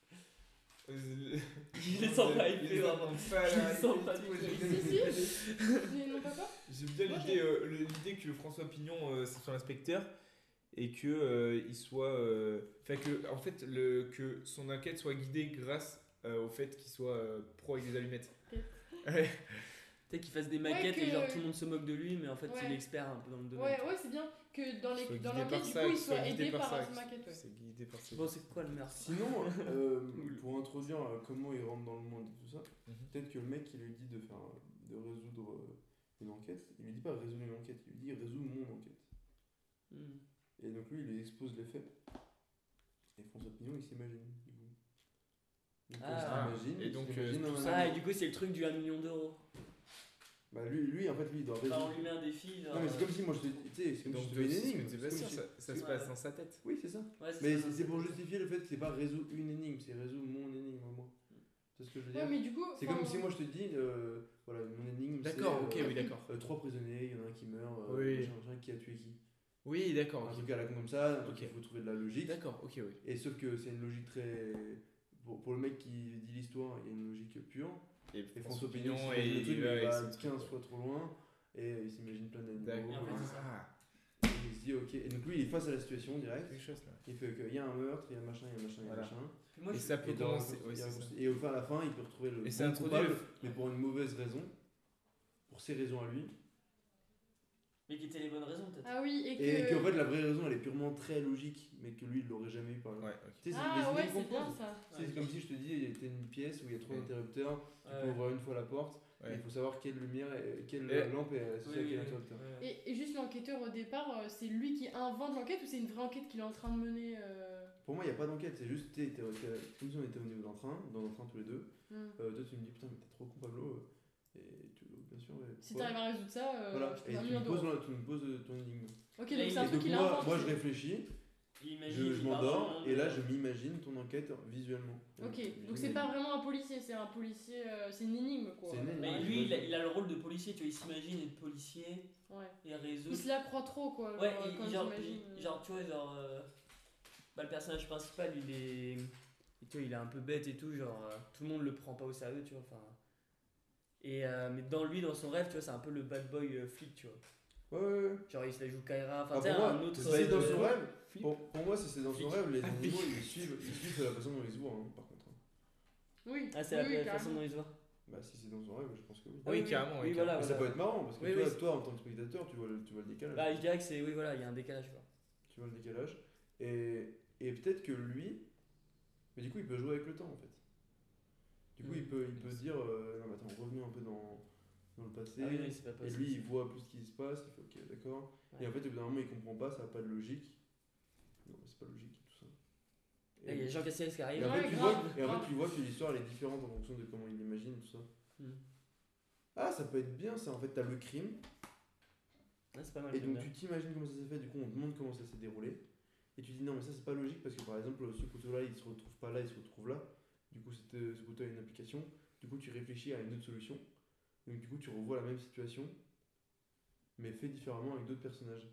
Il les sent pas, il fait vraiment. Il les sent pas du tout. Si, si. Mais non, pas quoi? J'aime bien Moi, l'idée, euh, le- l'idée que François Pignon euh, c'est son inspecteur et que euh, il soit, euh, enfin que en fait le que son enquête soit guidée grâce euh, au fait qu'il soit euh, pro avec des allumettes. Ouais. Tu sais, qu'il fasse des maquettes que- et genre tout le monde se moque de lui, mais en fait Ouais. il est expert un peu dans le domaine. Ouais, ouais, c'est bien que dans les- Soit dans guidé l'enquête, par du ça, coup, il qu'il soit soit guidé aidé par par ça, sa maquette, ouais. C'est guidé par ça. Bon, c'est quoi le meurtre? sinon, euh, pour introduire euh, comment il rentre dans le monde et tout ça, Mhm. peut-être que le mec il lui dit de faire, de résoudre euh, une enquête. Il lui dit pas résoudre une enquête, il lui dit résoudre mon enquête. Hmm. Et donc lui, il lui expose les faits. Et François Pignon, il s'imagine, du coup. Donc, quand Ah. il s'imagine, Et il donc, s'imagine euh, dans tout un ça, Ah, et avion. du coup, c'est le truc du un million d'euros. Bah lui, lui, en fait, lui, il doit Enfin, résoudre. on lui met un défi. Genre, Non, mais c'est comme si moi je te dis, tu sais, c'est comme Donc si je te fais une c'est ce que énigme. tu C'est vas comme dire, si- ça, ça se Ouais. passe dans sa tête. Oui, c'est ça. Ouais, Mais ça. c'est c'est pour justifier le fait que c'est pas résoudre une énigme, c'est résoudre mon énigme, moi. C'est ce que je veux dire. Ouais, mais du coup. C'est enfin, comme si moi je te dis, euh, voilà, mon énigme, c'est D'accord, ok, euh, oui, d'accord. euh, trois prisonniers, il y en a un qui meurt, euh, Oui. machin, machin, qui a tué qui. Oui, d'accord. Un ok. truc à la con comme ça, un truc Ok. il faut trouver de la logique. D'accord, ok, oui. Et sauf que c'est une logique très. Pour, pour le mec qui dit l'histoire, il y a une logique pure. Et Et François Pignon, et il le truc, il mais va il avec va son truc, quinze ouais. fois trop loin et il s'imagine plein d'animaux. D'accord. Et en fait, c'est ça. Ah, Et il se dit ok. Et donc lui, il est face à la situation direct. quelque chose là. Il fait qu'il y a un meurtre, il y a un machin, il y a un machin, il y a un Voilà. machin. Puis moi, Et je- ça peut Et, dans- commencer. il Ouais, c'est ça. reconstruit- et au fin, à la fin, il peut retrouver le Et c'est bon introduit coupable, le- mais pour une mauvaise raison. Pour ses raisons à lui. Mais qui étaient les bonnes raisons, peut-être. Ah oui, et que. Et qu'en fait, la vraie raison, elle est purement très logique, mais que lui, il l'aurait jamais eu par exemple. Ouais, ok. Tu sais, c'est Ah des ouais, idées c'est bien composées. ça. Tu sais, c'est comme si je te dis, il y a une pièce où il y a trois Ouais. interrupteurs, tu Ouais. peux ouvrir une fois la porte, et Ouais. il faut savoir quelle lumière, est- quelle Et- lampe est associée à Oui, quel oui, interrupteur. oui, ouais. Et, et juste l'enquêteur au départ, euh, c'est lui qui invente l'enquête ou c'est une vraie enquête qu'il est en train de mener euh, Pour moi, il n'y a pas d'enquête, c'est juste, tu sais, t'es- t'es- comme si on était au niveau d'un train, dans un train tous les deux. hmm. Euh, toi, tu me dis, putain, mais t'es trop con, Pablo. Et tu, bien sûr, ouais, Si pourquoi t'arrives à résoudre ça, euh, Voilà, je te et donne un tu million me, poses, d'euros. la- tu me poses ton énigme. Ok, Et donc c'est un Et truc donc qu'il moi, invente. moi, je c'est- réfléchis, Il imagine, je, je il part m'endors, dans le et là, monde. je m'imagine ton enquête visuellement. Ok, Je donc c'est m'imagine. pas vraiment un policier, c'est un policier, euh, c'est une énigme quoi. C'est une énigme. Mais Ouais, lui, il a, j'imagine. il a le rôle de policier, tu vois, il s'imagine être policier Ouais. et Il résoudre. se la croit trop quoi. Ouais, genre, il- quand il- genre, j'imagine, il- euh. genre, tu vois, genre. euh, bah, le personnage principal, il est. Tu vois, il est un peu bête et tout, genre. euh, tout le monde le prend pas au sérieux, tu vois, enfin. Et, euh, mais dans lui, dans son rêve, tu vois, c'est un peu le bad boy euh, flic, tu vois. Ouais, ouais, ouais. Genre, il se la joue Kaira, enfin, Ah, tu sais, pour un moi, autre. si c'est dans euh, son rêve, flip. pour, pour moi, si c'est dans son Flic. rêve, les Ah, animaux, flic. ils suivent, ils suivent de la façon dont ils se voient, hein, par contre. Oui, Ah, c'est oui, la, oui, la carrément. façon dont il se voit. Bah, si c'est dans son rêve, je pense que oui. Ah Oui, carrément, Oui, oui, voilà. Mais ça peut voilà. être marrant, parce que Oui, toi, oui, toi, en tant que spectateur, tu vois le, tu vois le décalage. Bah, je dirais que c'est. Oui, voilà, il y a un décalage, quoi. Tu vois le décalage. Et, et peut-être que lui, mais du coup, il peut jouer avec le temps, en fait. Du coup, Mm. il peut, il peut se dire, euh, non, mais attends, revenons un peu dans, dans le passé. Ah oui, oui, c'est pas Et possible. lui, il voit plus ce qui se passe, il fait ok, d'accord. Ouais. Et en fait, au bout d'un moment, il comprend pas, ça n'a pas de logique. Non, mais c'est pas logique, tout ça. Ah, il y a Jean Castex qui et arrive. en, Ouais, fait, tu grave, vois, et en grave. fait, tu vois que l'histoire elle est différente en fonction de comment il l'imagine, tout ça. Hmm. Ah, ça peut être bien ça. En fait, t'as le crime, Ah, c'est pas mal. et j'aime donc bien. tu t'imagines comment ça s'est fait, du coup, on te montre comment ça s'est déroulé. Et tu dis non, mais ça c'est pas logique parce que par exemple, ce couteau là il se retrouve pas là, il se retrouve là. Du coup, cette- ce couteau a une application. Du coup, tu réfléchis à une autre solution. Donc, du coup, tu revois la même situation, mais fait différemment avec d'autres personnages.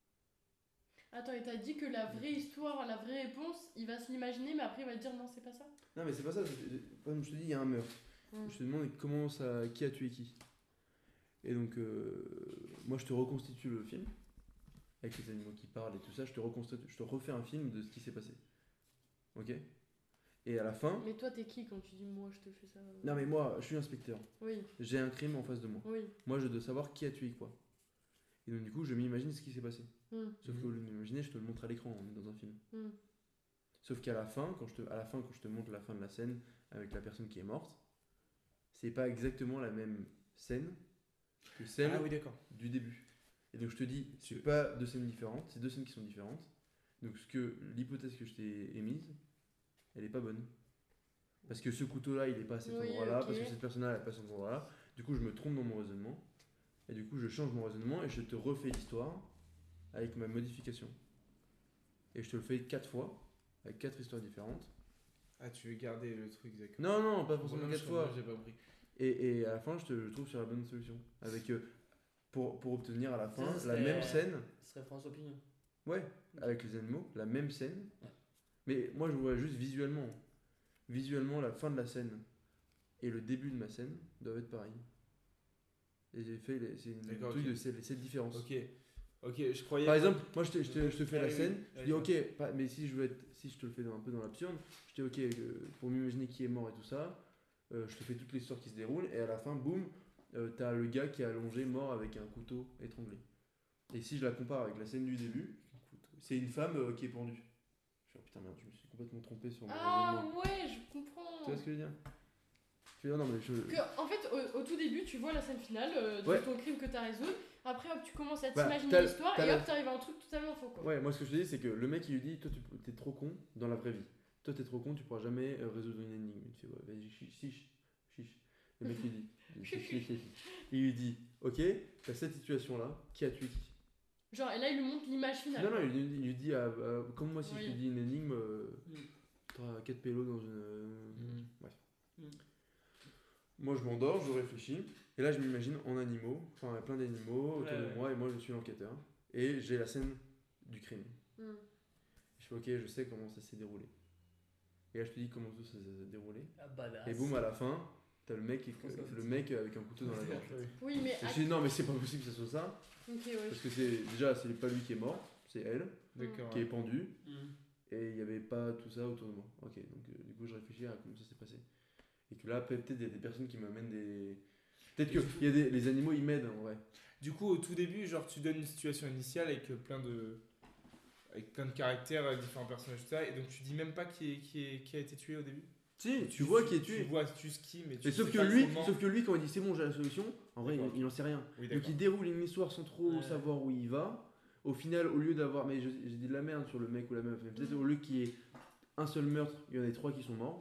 Attends, et t'as dit que la vraie histoire, la vraie réponse, il va se l'imaginer, mais après il va te dire non, c'est pas ça. Non, mais c'est pas ça. c'est- Comme je te dis, il y a un meurtre. Mm. Je te demande comment ça, qui a tué qui. Et donc, euh, moi, je te reconstitue le film, avec les animaux qui parlent et tout ça. Je te, reconstitue, je te refais un film de ce qui s'est passé. Ok? Et à la fin. Mais toi, t'es qui quand tu dis moi, je te fais ça? Non, mais moi, je suis inspecteur. Oui, J'ai un crime en face de moi. oui. Moi, je dois savoir qui a tué quoi. Et donc, du coup, je m'imagine ce qui s'est passé. Mm, Sauf Mhm. qu'au lieu de m'imaginer, je te le montre à l'écran, on est dans un film. mm. Sauf qu'à la fin, quand je te, à la fin, quand je te montre la fin de la scène avec la personne qui est morte, c'est pas exactement la même scène que celle Ah oui, d'accord. du début. Et donc je te dis, c'est Tu- pas deux scènes différentes, c'est deux scènes qui sont différentes. Donc ce que l'hypothèse que je t'ai émise, elle est pas bonne. Parce que ce couteau-là, il est pas à cet Oui, endroit-là, ok. parce que cette personne-là, elle est pas à cet endroit-là. Du coup, je me trompe dans mon raisonnement. Et du coup, je change mon raisonnement et je te refais l'histoire avec ma modification. Et je te le fais quatre fois, avec quatre histoires différentes. Ah, tu veux garder le truc, exactement. Non, non, pas Bon, forcément non, quatre je fois. comprends, J'ai pas compris. Et, et à la fin, je te je trouve sur la bonne solution. Avec, euh, pour, pour obtenir à la fin Ça, ça la serait- même scène. Ce serait François Pignon. Ouais, avec les animaux, la même scène. Ouais. Mais moi, je vois juste visuellement. Visuellement, la fin de la scène et le début de ma scène doivent être pareils. Et j'ai fait, les- c'est une D'accord, truc ok. de cette, cette différence. Ok. Ok, je croyais. Par exemple, moi, je te, je te- je te fais la Oui, oui, scène, oui. je dis ok, pas- mais si je veux être, si je te le fais dans- un peu dans l'absurde, je dis ok, euh, pour m'imaginer qui est mort et tout ça, euh, je te fais toute l'histoire qui se déroule, et à la fin, boum, euh, t'as le gars qui est allongé, mort avec un couteau étranglé. Et si je la compare avec la scène du début, c'est une femme euh, qui est pendue. Je suis oh, putain merde, je me suis complètement trompé sur mon Ah raisonnement. ouais, je comprends. Tu vois ce que je veux dire? Tu veux dire non mais je... Que, en fait, au, au tout début, tu vois la scène finale euh, de Ouais. ton crime que t'as résolu. Après, hop, tu commences à Bah, t'imaginer t'as- l'histoire t'as et la- hop, t'arrives à un truc totalement faux quoi. Ouais, moi ce que je te dis c'est que le mec il lui dit toi tu t'es trop con dans la vraie vie. Toi t'es trop con, tu pourras jamais euh, résoudre une énigme. Il te fait ouais, vas-y chiche, chiche, chiche. Le mec lui dit, chiche, chiche, chiche. Il lui dit ok, t'as cette situation là, qui a tué qui? Genre, et là, il lui montre l'image finale. Non non, il, lui- il lui dit ah, ah, comme moi si Oui. je te dis une énigme, euh, Mm. t'auras quatre pélos dans une. euh, Mm. Bref. Mm. Moi je m'endors, je réfléchis, et là je m'imagine en animaux, enfin il y a plein d'animaux autour Ouais, de ouais. moi, et moi je suis l'enquêteur. Et j'ai la scène du crime. Mm. Je fais ok, je sais comment ça s'est déroulé. Et là je te dis comment tout ça s'est déroulé. Ah, badass. Et boum, à la fin, t'as le mec, qui- François le mec avec un couteau dans la gorge. Oui, mais. Et je dis non mais c'est pas possible que ça soit ça, Ok, ouais. parce que c'est déjà c'est pas lui qui est mort, c'est elle D'accord. qui est pendue, Mm. et il n'y avait pas tout ça autour de moi. Ok, donc euh, du coup je réfléchis à comment ça s'est passé. Et que là peut-être il y a des personnes qui m'amènent des... Peut-être que il y a des, les animaux ils m'aident en vrai. Du coup, au tout début, genre, tu donnes une situation initiale avec euh, plein de. Avec plein de caractères, avec différents personnages, tout ça, et donc tu dis même pas qui, est, qui, est, qui a été tué au début. Si, tu, vois qui est Tu tué. vois juste qui, mais tu Mais sauf sais que, pas lui, comment. sauf que lui, quand il dit c'est bon, j'ai la solution, en vrai, il, D'accord. il en sait rien. Oui, Donc d'accord. il déroule une histoire sans trop Ouais. savoir où il va. Au final, au lieu d'avoir. Mais je- j'ai dit de la merde sur le mec ou la meuf. Mais peut-être au lieu qu'il y ait un seul meurtre, il y en ait trois qui sont morts.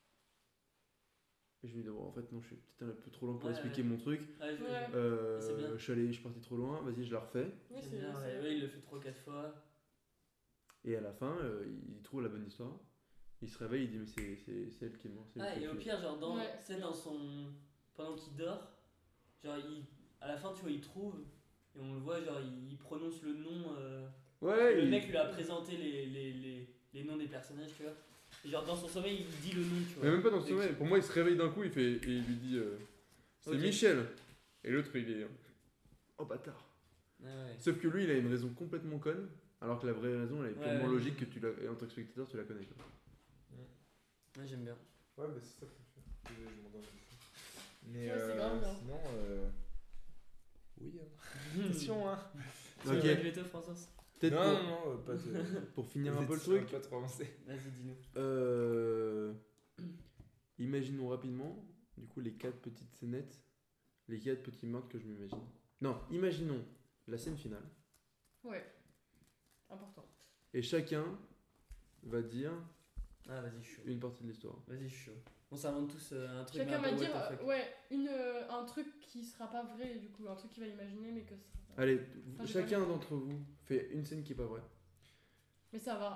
Et je me dis, bon, en fait, non, je suis peut-être un peu trop lent pour Ouais, expliquer ouais. mon truc. Ouais, je- Ouais. Euh, C'est bien. je suis allé, je suis parti trop loin. Vas-y, je la refais. Ouais, J'aime c'est bien, c'est ouais, vrai. ouais, il le fait trois quatre fois. Et à la fin, euh, il trouve la bonne histoire. Il se réveille, il dit, mais c'est c'est- c'est elle qui est morte. c'est elle Ah, qui et a au tué. pire, genre, dans, Ouais. tu sais, dans son. Pendant qu'il dort, genre, il, à la fin, tu vois, il trouve, et on le voit, genre, il, il prononce le nom. euh, Ouais, le il- mec lui a présenté les, les, les, les noms des personnages, tu vois. Et genre, dans son sommeil, il dit le nom, tu vois. Mais même pas dans ce Et- sommeil. Pour moi, il se réveille d'un coup, il fait, et il lui dit euh, c'est Ok. Michel. Et l'autre, il est oh bâtard. Ah ouais. Sauf que lui, il a une raison complètement conne, alors que la vraie raison, elle est Ouais, purement ouais. logique que tu l'as, et en tant que spectateur, tu la connais. Quoi. Ouais, j'aime bien. Ouais, bah c'est ça que je fais. Désolé, je m'endors. Mais Ouais, c'est euh, grave bien. sinon. Euh... Oui, hein. Attention, hein. Tu Ok. veux mettre veto, François? Peut-être Non, pour, non, non, euh, pas de. pour finir un peu le Vous êtes truc, Pas trop avancé. Vas-y, dis-nous. euh, imaginons rapidement, du coup, les quatre petites scénettes, les quatre petits meurtres que je m'imagine. Non, imaginons la scène finale, Ouais. Important. et chacun va dire Ah, vas-y, je suis chaud. une partie de l'histoire. Vas-y, je suis chaud. On s'invente tous euh, un truc. Chacun mais un va peu dire, what the euh, fuck. ouais, une, euh, un truc qui sera pas vrai, du coup, un truc qu'il va imaginer, mais que ce sera pas. Allez, Enfin, j'ai chacun pas- d'entre vous fait une scène qui est pas vraie. Mais ça va.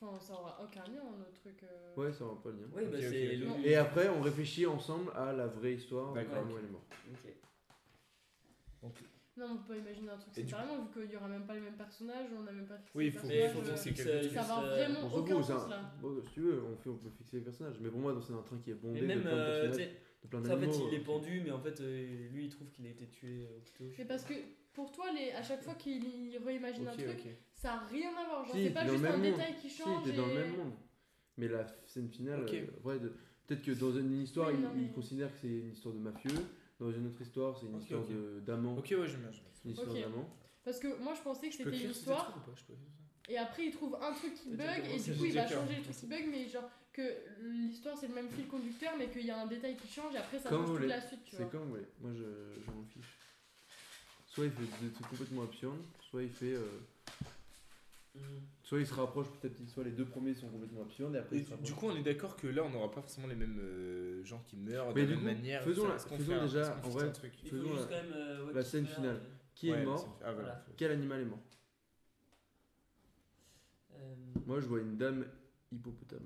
Enfin, ça aura aucun lien, notre truc. euh. Ouais, ça va pas le lien. Oui, bah Ok, c'est ok. logique. Et après, on réfléchit ensemble à la vraie histoire de D'accord. comment elle est morte. Ok. Non, on peut pas imaginer un truc Et du séparément, vu qu'il y aura même pas les mêmes personnages, on a même pas fixé Oui, les il faut- Mais il personnages. faut qu'on euh, fixe fixe, quelques euh, trucs. Ça va juste, euh, vraiment On s'en aucun fout, c'est sens un- là. bon, si tu veux, on, fait, on peut fixer les personnages. Mais pour moi, c'est un train qui est bondé Mais même, de plein de euh, tu personnages, sais, de plein tu sais, en fait, d'animaux. il est euh, pendu, mais en fait, euh, lui, il trouve qu'il a été tué au couteau. je sais Mais pas. parce que pour toi, les, à chaque fois qu'il y réimagine Ok, un truc, ok. ça a rien à voir. Genre, Si, c'est pas t'es dans juste le un même monde. détail qui Si, change. t'es dans le et- même monde. Mais la scène finale, Ok. euh, ouais, de- peut-être que dans une histoire, Oui, il, non, mais- il considère que c'est une histoire de mafieux. Dans une autre histoire, c'est une Ok, histoire ok. de- d'amant. Ok, ouais, j'aime bien. j'aime bien. Une histoire Ok. d'amant. Parce que moi, je pensais que Je peux c'était écrire une ces histoire. trucs ou pas? Je peux écrire ça. Et après, il trouve un truc qui Peut-être bug, et commencer, du coup, j'ai il va déjà changer peur. le truc qui bug, mais genre que l'histoire c'est le même fil conducteur, mais qu'il y a un détail qui change, et après ça Comme change vous toute voulez. la suite, tu C'est vois. comme, ouais. Moi, je, je m'en fiche. Soit il fait des trucs complètement absurdes, soit il fait. euh, Mhm. soit il se rapproche petit à petit. Soit les deux premiers sont complètement absurdes, et après Et il se du, rapproche. du coup, on est d'accord que là, on n'aura pas forcément les mêmes euh, gens qui meurent Mais de la du même coup, manière. faisons ça. la- Est-ce qu'on faisons fait un- déjà, est-ce qu'on en fixe vrai, un truc Il faut Faisons juste la- quand même. euh, ouais, la qu'il scène meure, finale. euh, Qui Ouais, est mort? c'est- Ah, voilà. Voilà. Quel animal est mort? euh, Moi, je vois une dame hippopotame.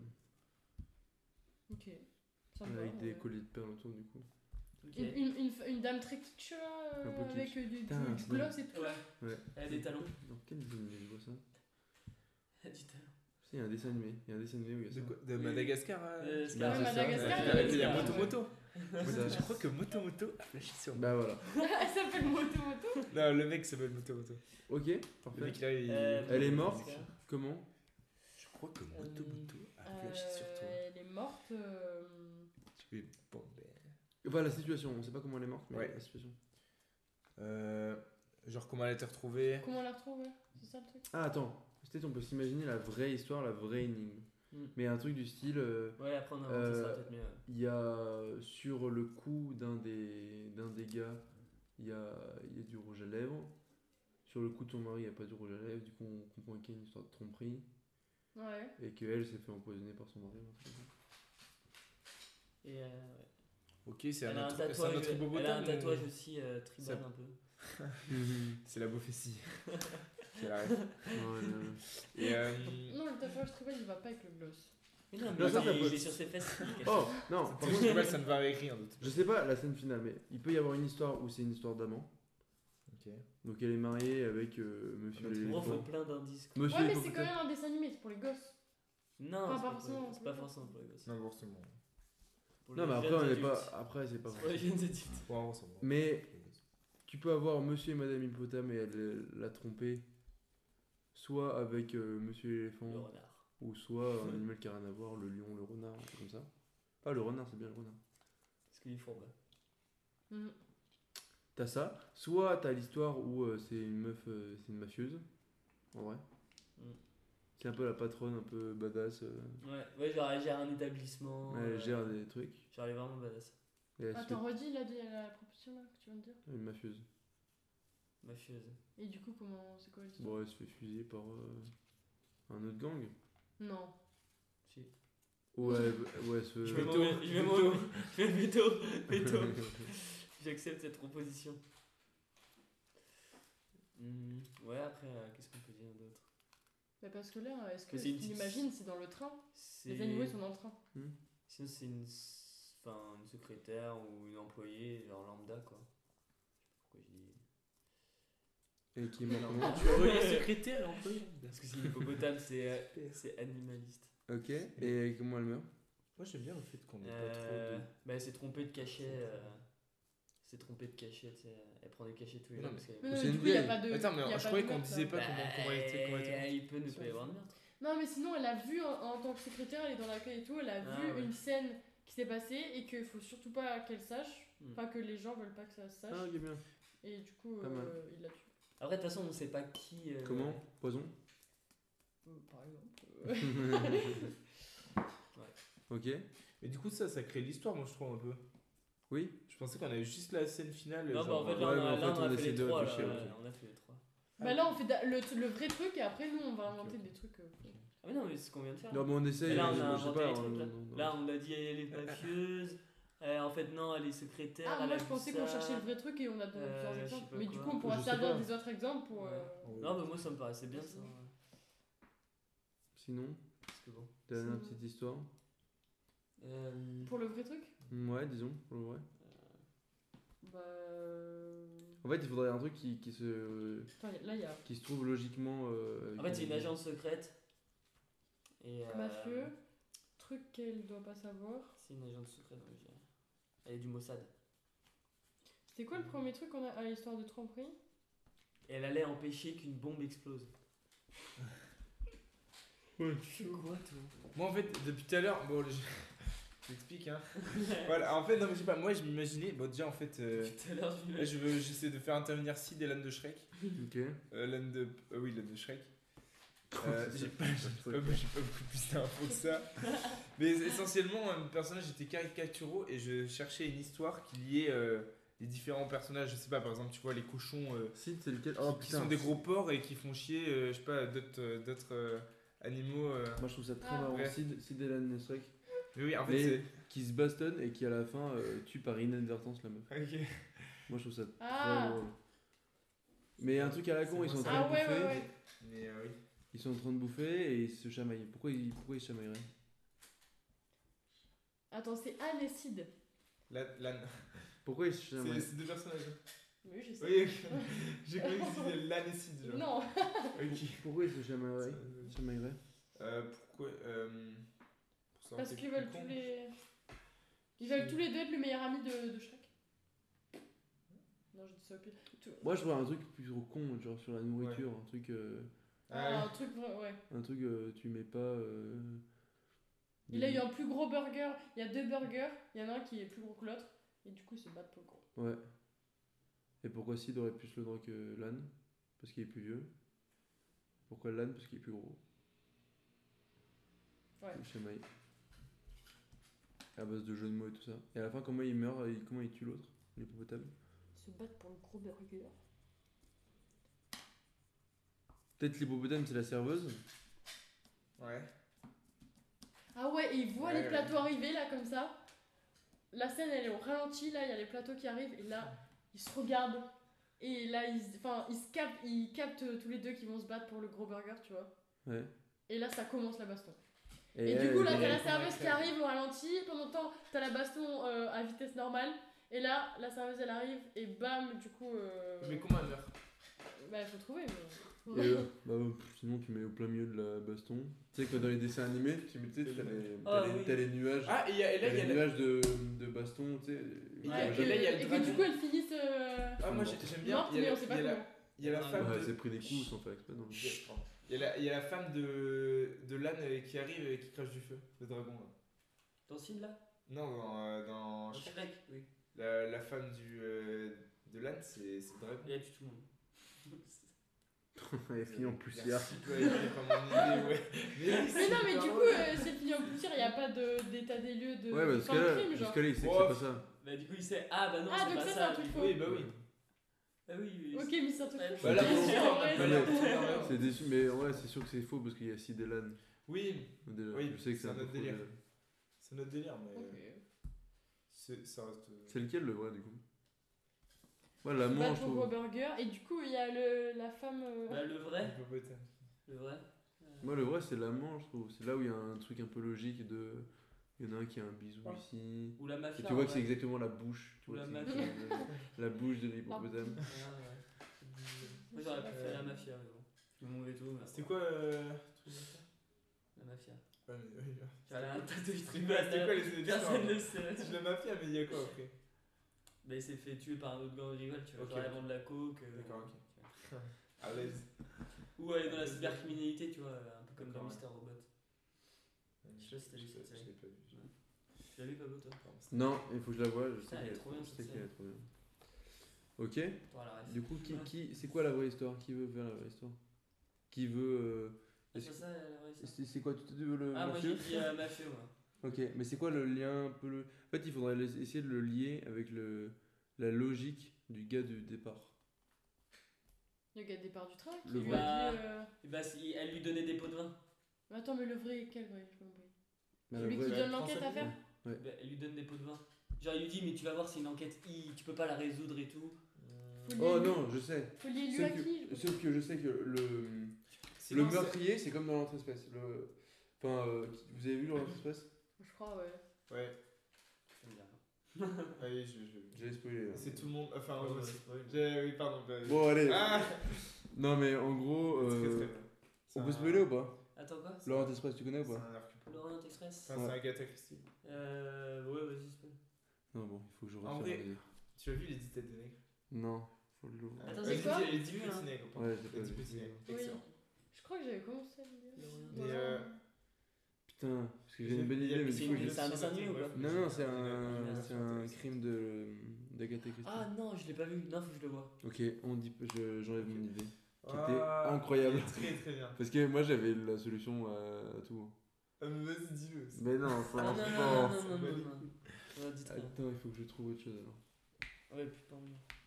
Ok. Ça me Avec va, des ouais. colliers de perles autour du cou. ok. Une, une, une, une dame très kitsch là, euh, Un peu avec kitsch. euh, du, du, Putain, du c'est gloss et tout. Ouais, Ouais. elle a des talons. Dans quel dessin animé je vois ça? Elle a du talon. Si, il y a un dessin animé. Il y a un dessin animé où il y a De, ça. quoi De Oui. Madagascar à... Euh, Bah, Scar. c'est ça. Madagascar, Ouais, il y a Il y a Scar, Moto ouais. Moto. Ça. Je crois que Moto Moto a flashé sur moi. Bah voilà. Elle s'appelle Moto Moto. Non, le mec s'appelle Moto Moto. Ok, Le parfait. mec là, il... Euh, Elle est Madagascar. morte. Comment? Je crois que Moto Euh, Moto a flashé sur toi. Euh, elle est morte. euh, Tu es bombé. Enfin, la situation. On sait pas comment elle est morte, mais Ouais. la situation. Euh, genre comment elle a été retrouvée. Comment on la retrouve, ouais. C'est ça le truc. Ah, attends. Peut-être on peut s'imaginer la vraie histoire, la vraie énigme. Hmm. Mais un truc du style. euh, Ouais, après on a inventé Euh, ça peut-être mieux. ouais. Il y a sur le cou d'un des, d'un des gars, il y a, il y a du rouge à lèvres. Sur le cou de son mari, il n'y a pas du rouge à lèvres. Du coup, on comprend qu'il y a une histoire de tromperie Ouais. et qu'elle s'est fait empoisonner par son mari. un truc comme ça. Et euh, ouais. Ok, c'est Elle un a un autre, c'est un tatouage, autre elle a un hippopotame ou- tatouage aussi euh, tribal Ça- un peu. C'est la Bofessie. C'est la ref. Ouais, non, non. Et euh, Non, le tatouage tribal il va pas avec le gloss. Mais non, Non, mais ça, il, ça est- peut- il est sur ses fesses. il cache. Oh non, par par contre, contre, ça ne va avec rien d'autre. je sais pas la scène finale, mais il peut y avoir une histoire où c'est une histoire d'amant. Ok. Donc elle est mariée avec euh, Monsieur Ah, bah, Moi, faut l'éléphant. plein d'indices. quoi. Monsieur Ouais, mais c'est l'hippopotame. quand même un dessin animé, c'est pour les gosses. Non, Enfin, c'est pas pas, forcément pour- pour c'est pas les forcément pour les gosses. Non, forcément. Pour Non, les mais après jeunes on n'est adultes. pas. Après c'est pas C'est pour les vrai. jeunes adultes. Bon, forcément. Mais tu peux avoir Monsieur et Madame Hippopotame et elle euh, l'a trompé, soit avec euh, Monsieur l'éléphant. Le renard. Ou soit un animal qui a rien à voir, le lion, le renard, un truc comme ça. Ah, le renard, c'est bien le renard. Parce qu'il est fourbe. Mhm. T'as ça. Soit t'as l'histoire où euh, c'est une meuf, euh, c'est une mafieuse, en vrai. Mm. C'est un peu la patronne, un peu badass. euh, Ouais, ouais, genre elle gère un établissement. elle euh, gère des trucs. Genre elle est vraiment badass. Et elle se Attends, redis la, la proposition là que tu viens de dire. fait une mafieuse. Mafieuse. Et du coup, comment c'est quoi l'histoire? Bon, elle se fait fusiller par euh, un autre gang. Non. Si. Ouais, ouais, elle se. Je vais Veto. m'en- je vais m'en- je vais veto. Veto. J'accepte cette proposition. Hmm, ouais, après, euh, qu'est-ce qu'on peut dire d'autre? Mais parce que là, est-ce que Mais ce c'est une qu'il petite- imagine, c'est dans le train? C'est- Les animaux ils sont dans le train. Sinon, c'est une... s- Enfin, une secrétaire ou une employée, genre lambda, quoi. Je sais pas pourquoi je dis... Et qui est mort Non. comment Tu as relié secrétaire et employé. Parce que c'est une hippopotame, c'est euh, c'est animaliste. Ok, et comment elle meurt? Moi, j'aime bien le fait qu'on ait Euh, pas trop de. bah, elle s'est trompée de cachet. Euh... Elle s'est trompée de cachet, tu sais. Elle prend des cachets tous les Non, jours. mais- parce qu'elle- Mais non, C'est mais une du coup, il n'y a vieille. pas de. Attends, mais y a je pas croyais de qu'on meurtre, disait là. pas comment, comment elle était. Comment elle était. Bah, il peut ne pas y avoir de meurtre. Non, mais sinon, elle a vu en, en tant que secrétaire, elle est dans l'accueil et tout, elle a Ah, vu ouais. une scène qui s'est passée et qu'il faut surtout pas qu'elle sache. Hmm. Pas que les gens veulent pas que ça se sache. Ah, ok, bien. Et du coup, Pas mal. euh, il l'a tué. Après, de toute façon, on sait pas qui. euh, Comment? Poison? Euh, Par exemple. Ok. Et du coup, ça, ça crée l'histoire, moi, je trouve un peu. Oui. Je pensais qu'on avait juste la scène finale. Non, bah genre, en fait, euh, là, ouais, on mais a, en là, fait, on a on fait essaie les de trois. Là, réfléchir, ouais, ok. on a fait les trois. Bah là, on fait da- le, le vrai truc et après, nous, on va inventer ok. des trucs. euh, faux. Ah, mais non, mais c'est ce qu'on vient de faire. Non, mais on essaye. Mais là, on je- a je sais inventé pas, les trucs, on- là. on- on- Là, on a dit elle est mafieuse. Euh, en fait, non, elle est secrétaire. Ah, elle moi, a je vu pensais ça. qu'on cherchait le vrai truc et on a donné Euh, plusieurs je sais exemples. pas Mais du quoi. coup, on pourra Je sais servir pas. des autres exemples pour. Ouais. euh, Non, mais moi, ça me paraissait bien ça. Sinon. C'est bon. Dernière C'est- petite histoire. Euh, Pour le vrai truc Ouais, disons, pour le vrai. Bah. euh, En fait, il faudrait un truc qui, qui se, Attends, là, il y a qui se trouve logiquement. euh, En avec fait, c'est une un- agence secrète. Et, euh, mafieux, truc qu'elle doit pas savoir. C'est une agence secrète, ouais, j'ai- elle est du Mossad. C'était quoi le premier truc qu'on a à l'histoire de tromperie Et elle allait empêcher qu'une bombe explose. Ouais. Tu fais quoi, toi? Moi, en fait, depuis tout à l'heure, bon, je je t'explique, hein. Voilà, en fait, non, mais je sais pas, moi, je m'imaginais, bon, déjà, en fait, euh, Tout à l'heure, je me- là, je veux, j'essaie de faire intervenir Sid et l'âne de Shrek. Ok. Euh, l'âne de. euh, oui, l'âne de Shrek. Euh, C'est j'ai ça. pas, j'ai pas, j'ai pas beaucoup plus d'infos que ça. Mais essentiellement, un personnage était caricaturaux et je cherchais une histoire qui liait euh, les différents personnages. Je sais pas, par exemple, tu vois, les cochons euh, Sid, c'est lequel qui, Oh qui putain. sont des gros porcs et qui font chier, euh, je sais pas, d'autres euh, d'autres, euh, animaux. euh. Moi, je trouve ça très Ah. marrant. Ouais. Sid, Sid et Lan Nesrek. Mais oui, en fait, Mais c'est. qui se bastonnent et qui à la fin euh, tue par inadvertance la meuf. Ok. Moi, je trouve ça Ah. très drôle. Mais un truc à la con, ils sont en train Ah de ouais, bouffer. ouais, ouais. Mais euh, oui. Ils sont en train de bouffer et ils se chamaillent. Pourquoi ils, pourquoi ils se chamailleraient Attends, c'est Anne et Sid. La- l'âne. Pourquoi ils se C'est chamaillent c'est deux personnages. Oui, je sais. Oui, ok. J'ai cru que c'était l'âne et Sid. genre. Non. Ok. Pourquoi ils se chamailleraient Ça, Ils se chamailleraient Euh, pourquoi euh, pour savoir Parce c'est qu'ils plus veulent con. tous les. Ils veulent tous les deux être le meilleur ami de, de Shrek. Non, je dis ça au pire. Tout- Moi, je vois un truc plus con, genre sur la nourriture, un truc, euh, Ah, un truc, vrai- ouais. un truc, euh, tu mets pas. euh, Il a eu un plus gros burger. Il y a deux burgers. Il y en a un qui est plus gros que l'autre. Et du coup, ils se battent pour le gros. Ouais. Et pourquoi Sid aurait plus le droit que Lan Parce qu'il est plus vieux. Pourquoi Lan Parce qu'il est plus gros. Ouais. Il chamaille. À base de jeux de mots et tout ça. Et à la fin, comment il meurt et comment il tue l'autre L'hippopotame. Ils se battent pour le gros burger. Peut-être l'hippopotame, c'est la serveuse. Ouais. Ah ouais, et ils voient Ouais, les ouais. plateaux arriver là, comme ça. La scène, elle est au ralenti. Là, il y a les plateaux qui arrivent. Et là, ils se regardent. Et là, ils, enfin, ils, se captent, ils captent euh, tous les deux qui vont se battre pour le gros burger, tu vois. Ouais. Et là, ça commence la baston. Et, Et, du elle, coup, là, elle- t'as la elle- serveuse elle- qui arrive au ralenti. Pendant le temps, t'as la baston euh, à vitesse normale. Et là, la serveuse, elle arrive. Et bam, du coup. Euh... Mais comment elle meurt? Bah, il faut trouver. Et, Mais... euh, bah, pff, sinon, tu mets au plein milieu de la baston. Tu sais que dans les dessins animés, tu mets, tu sais, t'as les, Ah, t'as les, oui. t'as les nuages. Ah, et, y a- et là, t'as il y a les la- nuages de, de baston, tu sais. Et Ouais, et que- là, il y a le et que dragon. du coup, elles finissent. Euh... Ah, moi j'ai- j'aime bien. mortes, Il y mais a on la- sait il pas y a la- comment. il y a la Ouais, femme Ouais, de. c'est pris des coups sans faire exprès. Non. Il y a la, il y a la femme de, de l'âne euh, qui arrive et qui crache du feu, le dragon là. Dans Sid là? Non, dans, euh, dans Dans Shrek, oui. la, la femme du, euh, de l'âne, c'est c'est le dragon. Il a tué tout le monde. Elle est finie en poussière. Merci, toi, Émilie, pour mon idée, ouais. Mais, oui, Mais c'est non, mais hyper du coup, drôle. euh, c'est fini en poussière. Il n'y a pas de- d'état des lieux de. Ouais, de parce fin que de là, crime, genre. jusqu'à là, il sait que Oh, c'est pas ça. Bah, du coup, il sait. Ah, bah non, Ah, c'est donc pas ça, c'est ça. un truc du faux. coup. Oui, bah oui. Bah oui, oui. Ok, mais c'est un truc Ouais, faux. Bah là, Bien pour sûr, l'instant, on a ouais. pas Ouais, l'air mais- trop énervé. C'est déçu, mais ouais, c'est sûr que c'est faux parce qu'il y a Sid et Lan. Oui, Déjà, Oui, je sais que c'est c'est un un peu autre faux, délire. déjà. c'est notre délire, mais Ok. c'est- ça reste. euh, C'est lequel le vrai du coup Ouais, la Ils se manche, battent je pour le gros trouve. burger. Et du coup, il y a le, la femme. euh, Bah, le vrai. hippopotame. Le vrai. Euh, Moi, le vrai, c'est la manche, je trouve. C'est là où il y a un truc un peu logique de. Il y en a un qui a un bisou Ah. ici. Ou la mafia. Et tu vois en que c'est vrai. exactement la bouche. Tu Ou vois, la c'est mafia. exactement la, la bouche de l'hippopotame. Ouais, ouais. Moi, j'aurais préféré la mafia, mais bon. Je m'en vais tout. mais C'était bon. quoi euh, le truc La mafia. Ouais, mais oui, ouais. J'avais un tatouage C'était quoi, c'était quoi les Personne ne histoires sait. C'est de la mafia, mais il y a quoi après? Bah, il s'est fait tuer par un autre gang rival, tu vois. Ok. Genre, aller vendre de la coke. euh, D'accord, ok. tu vois. À l'aise. Ou aller dans la cybercriminalité, tu vois, un peu comme dans D'accord, Mister Robot. Je sais pas si t'as vu Je cette l'ai- série. je l'ai pas vu. Tu l'as vu, Pablo, toi? Non, il faut que je la voie. Je Putain, sais elle est qu'elle trop bien, je sais cette qu'elle est série. trop bien. Ok. T'auras la ref. Du coup, qui, Ouais. qui, c'est quoi la vraie histoire Qui veut faire la vraie histoire Qui veut. euh, Ah, est-ce c'est ça, la vraie histoire. C'est c'est quoi Tu te veux le Ah, moi j'ai mafieux dit euh, mafieux, moi. Ok, mais c'est quoi le lien un peu le... En fait, il faudrait les- essayer de le lier avec le, la logique du gars du départ. Le gars de départ du train qui Le lui vrai. a dit. euh, Et bah, si elle lui donnait des pots de vin. Mais attends, mais le vrai, quel vrai? J'ai pas compris. Bah, Celui le qui vrai- donne l'enquête à faire? Bah, elle lui donne des pots de vin. Genre, il lui dit, mais tu vas voir, c'est une enquête I, tu peux pas la résoudre et tout. Faut Oh lier- non, je sais. Faut lier lui Sauf à que, qui? sauf que je sais que le, C'est le quand ça- meurtrier, c'est comme dans l'autre espèce. Le, Enfin, euh, vous avez vu l'Orient Express? Je crois, ouais. Ouais. Ça me dit rien. Ah oui, je. je... J'allais spoiler. là. C'est tout le monde. Enfin, Ouais, ouais, ouais, aussi. spoil. J'ai- Oui, pardon. bah, Bon, allez. Ah Non, mais en gros, Très, très euh, bien. C'est on peut un- spoiler ou pas? Attends quoi c'est- L'Orient Express, tu connais ou C'est pas? un Hercule Poirot. L'Orient Express Enfin, c'est Ouais. Agatha Christie. Euh. Ouais, vas-y, spoil. Non, bon, il faut que je En retire vrai- les- Tu as vu les dix têtes de nègre? Non, faut le l'ouvrir. Attends, Vas-y, c'est quoi dis Les dix Dis-le, petits hein. nègres. pardon. Ouais, j'ai pas Les dix vu. petits nègres. Oui. Excellent. Je crois que j'avais commencé à le lire. L'Orient Et, Ouais. euh, Putain, parce que j'ai une bonne idée, mais c'est du coup, une- il- c'est un dessin animé ou quoi Non, non, c'est un, Merde. c'est un crime de d'Agatha Christie. Ah non, je l'ai pas vu. Non, faut que je le vois. Ok, on dit, je- j'enlève mon idée. Qui était Ah, incroyable. Très très bien. Parce que moi j'avais la solution à, à tout. Ah, mais vas-y, dis-le. Mais non, ça Ah non, marche non, pas. non, non, ça non, va non, les non. couilles. Ouais, dites rien. Attends, il faut que je trouve autre chose alors. Ouais, putain.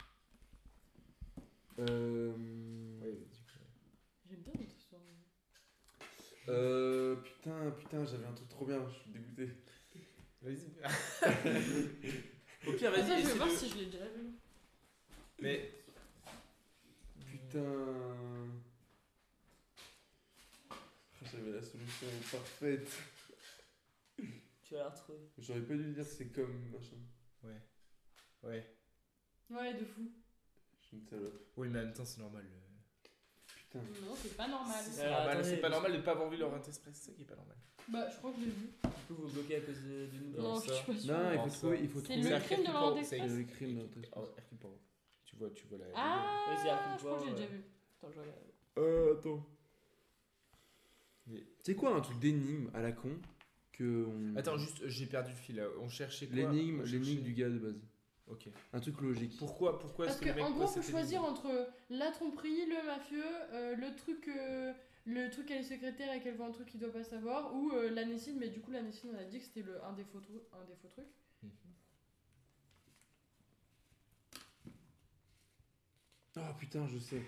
Euh... Ouais, du coup. J'aime bien notre histoire. euh putain, putain, j'avais un truc trop bien, je suis dégoûté. Vas-y. Au pire, Attends, vas-y, je vais voir essaie si je l'ai déjà vu. Mais. Putain. Ah, j'avais la solution parfaite. de. Tu vas la retrouver. J'aurais pas dû dire que c'est comme machin. Ouais. Ouais. Ouais, de fou. Je suis une salope. Oui, mais en même temps, c'est normal. euh. Putain. Non, c'est pas normal. C'est Alors, normal, attendez, c'est pas parce- normal de pas avoir vu l'Orient Express, c'est ça qui est pas normal. Bah, je crois que je l'ai vu. Du coup, vous bloquez à cause de, de nous. Non, Non, je ça. suis pas sûre. Non, il Non, faut ça- trouver. Il faut C'est trouver. le C'est crime de Hercule l'Orient Poirot, c'est Express. le crime de l'Orient Oh, Hercule Poirot. Tu vois, tu vois la. Ah, Ouais, c'est Hercule je crois que je l'ai Poirot, déjà ouais. vu. Attends, je regarde. Euh, attends. Mais- C'est quoi un truc d'énigme à la con que on... Attends, juste, j'ai perdu le fil là. On cherchait quoi L'énigme, On l'énigme cherchait- du gars de base. Ok. Un truc logique. Pourquoi, pourquoi Parce est-ce que, que le mec en gros, pose faut cette choisir énigme entre la tromperie, le mafieux, euh, le truc, euh, le truc qu'elle est secrétaire et qu'elle voit un truc qu'il doit pas savoir, ou euh, l'anécine. Mais du coup, l'anécine, on a dit que c'était le un des faux trucs, un des faux trucs. Mhm. Oh putain, je sais.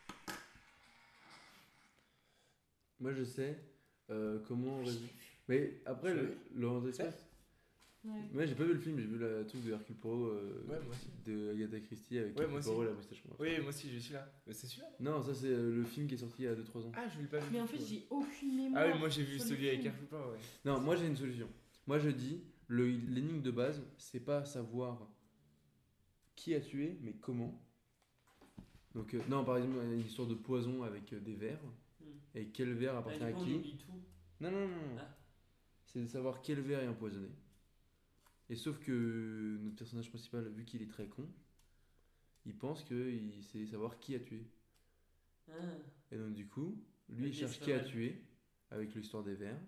Moi je sais euh, comment on résout. Mais après, Tu l'as le, vu Laurent Express. Ouais. Moi j'ai pas vu le film, j'ai vu la truc de Hercule Poirot euh, Ouais, moi aussi. de Agatha Christie avec Ouais, Hercule moi aussi. Poirot et la moustache noire. Oui, moi aussi, j'ai celui-là. Mais c'est celui-là. Non, ça c'est euh, le film qui est sorti il y a deux trois ans. Ah, je l'ai pas vu. Mais du en fait, tout, ouais. j'ai aucune mémoire. Ah oui, moi j'ai vu sur celui le avec film. Hercule Poirot, ouais. Non, moi j'ai une solution. Moi je dis, le- l'énigme de base, c'est pas savoir qui a tué, mais comment. Donc, euh, non, par exemple, il y a une histoire de poison avec euh, des vers. Hmm. Et quel verre Bah, appartient du à coup, on qui. oublie tout. Non, non, non. non. Ah. C'est de savoir quel verre est empoisonné. Et sauf que notre personnage principal, vu qu'il est très con, il pense qu'il sait savoir qui a tué. Ah. Et donc, du coup, lui, Ok, il cherche c'est qui pas a mal. tué avec l'histoire des verres.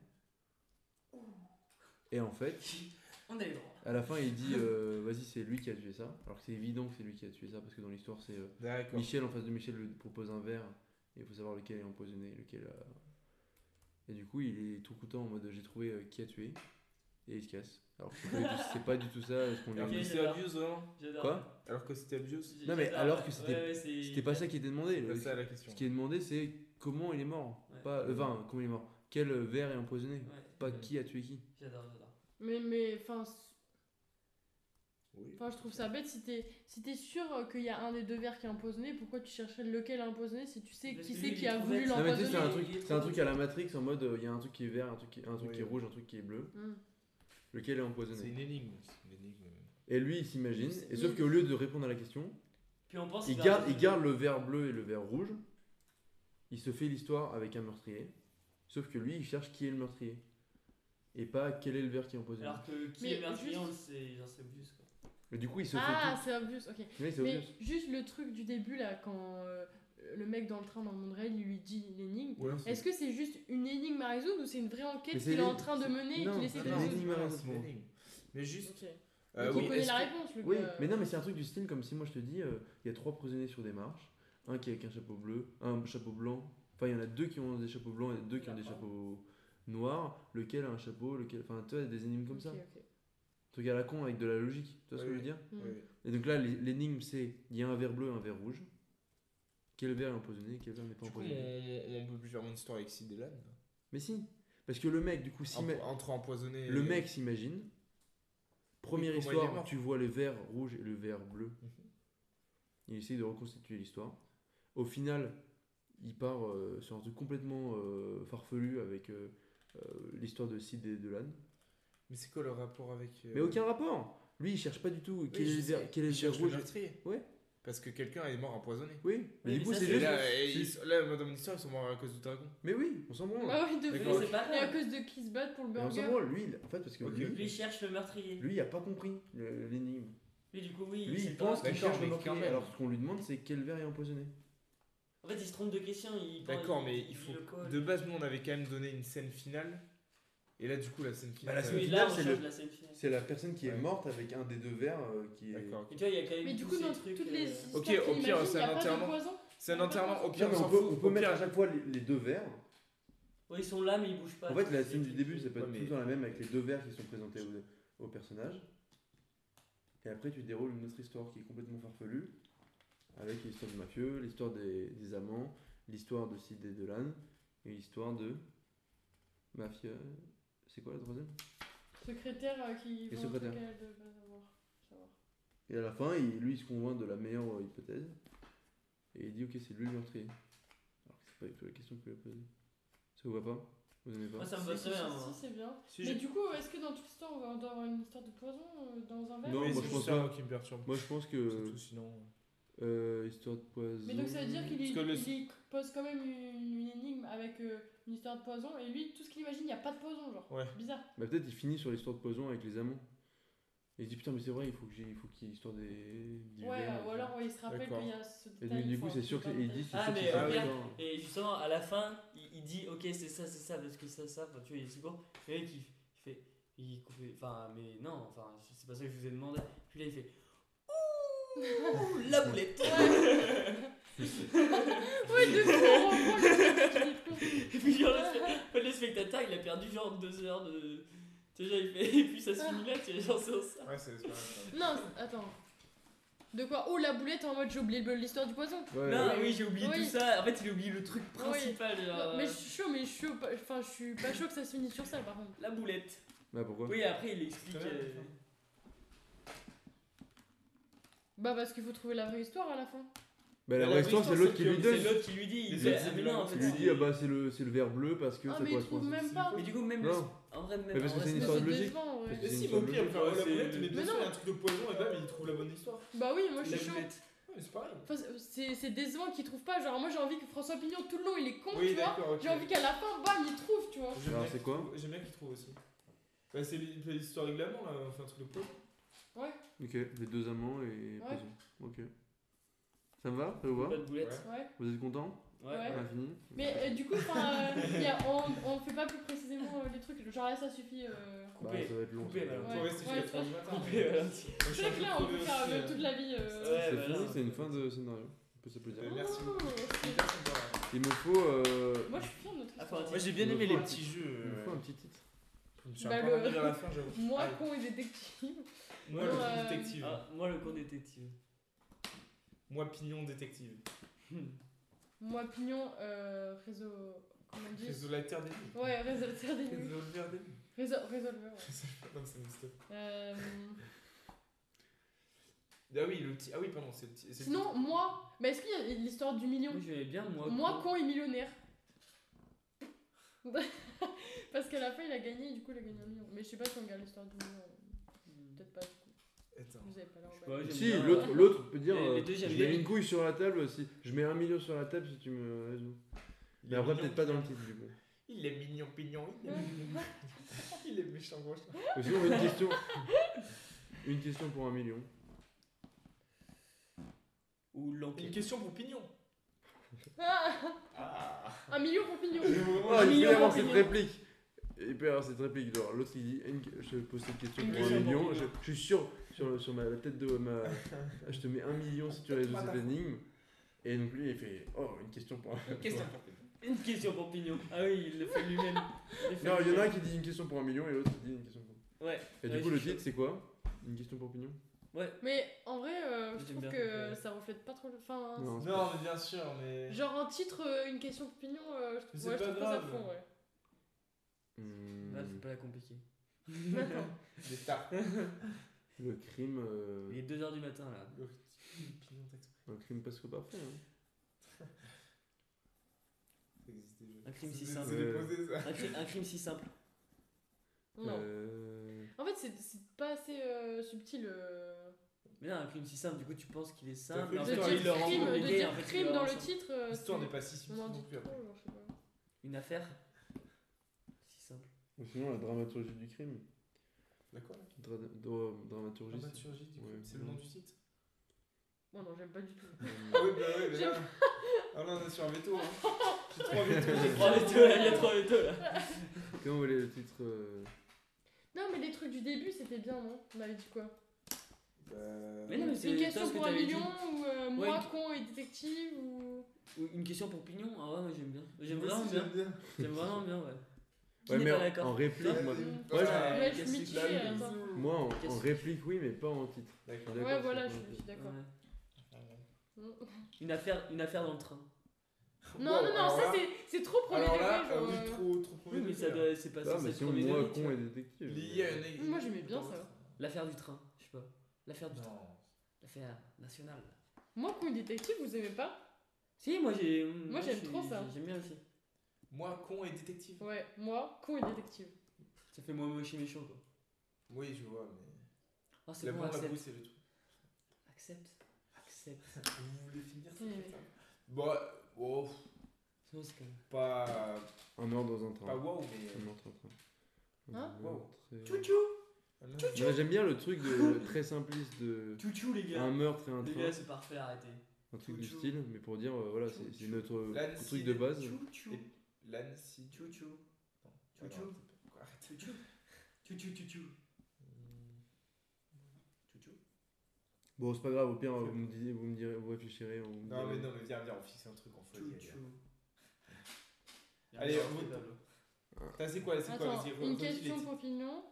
Et en fait, On a les droits. à la fin, il dit euh, vas-y, c'est lui qui a tué ça. Alors que c'est évident que c'est lui qui a tué ça parce que dans l'histoire, c'est euh, D'accord. Michel en face de Michel lui propose un verre et il faut savoir lequel est empoisonné, lequel a. Et du coup, il est tout content en mode j'ai trouvé euh, qui a tué et il se casse. Alors que c'est pas, du tout- c'est pas du tout ça ce qu'on lui a Alors Ok, que dit. c'était j'adore. abuse, vraiment. J'adore. Quoi Alors que c'était abuse. J- Non, mais j'adore. alors que c'était- Ouais, ouais, c'est- C'était pas ça qui était demandé. C'est Le- pas ça la question. Ce qui est demandé, c'est comment il est mort. Ouais. Pas, euh, enfin, comment il est mort. Quel euh, verre est empoisonné. Ouais, Pas Mhm. qui a tué qui. j'adore, j'adore. Mais, mais, enfin, Oui. enfin, je trouve ça bête si t'es si t'es sûr qu'il y a un des deux verres qui est empoisonné, pourquoi tu chercherais lequel est empoisonné si tu sais Parce qui que c'est lui, qui il est a trop voulu bête. Non, mais tu sais, c'est un l'empoisonner. truc, c'est un truc à la Matrix en mode il y a un truc qui est vert, un truc qui, un truc Oui, qui est oui. rouge, un truc qui est bleu. Hmm. Lequel est C'est empoisonné. une énigme. C'est une énigme. Et lui, il s'imagine. C'est- Et sauf mais- qu'au lieu de répondre à la question, Puis on pense il qu'il va garde, il résoudre- garde le verre bleu et le verre rouge. Il se fait l'histoire avec un meurtrier. Sauf que lui, il cherche qui est le meurtrier. Et pas quel est le verre qui est empoisonné. Alors que qui Mais est le meurtrier, juste- on le sait, j'en sais obvious quoi. Et du coup, il se Ah, fait c'est obvious, ok. tout. Oui, c'est Mais obvious. juste le truc du début là, quand euh, le mec dans le train dans le monde réel il lui dit l'énigme. Ouais, Est-ce que c'est juste une énigme à résoudre ou c'est une vraie enquête Mais c'est qu'il est en l'é- train de c'est- mener et non, qu'il essaie c'est de une résoudre? énigme à résoudre. c'est une énigme. Mais juste. Ok. euh, Donc oui, il connaît est-ce la que- réponse, le Oui, gars. mais non, mais c'est un truc du style comme si moi je te dis euh, il y a trois prisonniers sur des marches. Un qui est avec un chapeau bleu, un chapeau blanc. Enfin, il y en a deux qui ont des chapeaux blancs et deux qui ont des chapeaux noirs. Lequel a un chapeau, lequel. Enfin, tu vois, des énigmes comme ça. Ok, ok. Truc à la con avec de la logique. Tu vois ce que je Oui, veux dire? Hmm. Oui. Et donc là, l'é- l'énigme c'est il y a un verre bleu et un verre rouge. Quel verre est empoisonné, quel verre n'est pas Du coup, empoisonné. on, on peut plus faire une histoire avec Sid et Lan. Mais si, parce que le mec, du coup, s'ima- Entre, entre empoisonné. et- le mec s'imagine. Première comment il est histoire, mort. tu vois le verre rouge et le verre bleu. Mhm. Il essaye de reconstituer l'histoire. Au final, il part euh, sur un truc complètement euh, farfelu avec euh, euh, l'histoire de Sid et de Lan. Mais c'est quoi le rapport avec. euh, Mais aucun rapport. Lui, il cherche pas du tout. Oui, Quel je est le sais. ver- quel est Il le cherche ver le rouge meurtrier. Ouais. Parce que quelqu'un est mort empoisonné. Oui. Mais Oui, du mais coup, ça, c'est c'est- juste. Et là, et c'est- ils- là, dans mon histoire, ils sont morts à cause du dragon. Mais oui, on s'en branle. Bah oui, de D'accord. Mais fou. c'est pas Et à grave. cause de qui se battent pour le Mais on s'en burger. branle. Lui, il- en fait, parce que Ok, lui, Lui cherche le meurtrier. lui, il a pas compris le- l'énigme. Lui, du coup, oui. Lui, sait il pas. pense qu'il D'accord, cherche le mais meurtrier. quand même. Alors, ce qu'on lui demande, c'est quel verre est empoisonné. En fait, il se trompe de question. Il pense- D'accord, mais il faut. le colle. De base, nous, on avait quand même donné une scène finale. Et là, du coup, la scène finale. Bah, la scène Oui, euh, là, on c'est change le- la scène finale. C'est la personne qui est Ouais. morte avec un des deux verres euh, qui est. D'accord. Et tu vois, il y a quand même Mais du tous coup, ces dans trucs. toutes les euh, histoires Ok, qu'il au pire, imagine, c'est il y un a pas de enterrement. poison. C'est un enterrement. Au Non, pire, mais on on s'en peut, fout. on peut Au mettre pire- à chaque fois les, les deux verres. Ouais, ils sont là, mais ils bougent pas. En fait, la C'est scène des du trucs début, ça peut être Ouais, tout mais- le temps la même avec les deux verres qui sont présentés au, au personnage. Et après, tu déroules une autre histoire qui est complètement farfelue. Avec l'histoire du mafieux, l'histoire des, des amants, l'histoire de Sid et de Lan, et l'histoire de. Mafia. C'est quoi la troisième? Secrétaire euh, qui Et vend un truc secrétaire. à elle de pas savoir. savoir. Et à la fin, il- lui, il se convainc de la meilleure euh, hypothèse. Et il dit, ok, c'est lui le meurtrier. Alors que c'est pas du tout la question qu'il a posée. Ça vous va pas? Vous aimez pas? Moi, ça me Si, va si, très bien. si, moi. si, c'est bien. Si, Mais j'ai- du coup, est-ce que dans toute l'histoire, on va on doit avoir une histoire de poison euh, dans un verre Non, Oui, moi, c'est je juste pense ça pas. qui me perturbe. Moi, je pense C'est que. tout, sinon. Euh, histoire de poison. Mais donc ça veut dire qu'il Parce y- que le- il y pose quand même une, une énigme avec euh, une histoire de poison et lui tout ce qu'il imagine il n'y a pas de poison genre. Ouais. Bizarre. Bah, peut-être il finit sur l'histoire de poison avec les amants. Et il dit, putain, mais c'est vrai, il faut que j'ai- il faut qu'il y ait l'histoire des. du Ouais, verre. ou alors ouais, il se rappelle D'accord. qu'il y a ce Et détail. donc, du coup, enfin, c'est sûr pas qu'il un dit, détail. c'est Ah, sûr que mais c'est ça au pire, l'histoire. et justement, à la fin, il, il dit ok, c'est ça, c'est ça, parce que ça, ça, enfin, tu vois, il est si bon. Et le mec, il, il fait. Il coupe. Enfin, mais non, enfin, c'est pas ça que je vous ai demandé. Puis là, il fait. Ouh, la boulette Ouais, de fou, on reprend le truc. Et puis, genre, le, spe- le spectateur, il a perdu genre deux heures de. Tu sais, genre, il fait. Et puis ça se finit là, tu sais, genre, c'est ça. Ouais, c'est c'est pas grave. Non, c'est- attends. De quoi? Oh la boulette en mode j'ai oublié le- l'histoire du poison. Ouais, Non, ouais. oui, j'ai oublié Oui. tout ça. En fait, il a oublié le truc principal. Non, genre, mais euh, je suis chaud, mais je suis chaud, pas- enfin je suis pas chaud que ça se finisse sur ça par contre. La boulette. Bah, pourquoi? Oui, après, il explique. Très bien, euh, Bah parce qu'il faut trouver la vraie histoire à la fin. Bah, la la vraie histoire, c'est l'autre qui lui donne. C'est l'autre qui lui dit. Il Les fait, autres, ah, c'est mais de la non, en fait, Il lui c'est- dit, ah bah, c'est le, c'est le verre bleu parce que Ah ça mais il correspond trouve à même ça. pas. Mais du coup, même Non. le. En vrai, même. Mais parce en que vrai, c'est une Mais histoire c'est logique. décevant, ouais. Parce que Mais c'est si, une mais au histoire pire, logique. faire la Ouais, boulette, c'est- mais bien Mais sûr, non. il y a un truc de poison et bam, il trouve la bonne histoire. Bah oui, moi je La suis chaud. boulette. Ouais, mais c'est pareil. Enfin, c'est c'est décevant qu'il trouve pas. Genre moi j'ai envie que François Pignon tout le long il est con, Oui, tu vois. d'accord, ok. J'ai envie qu'à la fin, bam, il trouve, tu vois. J'aime Alors, bien c'est qu'il quoi trouve- J'aime bien qu'il trouve aussi. Bah, c'est l'histoire règlement là, on fait un truc de poison. Ouais, Ok, les deux amants et Ouais. poison. Ok. Ça me va? Ça vous va? Pas de boulette. ouais. Vous êtes content? Ouais. Ouais. On a fini? Mais euh, du coup, enfin, euh, y a- on, on fait pas plus précisément euh, les trucs. Genre là, ça suffit. Euh... Bah, Coupé. ça va être long. Coupé, ça. voilà. Faut Ouais. rester Ouais, jusqu'à trois heures du matin. Coupé, voilà. Moi, je suis C'est un vrai peu que là, on peut crevé faire aussi, euh, euh. toute la vie. Euh... Ouais, C'est voilà. fini, c'est une fin de scénario. On peut s'applaudir. Euh, merci Oh, beaucoup. c'est- Hyper sympa. Il me faut. euh, Moi, je suis fière de notre Ah, histoire. faut Moi j'ai bien Il me aimé faut les un petits jeux. Il me euh, faut un petit titre. Je me suis Bah, un peu le- ennuyé à la fin, j'avoue. Moi, Aïe. con et détective. Moi, Non, le euh, détective. Ah, moi, le cours détective. Moi, pignon détective. Moi, Pignon, euh, réseau. Comment on dit Résolateur des nuits. Ouais, résolveur des nuits. Résolveur des nuits. Réso- Résolveur. ouais. Non, c'est une stop. Euh, Ah oui, le petit. Ah oui, pardon, c'est le petit. c'est le Sinon, moi. Mais est-ce qu'il y a l'histoire du million Moi, je vais bien, moi. Moi, con. con et millionnaire. Parce qu'à la fin, il a gagné et du coup, il a gagné un million. Mais je sais pas si on regarde l'histoire du million. Hmm. Peut-être pas, du coup. petit. Attends. Vous avez pas l'air Je sais pas, j'aime Si, bien, l'autre euh, l'autre peut dire. les- euh, les deux, j'aime je bien. mets une couille sur la table si. Je mets un million sur la table si tu me résumes. Il Mais est après, mignon, peut-être pas dans le pignon. titre du coup. Il est mignon, pignon. Il est mignon. Il est méchant, gros. Mais sinon, une question. Une question pour un million. Ou Une l'enquête. question pour pignon. Ah, Ah. un million pour Pignon. Oh, il faut y million avoir pour cette million. réplique. Il peut y avoir cette réplique. Genre, l'autre il dit une- Je pose cette question Une pour question un pour million. un Je, million. je suis sûr, sur, sur ma, la tête de ma. Je te mets un million si tu résous cette énigme. Et donc lui il fait Oh, une question pour un Une question pour pignon. Une question pour Pignon. Ah oui, il le fait lui-même. Il le fait Non, il y en a un lui-même. qui dit une question pour un million et l'autre qui dit une question pour. Ouais. Et Ouais, du coup, je le suis titre c'est quoi? Une question pour Pignon? Ouais. Mais en vrai, euh, je J'aime trouve bien. que Ouais. ça reflète pas trop le. Enfin, Non, c'est Non, mais bien sûr, mais. genre un titre, euh, une question pour Pignon, euh, je Mais trouve, c'est ouais, je pas trouve pas ça grave. fond, ouais. Hmm, Là, c'est pas la compliquée. Des stars. le crime. euh, Il est deux heures du matin là. Le petit pignon texte. Un crime presque parfait. Hein. Ça existait. je- Un crime si C'est- simple. C'est déposé ça. Un, cri- un crime si simple. Non. Euh, En fait, c'est c'est pas assez euh, subtil. euh. Mais non, un crime si simple, du coup tu penses qu'il est Ça simple, fait mais en le De fait titre il dire le rend crime, de compliqué, dire en fait, il crime le dans rend le simple. titre. euh, L'histoire c'est- n'est pas si On subtile en non dit plus trop, après. genre, je sais pas. Une affaire si simple. ou sinon, la dramaturgie du crime. D'accord. Dra- dra- dramaturgie. c'est- Dramaturgie du ouais, crime, c'est le nom non. du site. Moi, non, j'aime pas du tout. Ah oui, bah oui, mais là. Ah là, on est sur un veto. Hein. J'ai trois veto. J'ai trois vétos là, il y a trois vétos là. Comment vous voulez le titre euh, Non, mais les trucs du début, c'était bien, non? On avait dit quoi? Bah, Mais non, mais c'est Une toi question ce que pour un t'avais dit. million ou euh, Ouais, moi, une- con et détective ou. Ou une question pour Pignon. Ah ouais, moi j'aime bien. J'aime moi vraiment aussi, bien. j'aime bien. J'aime vraiment bien, ouais. Qui Ouais, n'est mais pas en, d'accord en réplique, moi, Mm. Moi, Ouais, je- Ouais, je suis classique, mitigée, là, oui. attends. moi en, en Qu'est-ce- réplique, oui, mais pas en titre. D'accord. D'accord, Ouais, c'est voilà, pas je un suis je suis titre. d'accord. Ouais. Mm. Une affaire, une affaire dans le train. Non, Wow, non, non, alors ça là- c'est- c'est trop premier Alors degré. là, ah genre, oui, euh, trop, trop premier Oui, mais ça degré, doit, c'est pas Ah, censé mais être sinon, premier moi, degré, tu con vois. et détective. Lié à une Moi, j'aimais bien ça. L'affaire du train, je sais pas. L'affaire du train. Non. L'affaire nationale. Moi, con et détective, vous aimez pas? Si, moi j'ai. Moi, je j'aime suis- trop ça. J'aime bien aussi. Moi, con et détective. Ouais, moi, con et détective. Ça fait moi moche et méchant quoi. Oui, je vois, mais. Oh, c'est La bon, bonne accepte. bouille, c'est le truc. Accepte. Accepte. Vous voulez finir ça Oui. Bon, oh, Sinon, c'est quand même. pas. Un meurtre dans un train. Pas wow, mais. Un meurtre dans un train. Hein Un Wow. meurtre, euh, Tchou-tchou. Ah, non. Moi, j'aime bien le truc de, très simpliste de Tchou-tchou, les gars. un meurtre et un Les train. gars, c'est parfait, arrêtez. Un truc du Tchou-tchou. style, mais pour dire, euh, voilà, c'est c'est notre euh, Là, truc si- de base. Tchou-tchou. Et L'Annecy. Tchou-tchou. Non. Tchou-tchou. Ah, non, c'est pas- Arrête. Tchou-tchou. Tchou-tchou, tchou-tchou. Hmm. Tchou-tchou. Bon, c'est pas grave, au pire, vous me, direz, vous me direz, vous réfléchirez. On me Non, direz. mais non, mais viens, viens, on fixe un truc en folie. Tchou-tchou. Allez, Il y a on un vote. tableau. T'as c'est quoi, c'est quoi, Attends, vas-y, une redis les question titres. pour Pignon.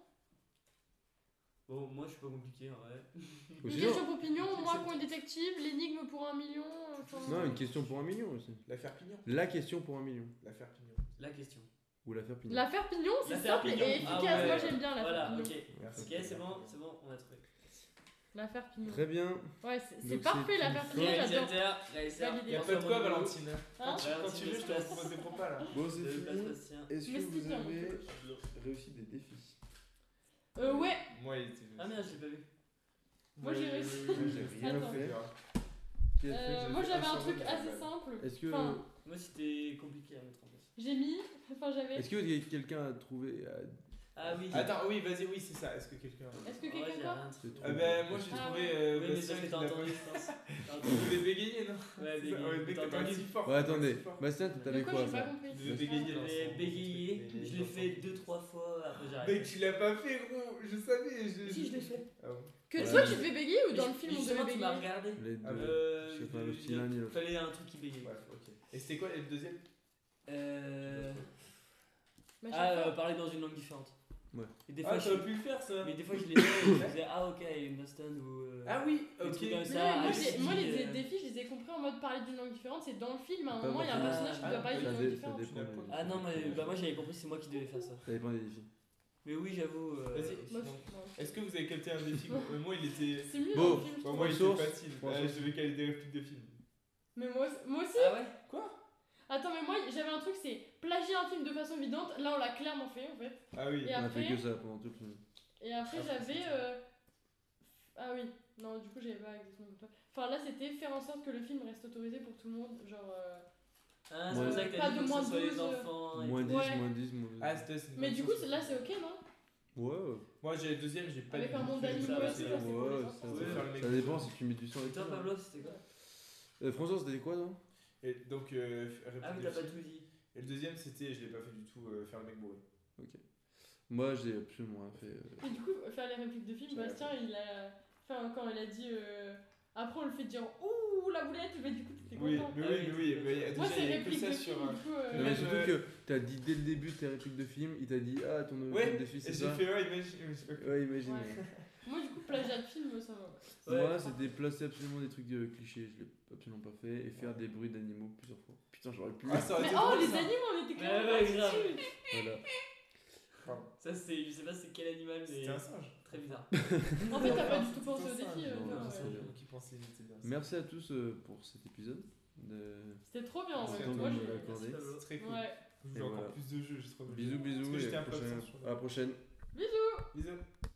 Bon, moi je suis pas compliqué en vrai. Ou Une sinon- question pour Pignon, moi, J'accepte. con et détective, l'énigme pour un million. Enfin... non, une question pour un million aussi. L'affaire Pignon. La question pour un million. L'affaire Pignon. La question. Ou l'affaire Pignon. L'affaire Pignon, c'est L'affaire simple Pignon. et efficace. Ah ouais. Moi, j'aime bien l'affaire Voilà, Pignon. ok. Merci. Ok, c'est bon, c'est bon, on a trouvé. L'affaire Pignon. Très bien. Ouais, c'est c'est Donc, parfait c'est l'affaire une Pignon, j'adore. Réalisateur, réalisateur. Validé. Y'a pas de quoi, Valentine. Hein Quand tu, quand tu Valentine, veux, je te laisse propose des propos là. Bon, c'est De place fini. Bastien. Est-ce que Mais vous c'est bien, avez mon réussi des défis? Euh, ouais. Moi, il était. Ah merde, j'ai pas vu. Moi, j'ai réussi. Moi, j'ai rien Attends. fait. Qui a fait Euh, j'ai moi, fait j'avais un un truc survol, assez ouais. simple. Est-ce que, Enfin, Moi c'était compliqué à mettre en place. j'ai mis. Enfin, j'avais. est-ce que quelqu'un a trouvé. a- Ah oui. Attends, oui, vas-y, oui, c'est ça. Est-ce que quelqu'un. Est-ce que En vrai, quelqu'un j'ai quoi rien trouvé. C'est Ah ben, moi j'ai Ah trouvé ouais. euh, Oui, mais Bastien parce que qui t'as l'a pas- entendu, je pense. T'as Vous entendu. devez bégayer, non Ouais, C'est ça bégayer. Ouais, mais T'as t'as pas entendu dit fort. Ouais, attendez. pas si fort. Bastien, De t'avais quoi, quoi j'ai pas ça compris. Vous devez bégayer dans J'avais son- bégayé, Mais je l'ai fait deux trois fois, après j'ai Mec, arrêté. tu l'as pas fait, gros. Je savais. Je... Si, je l'ai fait. Ah bon. Que Ouais. toi, tu devais bégayer ou dans Mais le film on justement, devait tu m'as bégayer? regardé. Les deux. Ah ouais. Euh, Je sais pas, je- le style l'un ni l'autre. Fallait un truc qui bégayait. Bref, ok. Et c'était quoi le deuxième Euh. Bah, Ah, chaque euh, fois. parler dans une langue différente. Ouais. Et des fois, Ah, je... t'aurais pu le faire ça. Mais des fois, je les faisais et je disais, ah, ok, une Boston ou. euh, Ah oui, des ok. trucs comme Mais ça. non, mais moi, ah, j'ai- si, moi, les euh, défis, je les ai compris en mode parler d'une langue différente. C'est dans le film, à un Pas moment, il y a un forcément. personnage qui Ah, doit parler ça d'une dé- langue ça différente. dépend. Tu l'as Ah non, mais bah, moi j'avais compris, c'est moi qui devais faire ça. Ça dépend des défis. Mais oui, j'avoue. euh, Vas-y. Moi, sinon. je- Est-ce que vous avez capté un défi Euh, Moi, il était. C'est mieux Bon. dans le film, je Bon, trouve. moi, il Source. était facile. Point Ah, source. je devais caler des répliques de film. Mais moi, moi aussi. Ah ouais Attends, mais moi, j'avais un truc, c'est plagier un film de façon évidente. Là, on l'a clairement fait, en fait. Ah oui. Et On a fait après- que ça pendant tout le film. Et après, Après, j'avais. c'était- euh, Ah oui, non, du coup, j'avais pas exactement comme toi. Enfin, là, c'était faire en sorte que le film reste autorisé pour tout le monde. Genre. euh, Ah, c'est Ouais. pour ça que Pas t'as dit de que moins ce de soit les douze, euh, enfants. et Moins tout. dix, Ouais. moins dix, moins Ah, c'était. c'est une Mais bonne du coup, chose. là, c'est ok, non? Ouais, Moi, j'ai le deuxième, j'ai pas Avec du un tout monde fait d'animaux ça, et c'est tout, là. là, c'est ouais, pour les ça, enfants. Ouais, faire le mec ça du dépend jeu. si tu mets du sang Et avec toi, ça. Pablo, c'était quoi Euh, François, c'était quoi toi? Et donc, euh, réplique Ah, mais de t'as pas film. tout dit. Et le deuxième, c'était, je l'ai pas fait du tout, euh, faire le mec bourré. Moi, j'ai absolument rien fait. euh. Et du coup, faire les répliques de film, J'avais Bastien, il a. Enfin, quand il a dit. euh, Après, on le fait dire Ouh, la boulette, mais du coup, t'étais Oui, content. mais Ah oui, oui, mais oui, c'est mais comme Moi, déjà, c'est il y a que répliques ça de sur film, un. du coup. euh, Non, mais même, surtout euh, que t'as dit dès le début tes répliques de film, il t'a dit ah ton Ouais, défi et c'est j'ai ça. fait, ouais, imagine. je sais pas quoi. Ouais, imagine. Ouais. ouais. Moi, du coup, plagiat de film, ça va. Ouais. Moi, c'était placer absolument des trucs de clichés, je l'ai absolument pas fait, et faire des bruits d'animaux plusieurs fois. Putain, j'aurais pu. Ah, ça aurait Mais été oh, drôle, les ça. animaux, on était Ouais, clairement ouais, pas grave. dessus. Voilà. Pardon. Ça, c'est. Je sais pas c'est quel animal, mais. C'était un singe. Très bizarre. En fait, t'as pas du tout C'était pensé un au défi. singe. euh, Non, toi, c'est ouais. bien. Qui pensait, il était bien. Merci à tous euh, pour cet épisode de... C'était trop bien en du vrai. temps que Moi, vous j'ai- m'avez accordé. Merci, Pablo. C'est très cool. Ouais. Faut Et jouer encore voilà. plus de jeux, j'ai trop de Bisous, jeux. bisous, Parce que et j'étais à un peu la prochaine- absent sur le- à la prochaine. Bisous. Bisous.